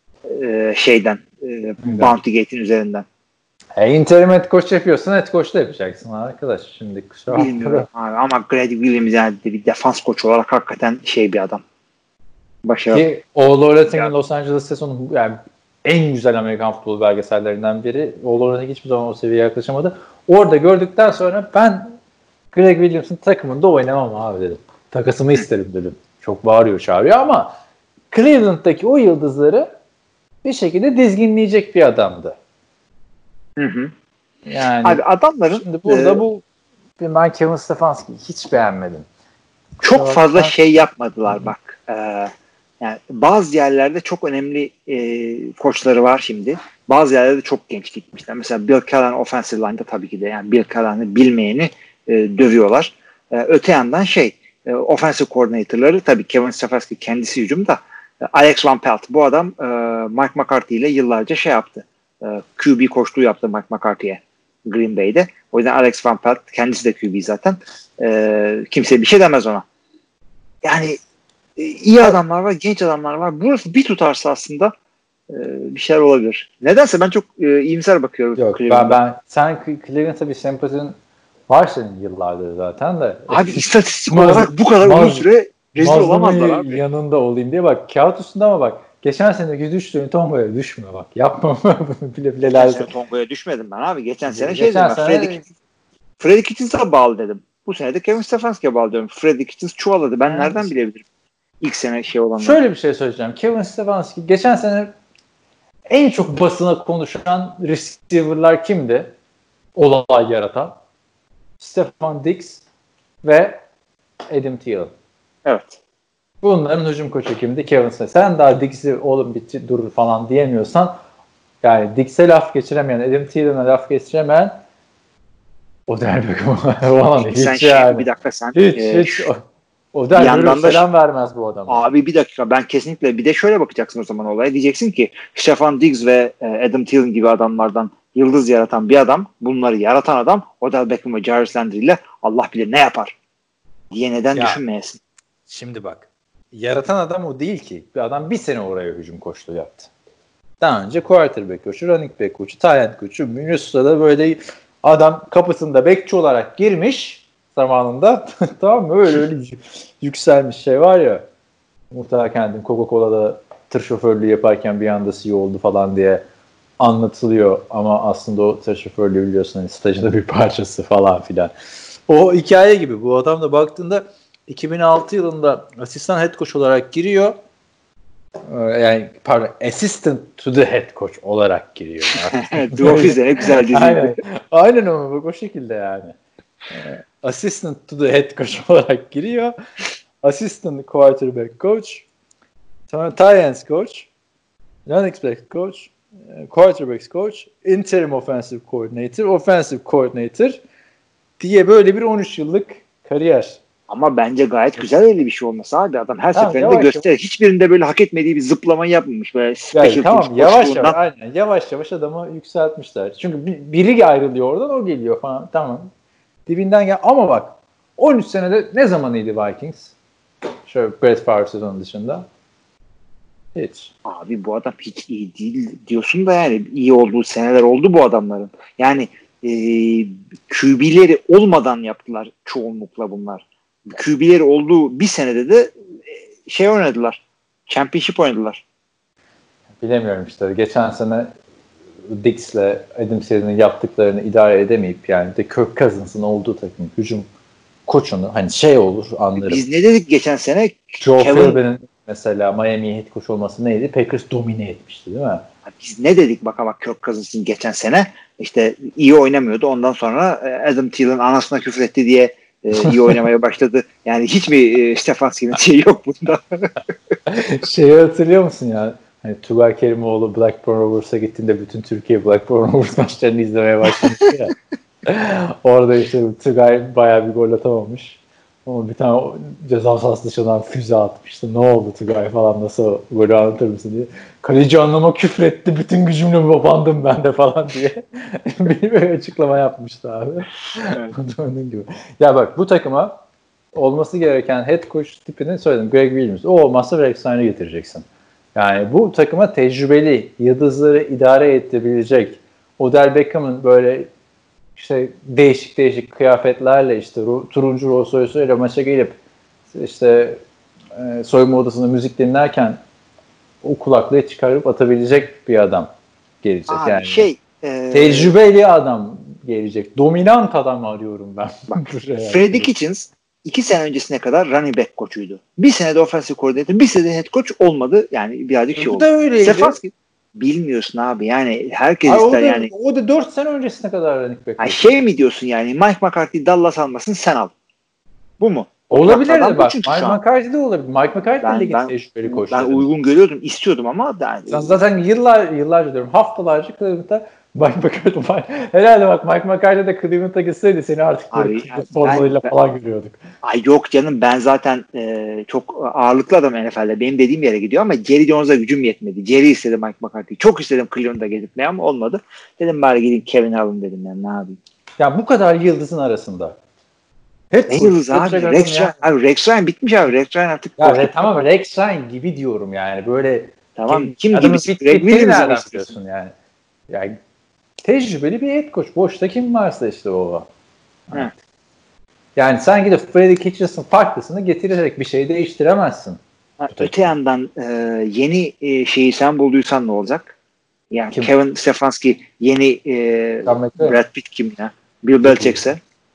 Bounty Gate'in üzerinden. Interim head coach yapıyorsan head coach da yapacaksın arkadaş. Şimdi bilmiyorum abi ama Greg Williams yani bir defans koç olarak hakikaten bir adam. Başarılı. Ki All Orating'in Los Angeles sezonu yani en güzel Amerikan futbolu belgesellerinden biri. All Orating hiçbir zaman o seviyeye yaklaşamadı. Orada gördükten sonra ben Greg Williams'ın takımında oynamam abi dedim. Takasımı isterim dedim. Çok bağırıyor çağırıyor ama Cleveland'daki o yıldızları bir şekilde dizginleyecek bir adamdı. Hı. Yani abi adamların şimdi burada ben Kevin Stefanski'yi hiç beğenmedim. Çok fazla yapmadılar bak. Yani bazı yerlerde çok önemli koçları var şimdi. Bazı yerlerde çok genç gitmişler. Mesela Bill Callahan offensive line'da tabii ki de yani Bill Callahan'ı bilmeyeni dövüyorlar. Öte yandan offensive coordinator'ları tabii Kevin Stefanski kendisi hücumda. Alex Van Pelt bu adam Mike McCarthy ile yıllarca yaptı. QB koçluğu yaptı Mike McCarthy'ye Green Bay'de. O yüzden Alex Van Pelt kendisi de QB zaten. Kimse bir şey demez ona. Yani iyi adamlar var, genç adamlar var. Burası bir tutarsa aslında bir şeyler olabilir. Nedense ben çok iyimser bakıyorum. Yok sen Cleveland'a bir sempatin var senin yıllardır zaten de. Abi istatistik olarak bu kadar uzun süre rezil olamazlar abi. Yanında olayım diye bak kağıt üstünde ama bak geçen sene düştüğün Tonga'ya düşme bak. Yapma bile Geçen sene Tonga'ya düşmedim ben abi. Geçen sene Freddie Kitchens'a bağlı dedim. Bu sene de Kevin Stefanski'ye bağlı diyorum. Freddie Kitchens çuvaladı. Ben nereden bilebilirim? İlk sene olanlar. Şöyle bir şey söyleyeceğim. Kevin Stefanski geçen sene en çok basına konuşan receiver'lar kimdi? Olay yaratan. Stefon Diggs ve Adam Thielen. Evet. Bunların hücum koçu kimdi? Kevin Stefanski. Sen daha Diggs'i oğlum bitti durur falan diyemiyorsan yani Diggs'e laf geçiremeyen, Adam Thielen'e laf geçiremeyen Odell Beckham'a hiç yani. Bir dakika sen. Hiç. Odell selam vermez bu adama. Abi bir dakika ben kesinlikle bir de şöyle bakacaksın o zaman olaya. Diyeceksin ki Stefon Diggs ve Adam Thielen gibi adamlardan yıldız yaratan bir adam, bunları yaratan adam Odell Beckham ve Jarvis Landry ile Allah bilir ne yapar diye neden düşünmeyesin. Şimdi bak. Yaratan adam o değil ki. Bir adam bir sene oraya hücum koçluğu yaptı. Daha önce quarterback koçu, running back koçu, tight end koçu. Minnesota'da böyle adam kapısında bekçi olarak girmiş zamanında. Tamam mı? Öyle yükselmiş şey var ya. Muhtemelen kendim Coca-Cola'da tır şoförlüğü yaparken bir anda CEO oldu falan diye anlatılıyor. Ama aslında o tır şoförlüğü biliyorsun hani stajında bir parçası falan filan. O hikaye gibi. Bu adam da baktığında 2006 yılında asistan head coach olarak giriyor. Yani assistant to the head coach olarak giriyor. The Office ne güzel dizi. Aynen ama bak o şekilde yani. Assistant to the head coach olarak giriyor. Assistant quarterback coach, tight ends coach, running back coach, quarterbacks coach, interim offensive coordinator diye böyle bir 13 yıllık kariyer. Ama bence gayet güzel öyle bir şey olması abi. Adam her seferinde gösterir. Hiçbirinde böyle hak etmediği bir zıplama yapmamış. Böyle yani, tamam yavaş yavaş adamı yükseltmişler. Çünkü biri ayrılıyor oradan o geliyor falan. Tamam. Dibinden gel. Ama bak 13 senede ne zamanıydı Vikings? Şöyle Brett Favre sezonu dışında. Hiç. Abi bu adam hiç iyi değil diyorsun da yani iyi olduğu seneler oldu bu adamların. Yani QB'leri olmadan yaptılar çoğunlukla bunlar. QB'leri olduğu bir senede de oynadılar. Championship oynadılar. Bilemiyorum işte. Geçen sene Diggs'le Adam Thielen'in yaptıklarını idare edemeyip yani de Kirk Cousins'ın olduğu takım hücum koçunu hani olur anlarım. Biz ne dedik geçen sene? Joe Philbin'in mesela Miami'ye head coach olması neydi? Packers domine etmişti değil mi? Biz ne dedik bak Kirk Cousins'ın geçen sene işte iyi oynamıyordu. Ondan sonra Adam Thielen anasına küfür etti diye iyi oynamaya başladı. Yani hiç mi Stefanski'nin şeyi yok bunda? Hatırlıyor musun ya? Hani Tugay Kerimoğlu Blackburn Rovers'a gittiğinde bütün Türkiye Blackburn Rovers maçlarını izlemeye başlamıştı ya. Orada işte Tugay bayağı bir gol atamamış. Ama bir tane ceza sahası dışından füze atmıştı. Ne oldu Tugay falan nasıl golü anlatır mısın diye. Kaleci anlama küfür etti. Bütün gücümle babandım ben de falan diye. Bir açıklama yapmıştı abi. Evet. Gibi. Ya bak bu takıma olması gereken head coach tipini söyledim. Greg Williams. O olmazsa Rex'ini getireceksin. Yani bu takıma tecrübeli, yıldızları idare edebilecek, Odell Beckham'ın böyle işte değişik kıyafetlerle işte turuncu Rolls Royce'uyla maça gelip işte soyunma odasında müzik dinlerken o kulaklığı çıkarıp atabilecek bir adam gelecek. Abi yani tecrübeli adam gelecek. Dominant adam arıyorum ben. Bak, Freddie Kitchens 2 sene öncesine kadar running back koçuydu. Bir sene de offensive coordinator, bir sene de head coach olmadı. Yani birazcık şey oldu. Bu da öyleydi. Stefanski bilmiyorsun abi. Yani herkes ister yani. O da 4 sene öncesine kadar running back. Mi diyorsun yani? Mike McCarthy Dallas almasın sen al. Bu mu? Olabilir de bak. Mike McCarthy de olabilir. Mike McCarthy de ligin tecrübeli koçları. Ben uygun görüyordum, istiyordum ama sen zaten yıllarca diyorum haftalarca Cleveland'da Mike McCarthy. Herhalde bak Mike McCarthy de Cleveland'a gitseydi seni artık formalıyla falan görüyorduk. Ay yok canım, ben zaten çok ağırlıklı adam NFL'de. Benim dediğim yere gidiyor ama Jerry Jones'a gücüm yetmedi. Jerry istedi Mike McCarthy'yi. Çok istedim Cleveland'a gitmeyi ama olmadı. Dedim bari gidin Kevin alın dedim yani, ne yapayım. Ya bu kadar yıldızın arasında. Ne yıldız abi? Rex Ryan bitmiş abi. Rex Ryan artık. Ya tamam, Rex Ryan gibi diyorum yani. Böyle tamam. Kim gibi? Greg nereden biliyorsun yani? Yani tecrübeli bir head coach. Boşta kim varsa işte o. Evet. Yani sen gidip Freddie Kitchens'ın farklısını getirerek bir şey değiştiremezsin. Öte yandan yeni şeyi sen bulduysan ne olacak? Yani kim? Kevin Stefanski yeni Brad Pitt kim ya? Bill Belichick'se.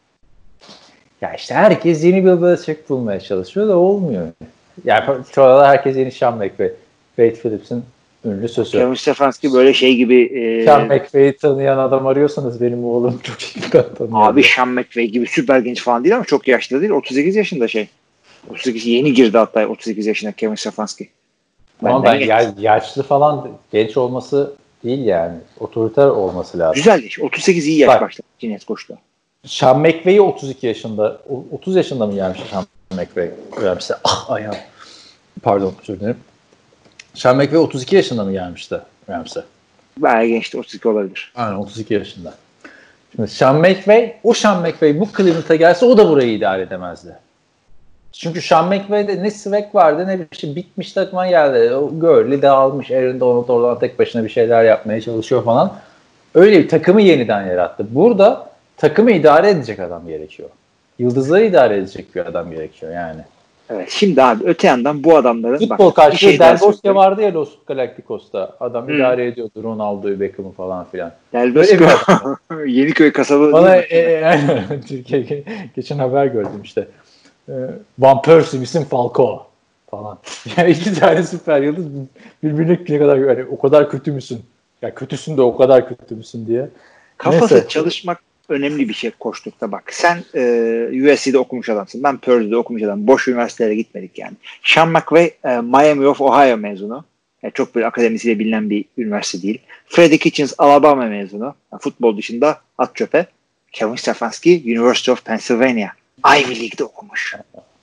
Ya işte herkes yeni Bill Belichick bulmaya çalışıyor da olmuyor. Yani çoğalda herkes yeni Sean McVay. Wade Phillips'in ünlü sözü. Kevin Stefanski böyle şey gibi. Sean McVay'i tanıyan adam arıyorsanız benim oğlum çok iyi tanıyor. Abi Sean McVay gibi süper genç falan değil ama çok yaşlı değil. 38 yaşında şey. 38 yeni girdi hatta 38 yaşında Kevin Stefanski. Ama yaşlı falan genç olması değil yani. Otoriter olması lazım. Güzel yaş. 38 iyi yaş başladı. Cinet koştu. Sean McVay'i 32 yaşında 30 yaşında mı gelmiş Sean McVay? Öğrenmişse ayağım. Pardon, özür dilerim. Sean McVay 32 yaşında mı gelmişti? Öğrenmişse. Bayağı gençti. 32 olabilir. Aynen 32 yaşında. Şimdi Sean McVay bu Cleveland'a gelse o da burayı idare edemezdi. Çünkü Sean McVay'de ne swag vardı ne bir şey, bitmiş takıma geldi. O Gurley dağılmış. Aaron Donald oradan tek başına bir şeyler yapmaya çalışıyor falan. Öyle bir takımı yeniden yarattı. Burada takımı idare edecek adam gerekiyor. Yıldızları idare edecek bir adam gerekiyor yani. Evet, şimdi abi öte yandan bu adamların futbol karşılığı Del Bosque vardı ya Los Galacticos'ta. Adam idare ediyordu Ronaldo'yu, Beckham'ı falan filan. Del Bosque Yeniköy kasabı. Bana Türkiye geçen haber gördüm işte. Van Persie misin Falcao falan. Yani iki tane süper yıldız birbirine ne kadar yani o kadar kötü müsün? Ya kötüsün de o kadar kötü müsün diye. Kafası neyse. Çalışmak önemli bir şey koçlukta bak. Sen USC'de okumuş adamsın. Ben Purdue'de okumuş adam. Boş üniversitelere gitmedik yani. Sean McVay Miami of Ohio mezunu. Yani çok böyle akademisiyle bilinen bir üniversite değil. Freddie Kitchens Alabama mezunu. Yani futbol dışında at çöpe. Kevin Stefanski University of Pennsylvania. Ivy League'de okumuş.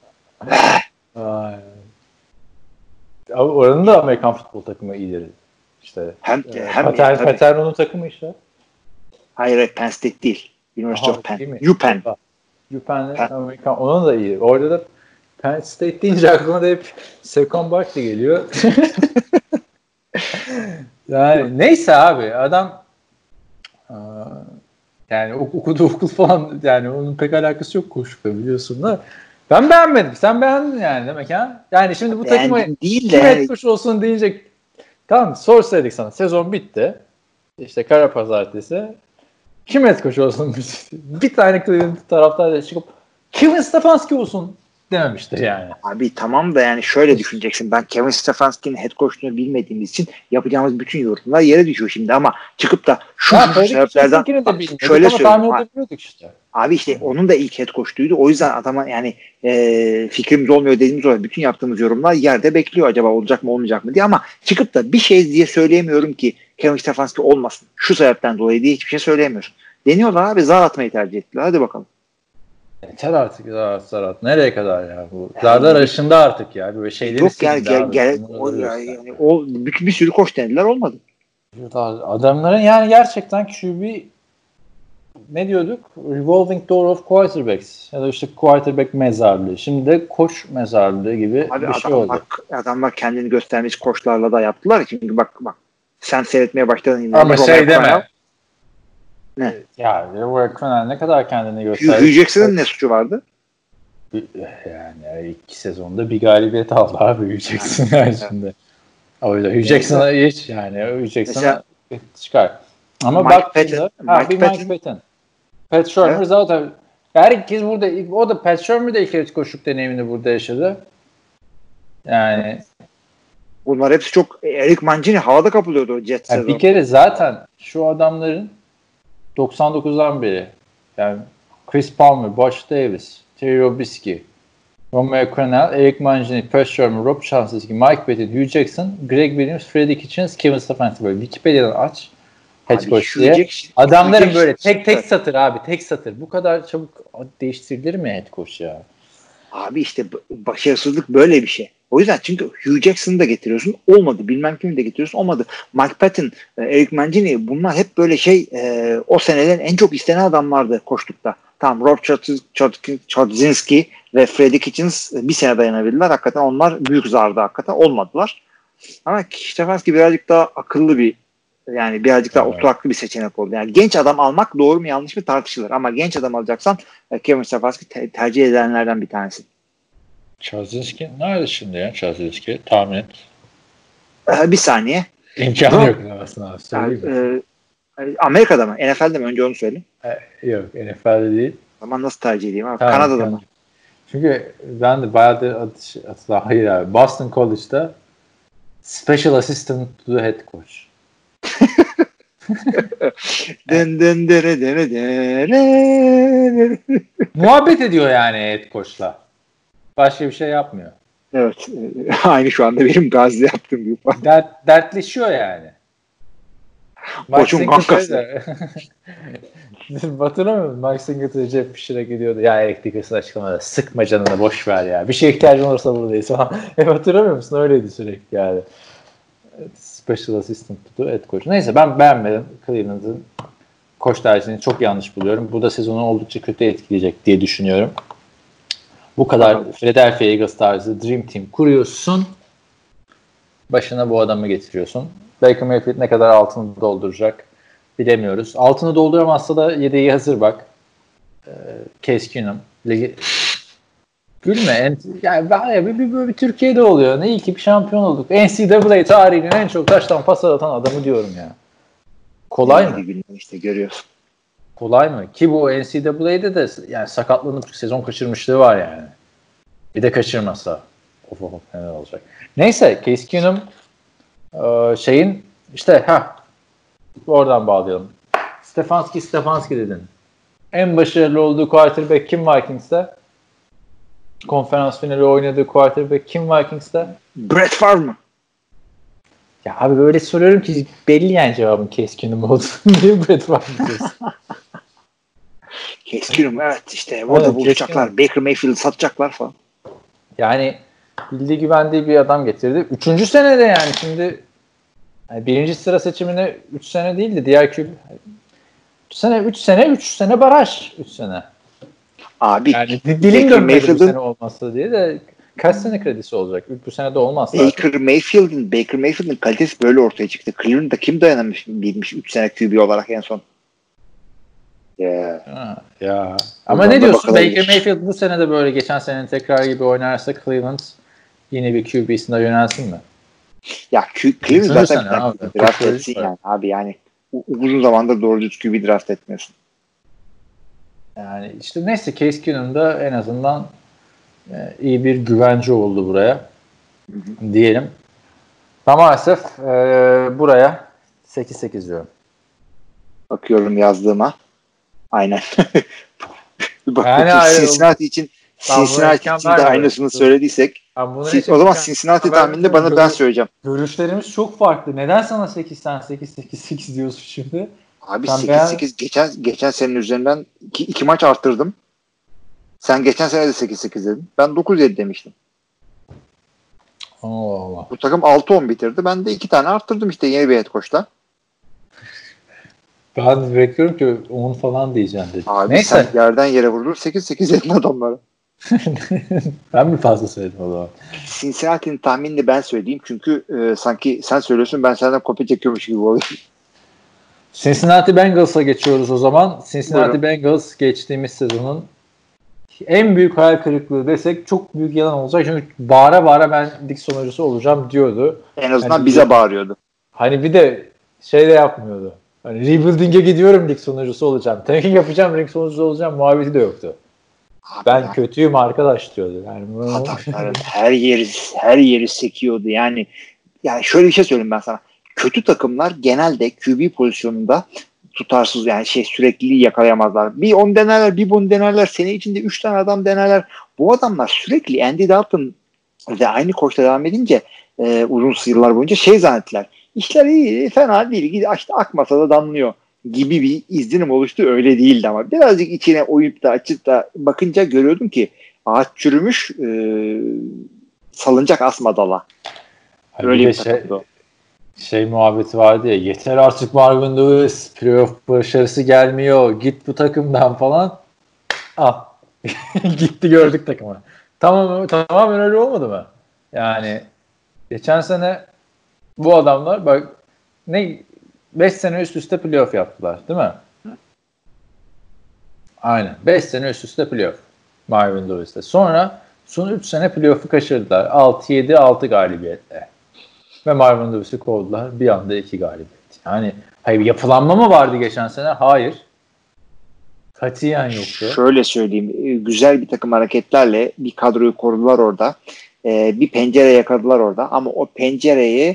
Oranın da Amerikan futbol takımı iyidir. İşte Paterno'nun takımı işte. Hayır, Penn State değil. University of Penn. UPenn. UPenn Amerikan. Onun da iyi. Orada da Penn State deyince aklıma da hep Saquon Barkley geliyor. Yani neyse abi adam yani okuduğu okul falan yani onun pek alakası yok koşukla biliyorsun da. Ben beğenmedim. Sen beğendin yani demek ha? Yani şimdi bu takıma kim head coach olsun deyince tamam sorsaydık sana sezon bitti. İşte kara pazartesi. Kim head coach olsun? Bir tane Cleveland taraftarıyla çıkıp Kevin Stefanski olsun dememiştir yani. Abi tamam da yani şöyle düşüneceksin. Ben Kevin Stefanski'nin head coach'unu bilmediğimiz için yapacağımız bütün yorumlar yere düşüyor şimdi ama çıkıp da şu sebeplerden şöyle söyleyeyim. Işte. Abi işte onun da ilk head coach'uydu. O yüzden adama yani fikrimiz olmuyor dediğimiz olarak bütün yaptığımız yorumlar yerde bekliyor. Acaba olacak mı olmayacak mı diye ama çıkıp da bir şey diye söyleyemiyorum ki Kevin Stefanski olmasın. Şu sebepten dolayı diye hiçbir şey söyleyemiyorsun. Deniyorlar abi, zar atmayı tercih ettiler. Hadi bakalım. Yeter artık Zarat. Nereye kadar ya bu? Zarlar arasında artık ya. Böyle şeyleri yok yani o bir sürü koç denediler, olmadı. Adamların yani gerçekten QB ne diyorduk? Revolving door of quarterbacks ya da işte quarterback mezarlığı. Şimdi de koç mezarlığı gibi abi bir şey oldu. Adamlar kendini göstermiş koçlarla da yaptılar. Çünkü bak sen seyretmeye başladın yine. Ama şey deme. Ne? Ya Robert Cronell ne kadar kendini gösterdi. Hugh Jackson'ın ne suçu vardı? Yani 2 sezonda bir galibiyet aldı abi Hugh Jackson yani şimdi. O yüzden Hugh Jackson'a hiç yani Hugh Jackson'a çıkar. Ama baktığında Mike Patton. Pat Shurmur evet. Zaten herkes burada o da Pat Shurmur da ilk kez koşuk deneyimini burada yaşadı. Yani bunlar hepsi çok Eric Mangini havada kapılıyordu o Jets sezonu. Bir kere zaten şu adamların 99'dan beri yani Chris Palmer, Bosch Davis, Terry Robisky, Romeo Crennel, Eric Mangini, Pat Shurmur, Rob Chancellor, Mike Patton, Hugh Jackson, Greg Williams, Freddie Kitchens, Kevin Stefanski böyle Wikipedia'dan aç. Head coach diye. Adamların böyle tek satır abi. Tek satır. Bu kadar çabuk değiştirilir mi head coach ya? Abi işte başarısızlık böyle bir şey. O yüzden çünkü Hugh Jackson'ı da getiriyorsun. Olmadı. Bilmem kimi de getiriyorsun. Olmadı. Mike Patton, Eric Mangini bunlar hep böyle o senelerin en çok istenen adamlardı koştukta. Tamam, Rob Chodzinski ve Freddie Kitchens bir sene dayanabildiler. Hakikaten onlar büyük zardı hakikaten. Olmadılar. Ama Stefanski birazcık daha akıllı birazcık daha oturaklı bir seçenek oldu. Yani genç adam almak doğru mu yanlış mı tartışılır. Ama genç adam alacaksan Kevin Stefanski tercih edilenlerden bir tanesi. Chodzinski nerede şimdi ya Chodzinski? Tahmin et. Bir saniye. İmkanı yok aslında abi. Amerika'da mı? NFL'de mi? Önce onu söyle. Yok, NFL'de değil. O zaman nasıl tercih edeyim abi? Tamam, Kanada'da mı? Çünkü ben de bayağıdır hayır abi. Boston College'da Special Assistant to the Head Coach. Muhabbet ediyor yani head coach'la. Başka bir şey yapmıyor. Evet. Aynı şu anda benim Gazi'de yaptığım gibi. Dertleşiyor yani. Koçum kankası. Hatırlamıyor musun? Mike Singletary Jeff Fisher'a gidiyordu. Ya Eric Dickerson açıklamada sıkma canını boş ver ya. Bir şeye ihtiyacın olursa buradayız falan. Hatırlamıyor musun? Öyleydi sürekli yani. Special Assistant to Head Coach. Neyse ben beğenmedim. Cleveland'ın koç tercihini çok yanlış buluyorum. Bu da sezonu oldukça kötü etkileyecek diye düşünüyorum. Bu kadar Philadelphia Eagles tarzı Dream Team kuruyorsun. Başına bu adamı getiriyorsun. Baker Mayfield ne kadar altını dolduracak bilemiyoruz. Altını dolduramazsa da yedeği hazır bak. Case Keenum. Gülme. Yani bir Türkiye'de oluyor. Ne iyi ki bir şampiyon olduk. NCAA tarihinin en çok taştan pas atan adamı diyorum ya. Kolay mı? İşte görüyorsun. Kolay mı? Ki bu NCAA'de de yani sakatlanıp sezon kaçırmışlığı var yani. Bir de kaçırmasa. Of neler olacak. Neyse Case Keenum oradan bağlayalım. Stefanski dedin. En başarılı olduğu quarterback kim Vikings'te? Konferans finali oynadığı quarterback kim Vikings'te? Brett Favre mı? Ya abi böyle soruyorum ki belli yani cevabın Case Keenum oldu. Niye Brett Favre diyorsun? Case Keenum evet işte orada bulacaklar. Baker Mayfield'ı satacaklar falan. Yani bildiği güvendiği bir adam getirdi. 3. senede yani şimdi yani 1. sıra seçimine 3 sene değildi. Diğer QB 3 sene baraj 3 sene. Abi yani dilim dönmedi bu sene olmazsa diye de kaç sene kredisi olacak? Bu sene de olmaz. Baker Mayfield'ın kalitesi böyle ortaya çıktı. Cleveland'da kim dayanamış bilmiş 3 sene QB olarak en son. Ya. Ama ne diyorsun? Baker Mayfield bu sene de böyle geçen senenin tekrar gibi oynarsa Cleveland yine bir QB'sine yönelsin mi? Ya Cleveland zaten draft etsin yani. Abi yani uzun zamandır doğru düz QB draft etmiyorsun. Yani işte neyse Case Keenum'da en azından iyi bir güvence oldu buraya. Diyelim. Ama maalesef buraya 8-8 diyorum. Bakıyorum yazdığıma. Aynen. Yani Cincinnati için de aynısını söylediysek o zaman Cincinnati tahmininde ben söyleyeceğim. Görüşlerimiz çok farklı. Neden sana 8 diyorsun şimdi? Abi 8-8 geçen senenin üzerinden 2 maç arttırdım. Sen geçen sene de 8-8 dedin. Ben 9-7 demiştim. Allah. Bu takım 6-10 bitirdi. Ben de 2 tane arttırdım işte yeni bir head coach'la. Ben bekliyorum ki 10 falan diyeceğim dedi. Abi neyse. Sen yerden yere vurdun 8-8 dedin adamlara. Ben mi fazla söyledim o zaman? Cincinnati'nin tahminini ben söyleyeyim. Çünkü sanki sen söylüyorsun ben senden kopya çekiyormuş gibi oluyor. Cincinnati Bengals'a geçiyoruz o zaman. Cincinnati Bengals geçtiğimiz sezonun en büyük hayal kırıklığı desek çok büyük yalan olacak. Çünkü bağıra ben lig sonuncusu olacağım diyordu. En azından yani bize bağırıyordu. Hani bir de şey de yapmıyordu. Hani rebuilding'e gidiyorum lig sonuncusu olacağım. Tanking yapacağım lig sonuncusu olacağım muhabbeti de yoktu. Abi ben ya. Kötüyüm arkadaş diyordu. Yani adamların her yeri sekiyordu. Yani şöyle bir şey söyleyeyim ben sana. Kötü takımlar genelde QB pozisyonunda tutarsız yani sürekliliği yakalayamazlar. Bir 10 denerler, bir 10 denerler. Sene içinde 3 tane adam denerler. Bu adamlar sürekli Andy Dalton ve aynı koçla devam edince uzun yıllar boyunca zannettiler. işler iyi, fena değil. İşte akmasa da damlıyor gibi bir izlenim oluştu. Öyle değildi ama. Birazcık içine oyup da açıp da bakınca görüyordum ki ağaç çürümüş, salıncak asma dala. Öyle bir takımdı. Şey muhabbeti vardı ya, yeter artık Marvin Lewis, playoff başarısı gelmiyor, git bu takımdan falan. Gitti, gördük takımı. Tamamen öyle olmadı mı? Yani geçen sene bu adamlar bak 5 sene üst üste playoff yaptılar değil mi? Aynen. 5 sene üst üste playoff Marvin Lewis'te. Sonra son 3 sene playoff'u kaçırdılar. 6-7-6 galibiyetle. Ve Marvin Lewis'i kovdular. Bir anda 2 galibiyet. Yani hayır, yapılanma mı vardı geçen sene? Hayır. Katiyen yoktu. Şöyle söyleyeyim. Güzel bir takım hareketlerle bir kadroyu korudular orada. Bir pencere yakaladılar orada. Ama o pencereyi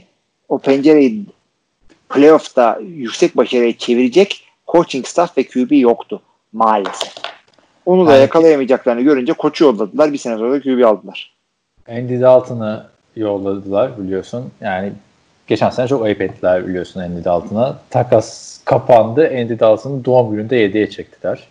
playoff'ta yüksek başarıya çevirecek coaching staff ve QB yoktu. Maalesef. Onu da yakalayamayacaklarını görünce koçu yolladılar. Bir sene sonra da QB aldılar. Andy Dalton'ı yolladılar biliyorsun. Yani geçen sene çok ayıp ettiler biliyorsun Andy Dalton'a. Takas kapandı. Andy Dalton'ı doğum gününde 7'ye çektiler.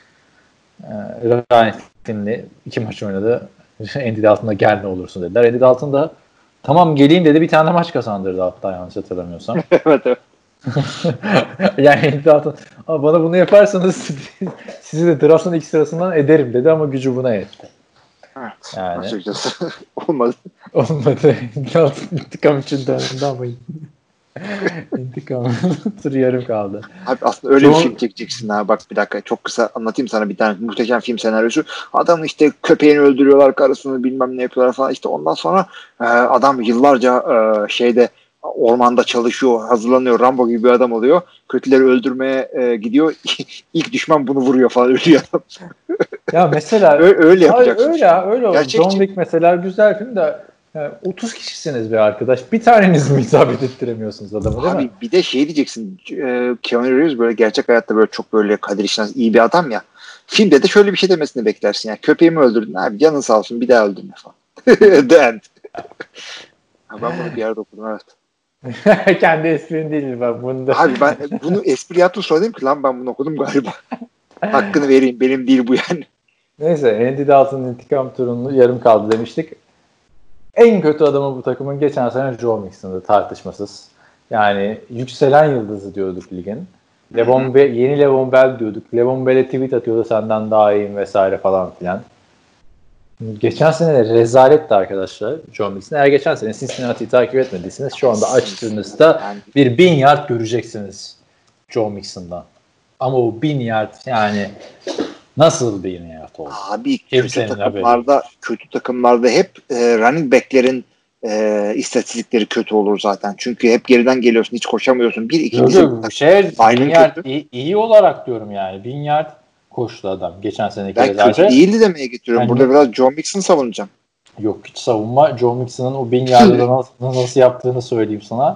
Ryan Finley 2 maç oynadı. Andy Dalton'a gel ne olursun dediler. Andy Dalton da tamam geleyim dedi. Bir tane maç kazandırdı hatta, yanlış hatırlamıyorsam. Evet. Yani Andy Dalton bana bunu yaparsanız sizi de draft'ın ilk sırasından ederim dedi ama gücü buna yetti. Evet. Yani. Açıkçası olmadı. Dalton intikam için döndü ama intikam tur yarım kaldı. Abi aslında öyle bir film çekeceksin ha. Bak bir dakika, çok kısa anlatayım sana bir tane muhteşem film senaryosu. Adam işte köpeğini öldürüyorlar, karısını bilmem ne yapıyorlar falan. İşte ondan sonra adam yıllarca ormanda çalışıyor, hazırlanıyor, Rambo gibi bir adam oluyor. Kötüleri öldürmeye gidiyor. İlk düşman bunu vuruyor falan, ölüyor adam. Ya mesela öyle yapacaksın. Öyle oldu. John Wick mesela güzel film de yani 30 kişisiniz bir arkadaş. Bir taneniz mi isabet ettiremiyorsunuz adamı, değil mi? Abi bir de şey diyeceksin. Keanu Reeves böyle gerçek hayatta böyle çok böyle Kadir İşinaz iyi bir adam ya. Filmde de şöyle bir şey demesini beklersin. Yani köpeğimi öldürdün abi, canın sağ olsun, bir daha öldürme falan. The end. Ben bunu bir yerde okudum, evet. Kendi esprin değil bak bunda. Abi ben bunu espri yaptım, sonra dedim ki lan ben bunu okudum galiba. Hakkını vereyim, benim değil bu yani. Neyse, Andy Dalton'ın intikam turunu yarım kaldı demiştik. En kötü adamı bu takımın geçen sene Joe Mixon'dı tartışmasız. Yani yükselen yıldızı diyorduk ligin. Yeni Levon Bell diyorduk. Levon Bell'e tweet atıyordu, senden daha iyiyim vesaire falan filan. Geçen sene de rezaletti arkadaşlar Joe Mixon. Eğer geçen sene Cincinnati'yi takip etmediyseniz şu anda açtığınızda bir 1000 yard göreceksiniz Joe Mixon'dan. Ama o 1000 yard yani nasıl 1000 yard oldu? Abi kötü takımlarda hep running back'lerin istatistikleri kötü olur zaten. Çünkü hep geriden geliyorsun, hiç koşamıyorsun. İyi olarak diyorum yani. 1000 yard koştu adam geçen seneki ben kötü değildi demeye getiriyorum. Yani, burada biraz Joe Mixon'ı savunacağım. Yok, hiç savunma. Joe Mixon'ın o 1000 yardı nasıl yaptığını söyleyeyim sana.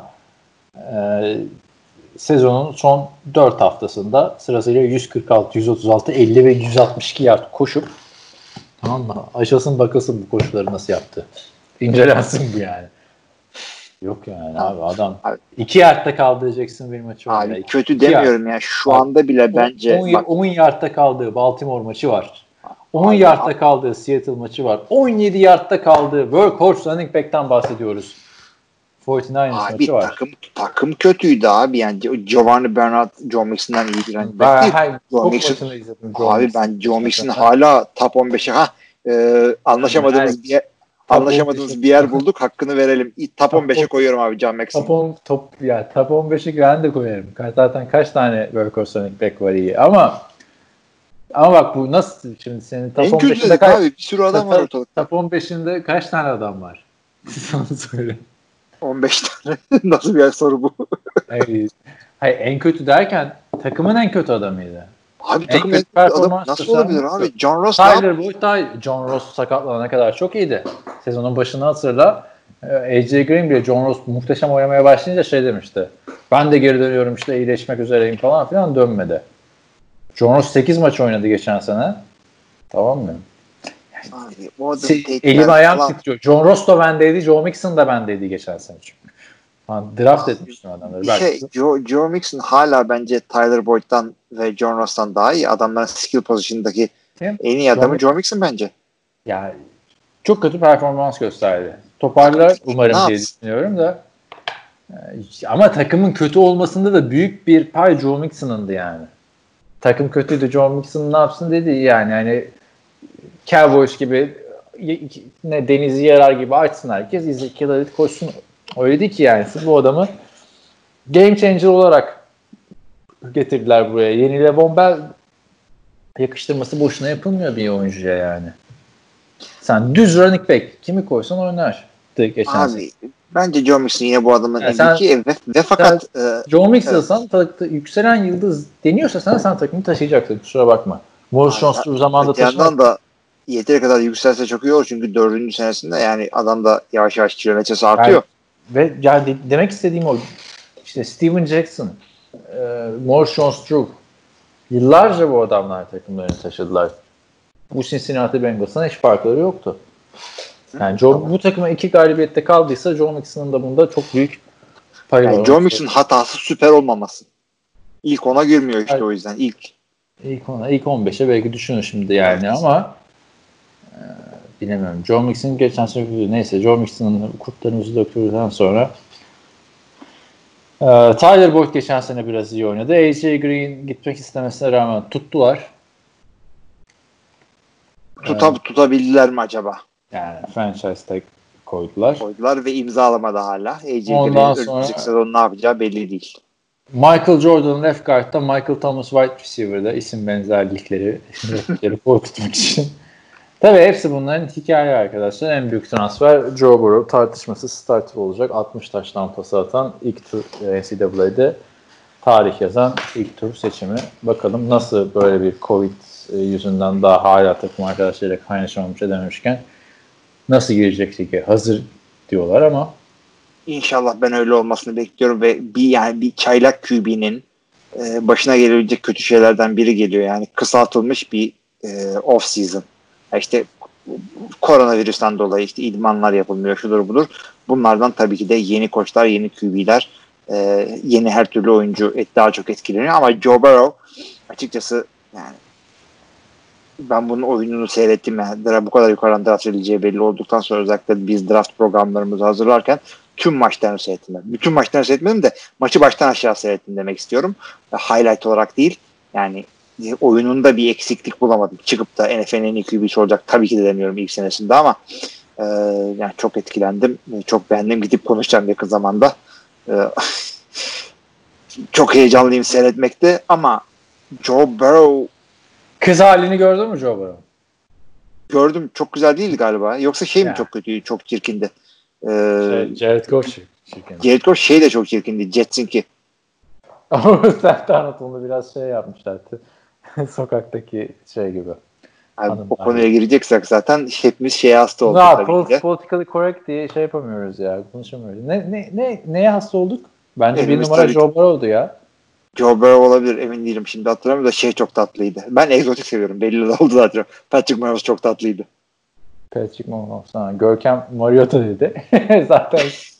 Sezonun son 4 haftasında sırasıyla 146, 136, 50 ve 162 yard koşup, tamam mı? Aşasın bakılsın bu koşuları nasıl yaptı. İncelensin bu yani. Yok yani abi adam 2 yardta kaldıracaksın bir maçı var. Abi kötü demiyorum ya. Şu anda bile bence 10 yardta kaldığı Baltimore maçı var. 10 yardta kaldığı Seattle maçı var. 17 yardta kaldığı workhorse running back'ten bahsediyoruz. 49ers maçı var. Takım kötüydü abi yani. Giovanni Bernard Joe Mixon'dan iyi bir running back değil. Abi ben Joe Mixon hala top 15'e anlaşamadığımız bir yer bulduk. Hakkını verelim. Top 15'e koyuyorum abi John Mixon. Top 15'e ben de koyarım. Zaten kaç tane workhorse running back var iyi. Ama bak bu nasıl şimdi senin top 15'inde abi bir sürü adam var ortalıkta. Top 15'inde kaç tane adam var? Sana söyle. 15 tane. Nasıl bir soru bu? Hayır, en kötü derken takımın en kötü adamıydı. Abi takımın en kötü adam nasıl olabilir abi? John Ross John Ross sakatlanana kadar çok iyiydi. Sezonun başını hatırla. AJ Green bile John Ross muhteşem oynamaya başlayınca şey demişti. Ben de geri dönüyorum işte, iyileşmek üzereyim falan filan, dönmedi. John Ross 8 maç oynadı geçen sene. Tamam mı? Elim ayağım titriyor. John Ross da bendeydi, Joe Mixon da bendeydi geçen sene çünkü. Draft etmiştim adamları. Joe Mixon hala bence Tyler Boyd'dan ve John Ross'tan daha iyi. Adamların skill position'daki en iyi adamı Joe Mixon bence. Yani çok kötü performans gösterdi. Toparlar umarım diye düşünüyorum da. Ama takımın kötü olmasında da büyük bir pay Joe Mixon'ındı yani. Takım kötüydü, Joe Mixon ne yapsın dedi yani. Yani Cowboys gibi denizi yarar gibi açsın herkes. Ezekiel Elliott koşsun. Öyle değil ki yani. Siz bu adamı game changer olarak getirdiler buraya. Yeni Le'Veon Bell yakıştırması boşuna yapılmıyor bir oyuncuya yani. Sen düz running back kimi koysan oynar. Abi bence Joe Mixon yine bu adamın MVP ve fakat Joe Mixon'san yükselen yıldız deniyorsa sen takımı taşıyacaksın. Kusura bakma. Morris Jones zamanında taşımak. Yandan da yeteri kadar yükselse çok iyi olur çünkü 4. senesinde yani adam da yavaş yavaş kilometresi artıyor. Ve yani demek istediğim o. İşte Steven Jackson, Morris Jones-Drew yıllarca bu adamlar takımlarını taşıdılar. Bu Cincinnati Bengals'ın hiç farkları yoktu. Yani bu takıma 2 galibiyette kaldıysa Joe Mixon'ın da bunda çok büyük payı var. Joe Mixon'ın hatası süper olmaması. İlk 10'a girmiyor işte o yüzden. İlk 15'e belki düşünün şimdi yani ama bilemiyorum. Joe Mixon geçen sene neyse Joe Mixon'ın kurtlarımızı döktürdükten sonra Tyler Boyd geçen sene biraz iyi oynadı. AJ Green gitmek istemesine rağmen tuttular. Tutabildiler mi acaba? Yani franchise tag koydular. Ve imzalamadı hala. AJ Ondan Green sonra önümüzdeki sezon ne yapacağı belli değil. Michael Jordan left guard'da, Michael Thomas wide receiver'da isim benzerlikleri korkutmak için. Tabii hepsi bunların hikaye arkadaşlar. En büyük transfer Joe Burrow tartışmasız starter olacak. 60 taştan pası atan ilk tur NCAA'de tarih yazan ilk tur seçimi. Bakalım nasıl böyle bir Covid yüzünden daha hala takım arkadaşlarıyla kaynaşamamış edememişken nasıl girecek lige? Hazır diyorlar ama İnşallah ben öyle olmasını bekliyorum ve bir çaylak QB'nin başına gelebilecek kötü şeylerden biri geliyor. Yani kısaltılmış bir off season. İşte koronavirüsten dolayı işte idmanlar yapılmıyor, şudur budur. Bunlardan tabii ki de yeni koçlar, yeni QB'ler, yeni her türlü oyuncu daha çok etkileniyor. Ama Joe Burrow açıkçası yani ben bunun oyununu seyrettim. Yani bu kadar yukarıdan draft edileceği belli olduktan sonra özellikle biz draft programlarımızı hazırlarken tüm maçlarını seyrettim. Bütün maçlarını seyretmedim de maçı baştan aşağı seyrettim demek istiyorum. Highlight olarak değil. Yani oyununda bir eksiklik bulamadım. Çıkıp da NFL'in en iyi QB'si olacak tabii ki de demiyorum ilk senesinde ama yani çok etkilendim. Çok beğendim. Gidip konuşacağım yakın zamanda. Çok heyecanlıyım seyretmekte ama Joe Burrow kız halini gördün mü Joe Burrow? Gördüm. Çok güzel değildi galiba. Yoksa mi çok kötüydü? Çok çirkindi. Jared Goff çirkindi. Jared Goff de çok çirkindi. Jets'inki. Ama sen tanıt onu biraz yapmışlar. Sokaktaki gibi. Abi, o konuya gireceksek zaten hepimiz hasta olduk. Politically correct diye yapamıyoruz ya. Konuşamıyoruz. Neye hasta olduk? Bence bir numara Joe Burrow'du ya. Joe Burrow olabilir, emin değilim şimdi hatırlamıyorum da çok tatlıydı. Ben egzotik seviyorum. Belli de oldu zaten. Patrick Mahomes çok tatlıydı. Patrick Mahomes. Görkem Mariota dedi. Zaten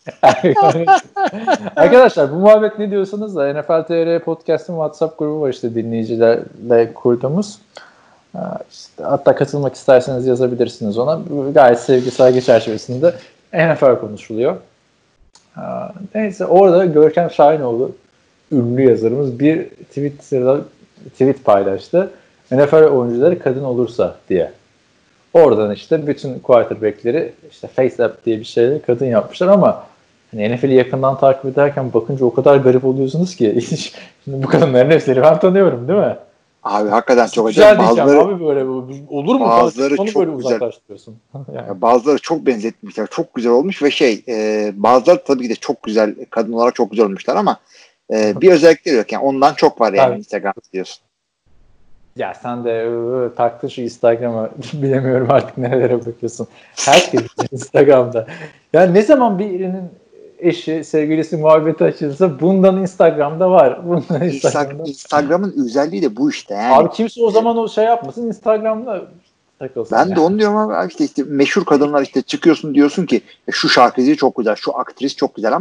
arkadaşlar bu muhabbet ne diyorsanız da NFL TR Podcast'ın WhatsApp grubu var işte dinleyicilerle kurduğumuz. İşte, hatta katılmak isterseniz yazabilirsiniz ona. Gayet sevgi saygı çerçevesinde NFL konuşuluyor. Neyse orada Görkem Şahinoğlu ünlü yazarımız bir tweet paylaştı. NFL oyuncuları kadın olursa diye. Oradan işte bütün quarterback'leri işte face-up diye bir şeyleri kadın yapmışlar ama hani NFL'i yakından takip ederken bakınca o kadar garip oluyorsunuz ki şimdi bu kadınların hepsini ben tanıyorum değil mi? Abi hakikaten çok acayip. Bazıları abi böyle olur mu? Bazıları çok böyle güzel. Yani. Bazıları çok benzetmişler. Çok güzel olmuş ve bazıları tabii ki de çok güzel kadın olarak çok güzel olmuşlar ama bir özellikleri yok. Yani ondan çok var yani Instagram'da diyorsun. Ya sen de taktın şu Instagram'a bilemiyorum artık nerelere bakıyorsun. Herkes Instagram'da. Yani ne zaman birinin eşi, sevgilisi muhabbeti açılırsa bundan Instagram'da var. Instagram'ın özelliği de bu işte. Yani. Abi kimse o zaman o yapmasın Instagram'da takılsın. Ben de onu diyorum abi işte meşhur kadınlar işte çıkıyorsun diyorsun ki şu şarkıcı çok güzel, şu aktris çok güzel ama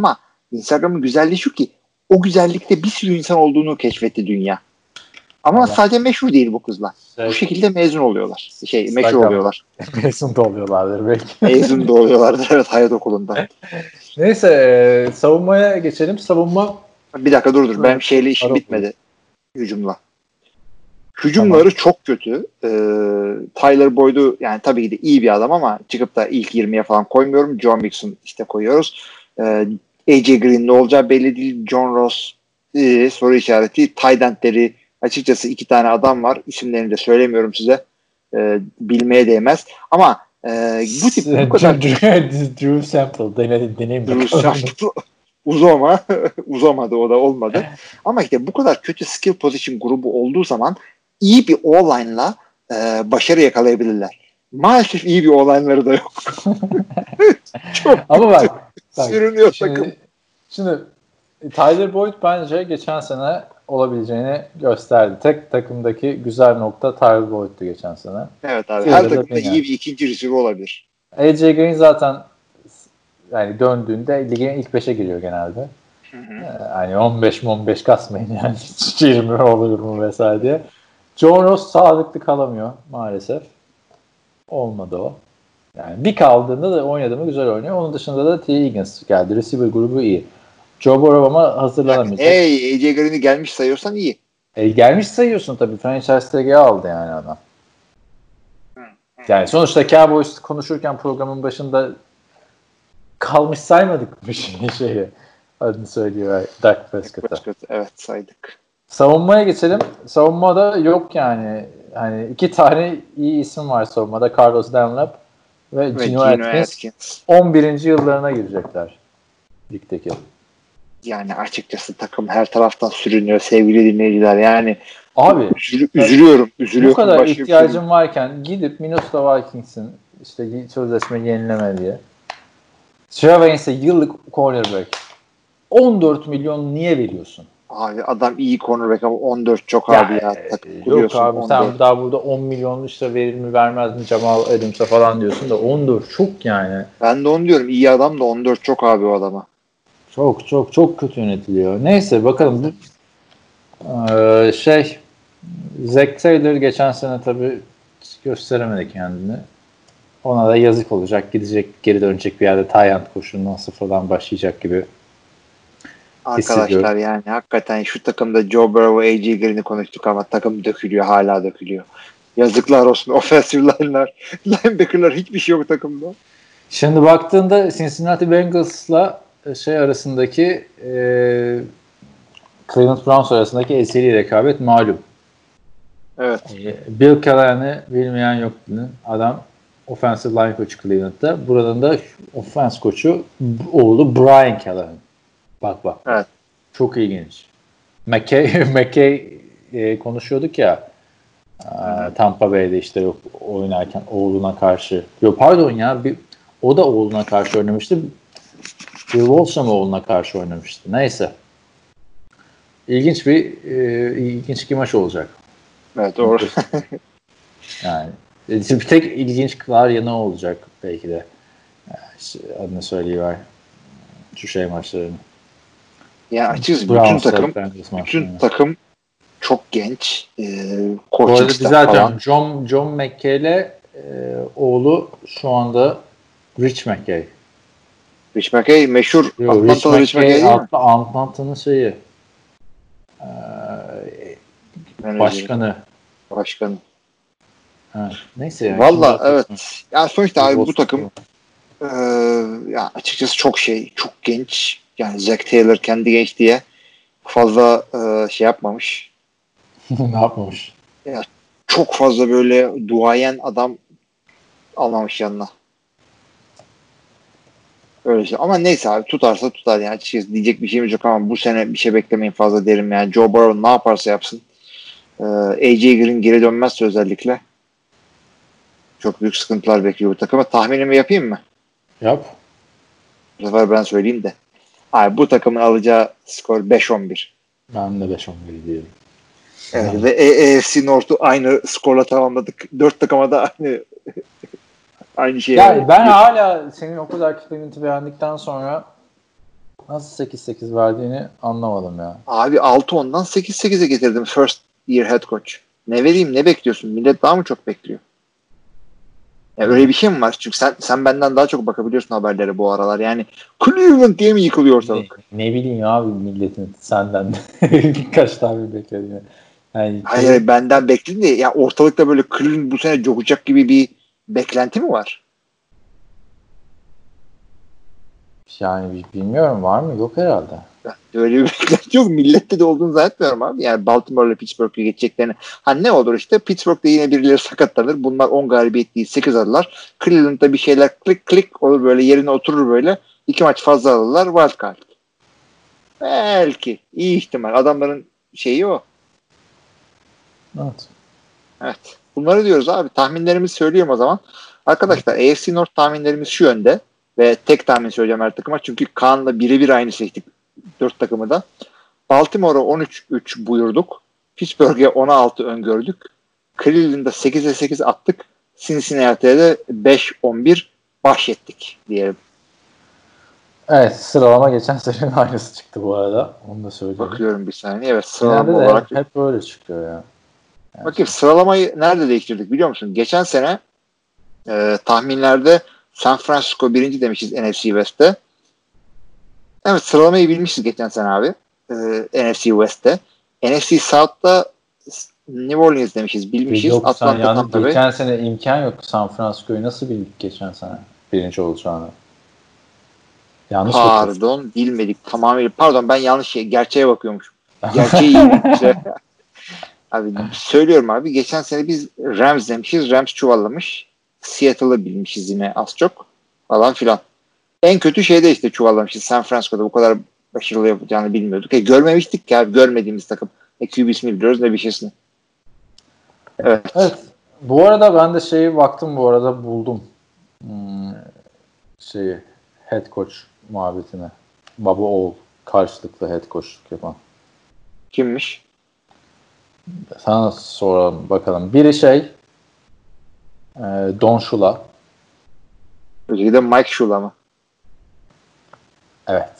Instagram'ın güzelliği şu ki o güzellikte bir sürü insan olduğunu keşfetti dünya. Ama Allah. sadece meşhur değil bu kızlar. Bu şekilde mezun oluyorlar. Meşhur oluyorlar. Mezun da oluyorlardır belki. Mezun da oluyorlardır evet hayat okulunda. Neyse savunmaya geçelim. Savunma. Bir dakika dur. Benim şeyle işim bitmedi. Hücumla. Hücumları çok kötü. Tyler Boyd'u yani tabii ki de iyi bir adam ama çıkıp da ilk 20'ye falan koymuyorum. Joe Mixon işte koyuyoruz. AJ Green ne olacağı belli değil. John Ross soru işareti. Tight endleri açıkçası 2 tane adam var. İsimlerini de söylemiyorum size. Bilmeye değmez. Ama bu tip bu kadar Drew Sample deneyim Drew Sample uzamadı o da olmadı. Ama işte bu kadar kötü skill position grubu olduğu zaman iyi bir O-line'la başarı yakalayabilirler. Maalesef iyi bir O-line'ları da yok. Çok ama bak sürünüyor takım. Şimdi Tyler Boyd bence geçen sene olabileceğini gösterdi. Tek takımdaki güzel nokta Tyler Boyd'tu geçen sene. Evet abi. Her takımda iyi bir ikinci receiver olabilir. AJ Green zaten yani döndüğünde ligin ilk 5'e giriyor genelde. Yani 15 kasmayın yani. 20 olur mu vesaire diye. John Ross sağlıklı kalamıyor maalesef. Olmadı o. Yani bir kaldığında da oynadı mı güzel oynuyor. Onun dışında da T. Higgins geldi. Receiver grubu iyi. Joe Burrow ama hazırlanamayacak. AJ Green'i gelmiş sayıyorsan iyi. Gelmiş sayıyorsun tabii. Franchise TG'ye aldı yani adam. Yani sonuçta Cowboys konuşurken programın başında kalmış saymadık bir şeyi. Adını söylüyor Dak Prescott'a. Evet saydık. Savunmaya geçelim. Savunmada yok yani. Hani 2 tane iyi isim var savunmada. Carlos Dunlap ve Geno Atkins. 11. yıllarına girecekler ligdeki. Yani açıkçası takım her taraftan sürünüyor sevgili dinleyiciler. Yani abi üzülüyorum. Bu kadar ihtiyacım varken gidip Minnesota Vikings'in işte sözleşme yenileme diye Travis'e yıllık cornerback 14 milyon niye veriyorsun? Abi adam iyi cornerback ama 14 çok ya, abi ya. Yok abi 14. Sen daha burada 10 milyon işte verir mi vermez mi Jamal Adams'a falan diyorsun da 14 çok yani. Ben de onu diyorum. İyi adam da 14 çok abi o adama. Çok kötü yönetiliyor. Neyse bakalım. Zach Taylor geçen sene tabii gösteremedi kendini. Ona da yazık olacak. Gidecek, geri dönecek bir yerde Tayland koşulundan sıfırdan başlayacak gibi. Arkadaşlar yani hakikaten şu takımda Joe Burrow ve AJ Green'i konuştuk ama takım dökülüyor. Hala dökülüyor. Yazıklar olsun. Offensive linebacker'lar hiçbir şey yok takımda. Şimdi baktığında Cincinnati Bengals'la arasındaki Cleveland Browns arasındaki ezeli rekabet malum. Evet. Bill Callahan'ı bilmeyen yok. Adam offensive line koçu Cleveland'da. Buradan da offense koçu oğlu Brian Callahan. Bak. Evet. Çok ilginç. McKay konuşuyorduk ya Tampa Bay'de işte oynarken oğluna karşı. Yok pardon ya o da oğluna karşı oynamıştı. Bill Walsh'ın oğluna karşı oynamıştı. Neyse. İlginç iki maç olacak. Evet doğru. Yani bir tek ilginç kılar yanı olacak belki de. Adını söyleyiver. Şu maçlarını. Ya açıkçası bütün takım çok genç. Coaching staff falan. John McKay ile oğlu şu anda Rich McKay. Rich McKay meşhur Atlanta'lı Rich McKay değil mi? Atlanta'nın başkanı. Evet. Neyse yani. Valla evet. Yani sonuçta abi bu takım ya açıkçası çok genç. Yani Zach Taylor kendi genç diye fazla yapmamış. Ne yapmamış? Ya çok fazla böyle duayen adam almamış yanına. Öyle şey. Ama neyse abi tutarsa tutar yani. Açıkçası diyecek bir şeyimiz yok ama bu sene bir şey beklemeyin fazla derim yani. Joe Burrow ne yaparsa yapsın. AJ Green geri dönmezse özellikle çok büyük sıkıntılar bekliyor bu takıma. Tahminimi yapayım mı? Yap. Bu sefer ben söyleyeyim de. Abi bu takımın alacağı skor 5-11. Ben de 5-11 diyorum. Evet yani. Ve AFC North'u aynı skorla tamamladık. 4 takıma da aynı şey. Yani ben hala senin o kadar Cleveland'ı beğendikten sonra nasıl 8-8 verdiğini anlamadım ya. Abi 6-10'dan 8-8'e getirdim first year head coach. Ne vereyim, ne bekliyorsun? Millet daha mı çok bekliyor? Ya öyle bir şey mi var? Çünkü sen benden daha çok bakabiliyorsun haberlere bu aralar. Yani Cleveland diye mi yıkılıyor ortalık? Ne bileyim abi milletin senden birkaç tane beklediğini. Yani Hayır, benden bekledin de ya ortalıkta böyle Cleveland bu sene cokacak gibi bir beklenti mi var? yani bilmiyorum var mı? Yok herhalde. Öyle bir beklenti yok. Millette de olduğunu zannetmiyorum abi. Yani Baltimore ile Pittsburgh'e geçeceklerini. Ne olur işte Pittsburgh'de yine birileri sakatlanır. Bunlar 10 galibiyet değil 8 alırlar. Cleveland'da bir şeyler klik klik olur böyle yerine oturur böyle. 2 maç fazla alırlar. Wild card. Belki. İyi ihtimal. Adamların şeyi o. Evet. Evet. Bunları diyoruz abi. Tahminlerimizi söyleyeyim o zaman. Arkadaşlar AFC North tahminlerimiz şu yönde. Ve tek tahmin söyleyeceğim her takıma. Çünkü Kaan'la birebir aynı seçtik. 4 takımı da. Baltimore'a 13-3 buyurduk. Pittsburgh'e 16 öngördük. Cleveland'a 8'e 8 attık. Cincinnati'ye de 5-11 bahşettik diyelim. Evet sıralama geçen senenin aynısı çıktı bu arada. Onu da söyleyeyim. Bakıyorum bir saniye. Evet Genelde sıralama de olarak. hep böyle çıkıyor ya. Yani Bakayım sıralamayı nerede değiştirdik biliyor musun? Geçen sene tahminlerde San Francisco birinci demişiz NFC West'te. Evet sıralamayı bilmişiz geçen sene abi. NFC West'te. NFC South'ta New Orleans demişiz. Bilmişiz. yok, Atlanta, yani Tampa Bay. geçen sene imkan yok San Francisco'yu nasıl bildik geçen sene birinci olacağını. Yanlış bakıyorsun. Pardon bilmedik tamamıyla. Pardon ben yanlış gerçeğe bakıyormuşum. Gerçeği iyi. Abi söylüyorum abi. Geçen sene biz Rams demişiz. Rams çuvallamış. Seattle'ı bilmişiz yine az çok. Falan filan. En kötü şeyde işte çuvallamışız. San Francisco'da bu kadar başarılı yapacağını bilmiyorduk. Görmemiştik ki abi. Görmediğimiz takım. QB'sini biliyoruz ne bir şeysini. Evet. Evet. Bu arada ben de şeyi baktım bu arada buldum. Head coach muhabbetine. Baba oğul karşılıklı head coachluk yapan. Kimmiş? Sana soralım bakalım. Biri Don Shula. Öteki de Mike Shula mı? Evet.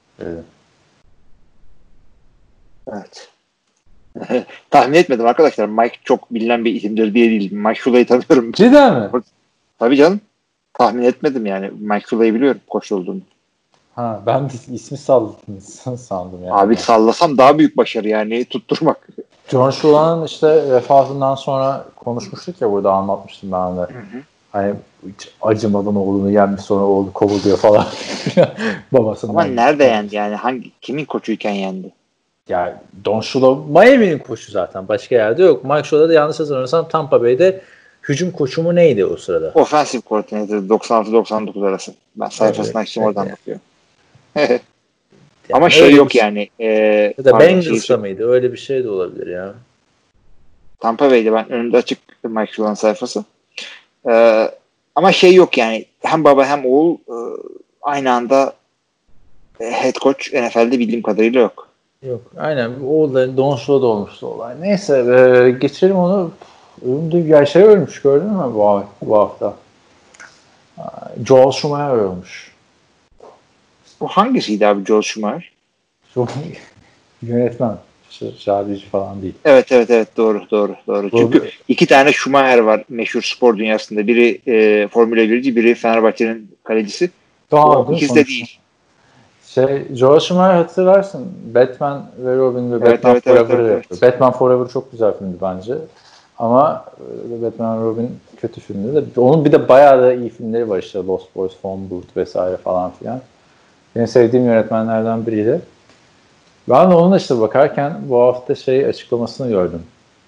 Evet. Tahmin etmedim arkadaşlar. Mike çok bilinen bir isimdir diye değil. Mike Shula'yı tanıyorum. Cidden mi? Tabii canım. Tahmin etmedim yani. Mike Shula'yı biliyorum koç olduğunu. Ha, ben de ismi salladınız sandım yani. Abi sallasam daha büyük başarı yani tutturmak. John Shula'nın işte vefatından sonra konuşmuştuk ya burada anlatmıştım ben de. Hani hiç acımadan oğlunu yenmiş sonra oğlu kovuluyor falan. Babasından. Ama nerede yendi yani? Kimin koçuyken yendi? Yani Don Shula Miami'nin koçu zaten. Başka yerde yok. Mike Shula da yanlış hatırlamıyorsam Tampa Bay'de hücum koçu mu neydi o sırada? Offensive coordinator 96-99 arası. Ben sayfasını açtım oradan bakıyorum. Yani ama yok yani. Ya da Bengals'ta mıydı? Öyle bir şey de olabilir ya. Tampa Bay'de ben önümde açık Mike Shula'nın sayfası. Ama yok yani. Hem baba hem oğul aynı anda head coach NFL'de bildiğim kadarıyla yok. Yok. Aynen. Oğulların Don Shula'da olmuştu olay. Neyse geçelim onu. Önümde ölmüş gördün mü bu hafta? Joel Schumacher ölmüş. Bu hangisiydi abi Joel Schumacher? Yönetmen. Şarkıcı falan değil. Evet doğru. Çünkü 2 tane Schumacher var meşhur spor dünyasında. Biri Formula 1'ci, biri Fenerbahçe'nin kalecisi. Tamam, İkisi de değil. Joel Schumacher hatırlarsın. Batman ve Robin ve Batman Forever'ı yapıyor. Batman Forever çok güzel filmdi bence. Ama Batman Robin kötü filmdi de. Onun bir de bayağı da iyi filmleri var işte. Lost Boys, Phone Booth vesaire falan filan. Benim sevdiğim yönetmenlerden biriydi. Ben de onunla işte bakarken bu hafta açıklamasını gördüm.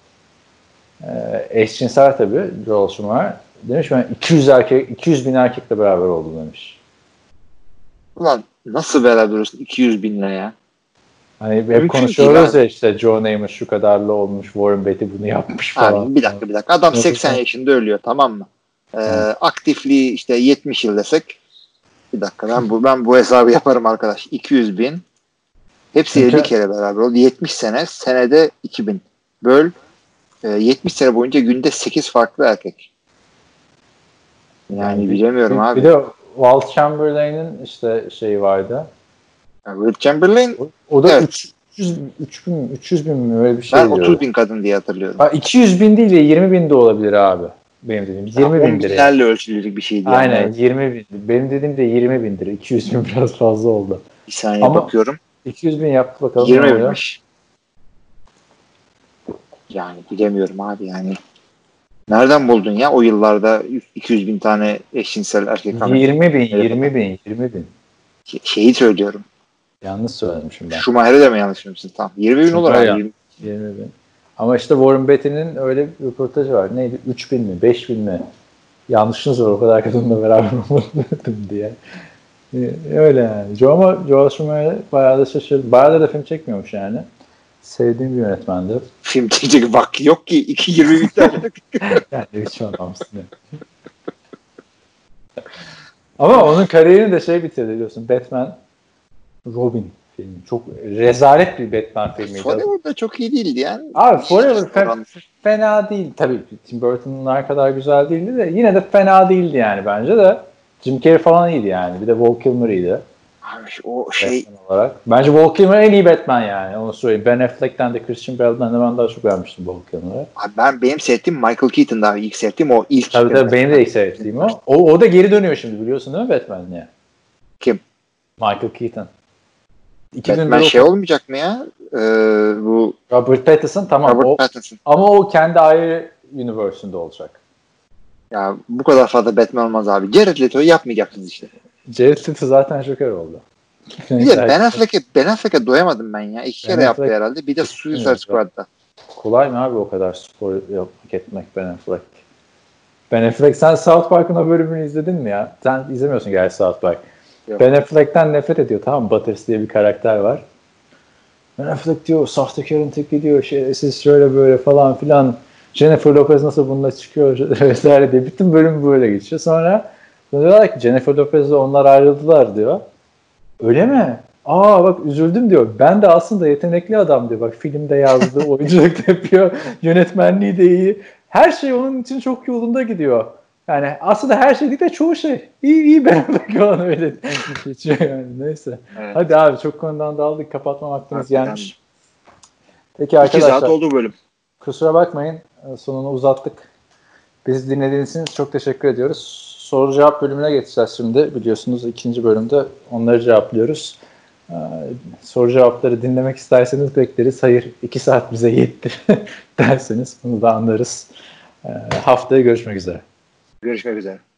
Eşcinsel tabii Joel Schumacher. Demiş ben 200 bin erkekle beraber oldum demiş. Ulan nasıl beraber olsun 200 binle ya? Hani hep konuşuyoruz ya işte Joe Namath şu kadarlı olmuş, Warren Beatty bunu yapmış falan. Abi bir dakika. Adam 80 yaşında ölüyor tamam mı? Aktifliği işte 70 yıl desek bir dakika ben bu hesabı yaparım arkadaş. 200 bin. Hepsi 50 kere beraber oldu. 70 sene. Senede 2000. Böl 70 sene boyunca günde 8 farklı erkek. Yani bilemiyorum abi. Bir de Walt Chamberlain'in işte vardı. Will Chamberlain O da evet. 300 bin mi öyle bir şey Ben diyor. 30 bin kadın diye hatırlıyorum. 200 bin değil de 20 bin de olabilir abi. Benim dediğim 20 bindir. binlerle ölçülür bir şeydi. Aynen Yani. 20 bin. Benim dediğim de 20 bindir. 200 bin biraz fazla oldu. Bir saniye Ama bakıyorum. 200 bin yaptı bakalım. 20 binmiş. Yani bilemiyorum abi yani. Nereden buldun ya o yıllarda 200 bin tane eşcinsel erkek kanı? 20 bin. Şeyi söylüyorum. Yanlış söylemişim ben. Schumacher'e de mi yanlış söylemişsin? Tamam. 20 bin olur abi. 20 bin. Ama işte Warren Beatty'nin öyle bir röportajı var. Neydi? 3 bin mi? 5 bin mi? Yanlışınız var o kadar kadınla beraber olmadım diye. Öyle yani. Ama Joel Schumacher bayağı da şaşırdı. Bayağı da film çekmiyormuş yani. Sevdiğim bir yönetmendi. Film çekecek vakti yok ki. 20 bin tane. Yani hiç anlamsın. Ama onun kariyerini de bitirdi biliyorsun. Batman, Robin filmi. Çok rezalet bir Batman filmiydi. Forever da çok iyi değildi yani. Abi Forever fena değil. Tabii Tim Burton'lar kadar güzel değildi de yine de fena değildi yani bence de. Jim Carrey falan iyiydi yani. Bir de Val Kilmer iyiydi. Abi o şey Batman olarak. Bence Val Kilmer en iyi Batman yani. Onu söyleyeyim. Ben Affleck'ten de Christian Bale'den de ben daha çok beğenmiştim Val Kilmer'ı. Benim sevdiğim Michael Keaton daha ilk sevdiğim o ilk. Tabii benim de ilk sevdiğim o. O da geri dönüyor şimdi biliyorsun değil mi Batman'e? Kim? Michael Keaton. Batman olmayacak mı ya? Bu Robert Pattinson tamam. Robert Pattinson. Ama o kendi ayrı universe'ünde olacak. Ya bu kadar fazla Batman olmaz abi. Jared Leto'yu yapmayacaksınız işte. Jared Leto zaten Joker oldu. Bir de Ben Affleck'e doyamadım ben ya. 2 kere yaptı herhalde. Bir de Suicide Squad'da. Kolay mı abi o kadar spor yapmak etmek Ben Affleck? Ben Affleck sen South Park'ın o bölümünü izledin mi ya? Sen izlemiyorsun gerçi South Park. Yok. Ben Affleck'ten nefret ediyor tamam mı? Butters diye bir karakter var. Ben Affleck diyor sahtekarın teki diyor siz şöyle böyle falan filan. Jennifer Lopez nasıl bununla çıkıyor vesaire diye. Bütün bölüm böyle geçiyor. Sonra diyorlar ki Jennifer Lopez'le onlar ayrıldılar diyor. Öyle mi? Bak üzüldüm diyor. Ben de aslında yetenekli adam diyor. Bak filmde yazdı, oyunculuk yapıyor, yönetmenliği de iyi. Her şey onun için çok yolunda gidiyor. Yani aslında her şey değil de çoğu şey. İyi beraber falan öyle geçiyor yani. Neyse. Evet. Hadi abi çok konudan dağıldık. Kapatma vaktimiz gelmiş. Peki arkadaşlar. 2 saat oldu bölüm. Kusura bakmayın. Sonunu uzattık. Bizi dinlediğiniz için çok teşekkür ediyoruz. Soru cevap bölümüne geçeceğiz şimdi. Biliyorsunuz 2. bölümde onları cevaplıyoruz. Soru cevapları dinlemek isterseniz bekleriz. Hayır 2 saat bize yetti derseniz bunu da anlarız. Haftaya görüşmek üzere. Görüşmek üzere.